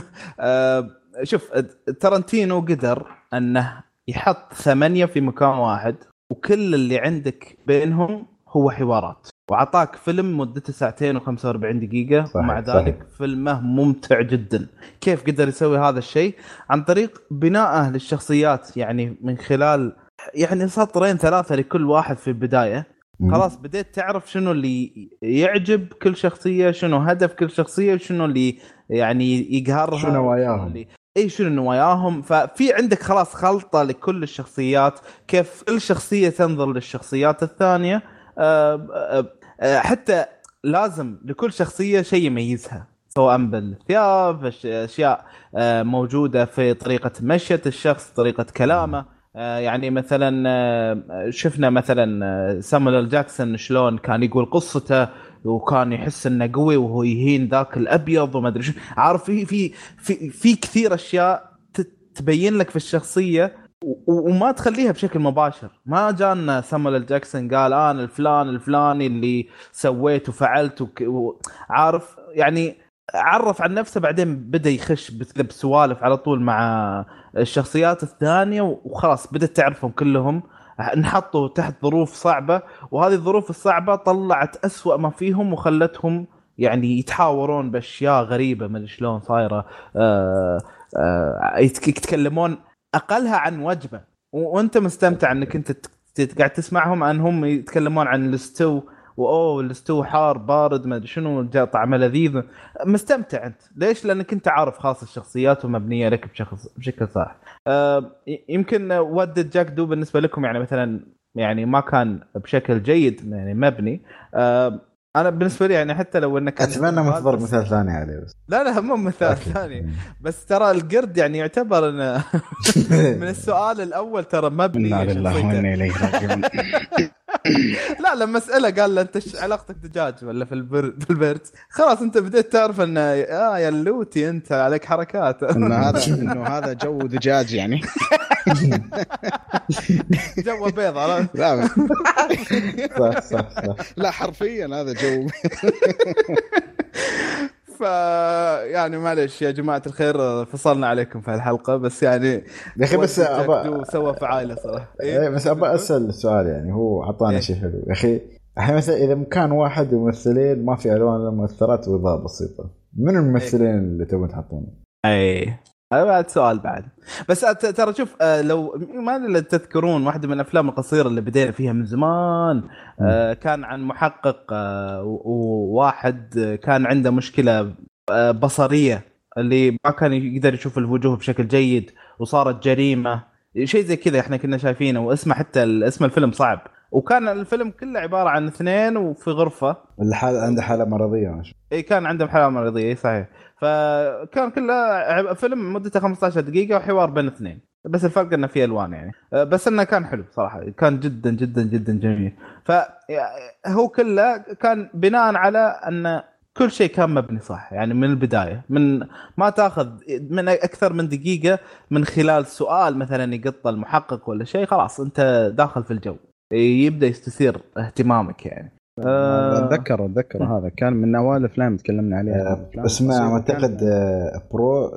آه شوف تارانتينو قدر انه يحط ثمانية في مكان واحد وكل اللي عندك بينهم هو حوارات، وعطاك فيلم مدته ساعتين وخمسة وأربعين دقيقة صحيح ومع ذلك صحيح. فيلمه ممتع جدا. كيف قدر يسوي هذا الشيء؟ عن طريق بناءه للشخصيات، يعني من خلال يعني سطرين ثلاثة لكل واحد في البداية. خلاص بديت تعرف شنو اللي يعجب كل شخصية، شنو هدف كل شخصية، شنو اللي يعني يقهرها،
شنو نواياهم،
اي شنو نواياهم. ففي عندك خلاص خلطة لكل الشخصيات، كيف كل شخصية تنظر للشخصيات الثانية. أه أه حتى لازم لكل شخصية شيء يميزها، سواء بالثياب أشياء أه موجودة في طريقة مشية الشخص، طريقة كلامه. أه يعني مثلا أه شفنا مثلا سامويل جاكسون شلون كان يقول قصته وكان يحس انه قوي وهو يهين ذاك الابيض وما ادري شو، عارف في في في في كثير اشياء تبين لك في الشخصيه وما تخليها بشكل مباشر. ما جانا سامويل جاكسون قال انا الفلان الفلاني اللي سويت وفعلت وعارف يعني عرف عن نفسه، بعدين بدا يخش بسوالف على طول مع الشخصيات الثانيه وخلاص بدأت تعرفهم كلهم. نحطوا تحت ظروف صعبة، وهذه الظروف الصعبة طلعت أسوأ ما فيهم وخلتهم يعني يتحاورون بأشياء غريبة من شلون صايرة. آآ آآ يتكلمون أقلها عن وجبة وأنت مستمتع أنك أنت قاعد تسمعهم أنهم يتكلمون عن الاستو وأوه الاستو حار بارد ما أدري شنو جاء طعمه لذيذ. مستمتع أنت ليش؟ لأنك أنت عارف خاص الشخصيات ومبنية لك بشخص بشكل صح. أه يمكن ود جاك دو بالنسبة لكم يعني مثلا يعني ما كان بشكل جيد يعني مبني. أه أنا بالنسبة لي يعني حتى لو إنك
أتمنى ما تضرب مثال ثاني عليه بس.
لا لا مو مثال ثاني بس ترى القرد يعني يعتبر إن من السؤال الأول ترى مبني.
لا لله وإنا إليه راجعون.
لا لما اساله قال له انت علاقتك دجاج ولا في البرد في البرد، خلاص انت بديت تعرف ان اه يا اللوتي انت عليك حركات
انه هذا انه هذا جو دجاج يعني
جو بيض على
لا صح صح صح
لا حرفيا هذا جو.
ف يعني معلش يا جماعه الخير فصلنا عليكم في الحلقه بس يعني
يا اخي بس
ابى سوى فعاله صراحه.
إيه بس ابى اسال السؤال يعني هو عطانا إيه؟ شيء حلو يا اخي. الحين مثلا اذا مكان واحد وممثلين ما في الوان المؤثرات واضاءه بسيطه، من الممثلين إيه؟ اللي تبون تحطونه؟
اي هذا بعد سؤال بعد. بس ترى شوف لو ما اللي تذكرون واحدة من الأفلام القصيرة اللي بدينا فيها من زمان م. كان عن محقق وواحد كان عنده مشكلة بصريه اللي ما كان يقدر يشوف الوجوه بشكل جيد وصارت جريمه، شيء زي كذا احنا كنا شايفينه. واسمه حتى اسم الفيلم صعب، وكان الفيلم كله عباره عن اثنين وفي غرفه
الحالة عنده حالة مرضية ماشي.
اي كان عندهم حاله مرضيه، اي صحيح. فكان كله فيلم مدته خمسة عشر دقيقه وحوار بين اثنين، بس الفرق انه فيه الوان يعني. بس انه كان حلو صراحه، كان جدا جدا جدا جميل. فهو كله كان بناء على ان كل شيء كان مبني صح يعني من البدايه، من ما تاخذ من اكثر من دقيقه من خلال سؤال مثلا يقط المحقق ولا شيء، خلاص انت داخل في الجو، يبدا يستثير اهتمامك يعني.
اتذكر اتذكر هذا كان من اوائل الافلام تكلمنا عليها.
آه اسمه اعتقد آه برو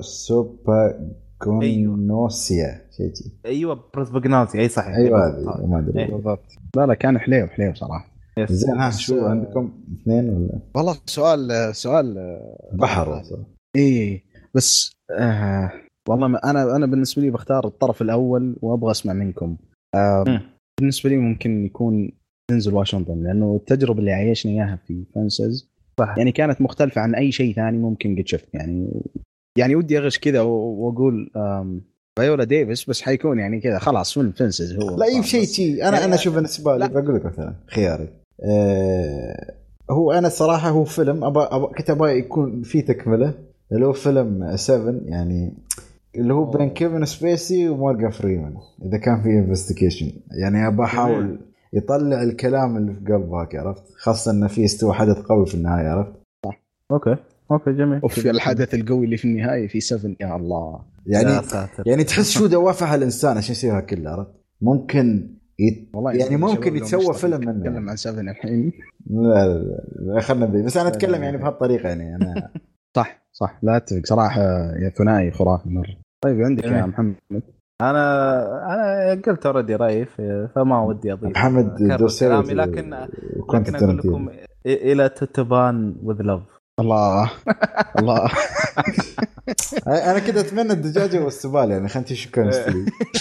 سوباغنوسيا شيء جي.
ايوه بروسباغنوسيا اي صحيح.
ايوه هذه ما ادري
بالضبط. لا لا كان حليو حليو صراحه.
زين ها شو عندكم اثنين ولا؟
والله سؤال سؤال
بحر
اي بس آه والله ما انا انا بالنسبه لي بختار الطرف الاول وابغى اسمع منكم. آه بالنسبه لي ممكن يكون دينزل واشنطن، لانه التجربه اللي عايشنا اياها في فانسز يعني كانت مختلفه عن اي شيء ثاني ممكن قد شفت يعني. يعني ودي اغش كذا واقول فايولا ديفيس، بس حيكون يعني كذا خلاص فيلم فانسز هو.
لا اي شيء شيء انا يعني انا اشوف بالنسبه لي بقول لك مثلا خياري أه هو انا الصراحه هو فيلم ابى أبا كنت ابغى يكون في تكمله اللي هو فيلم سفن يعني اللي هو بين كيفن سبيسي ومورغان فريمان اذا كان في انفستيجيشن يعني ابى احاول يطلع الكلام اللي في قلبك عرفت، خاصه انه في استوى حدث قوي في النهايه عرفت.
صح اوكي اوكي جميل.
وفي الحدث القوي اللي في النهايه في سفن يا الله
يعني يعني تحس شو دوافع الانسان عشان يسويها كلها عرفت. ممكن يت... يعني ممكن يتسوى فيلم منه.
نتكلم عن سفن الحين.
لا لا, لا خلنا بي. بس انا اتكلم يعني بهالطريقه يعني انا
صح صح لا اتفق صراحه يا ثنائي خرافي مره. طيب عندك يا محمد؟
انا انا قلت اوريدي رايي فما ودي اضيف
محمد
كلامي، لكن لكن اقول لكم الى تتبان وذ لاف.
الله الله
انا كده اتمنى الدجاجه والسبال يعني خلينا نشوف كان يستوي.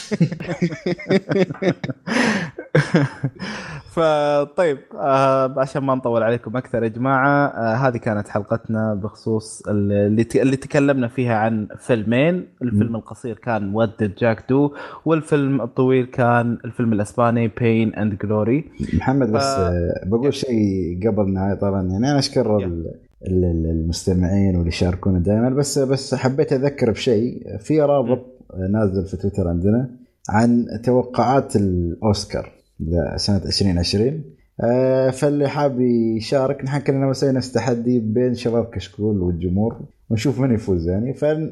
فطيب آه عشان ما نطول عليكم اكثر يا جماعه، آه هذه كانت حلقتنا بخصوص اللي اللي تكلمنا فيها عن فيلمين. الفيلم القصير كان ود جاك دو، والفيلم الطويل كان الفيلم الاسباني بين اند جلوري.
محمد بس ف... بقول شيء قبل النهايه طبعا يعني انا اشكر yeah. المستمعين واللي يشاركونا دائما، بس بس حبيت اذكر بشيء في رابط نازل في تويتر عندنا عن توقعات الاوسكار لسنه عشرين عشرين. آه فاللي حاب يشارك نحن كلنا مسوينا تحدي بين شباب كشكول والجمهور ونشوف من يفوز يعني.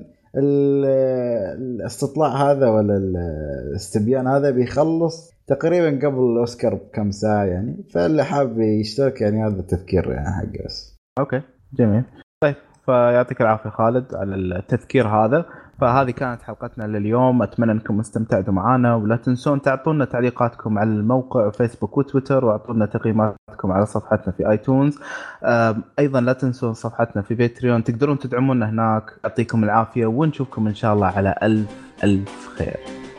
فالاستطلاع هذا ولا الاستبيان هذا بيخلص تقريبا قبل الاوسكار بكم ساعه يعني. فاللي حاب يشترك يعني هذا التذكير يعني حقه بس.
اوكي جميل. طيب فيعطيك العافيه خالد على التذكير هذا. فهذه كانت حلقتنا لليوم، اتمنى انكم استمتعتوا معنا، ولا تنسون تعطونا تعليقاتكم على الموقع فيسبوك وتويتر، واعطونا تقييماتكم على صفحتنا في ايتونز. ايضا لا تنسون صفحتنا في باتريون، تقدرون تدعمونا هناك. يعطيكم العافيه ونشوفكم ان شاء الله على الف الف خير.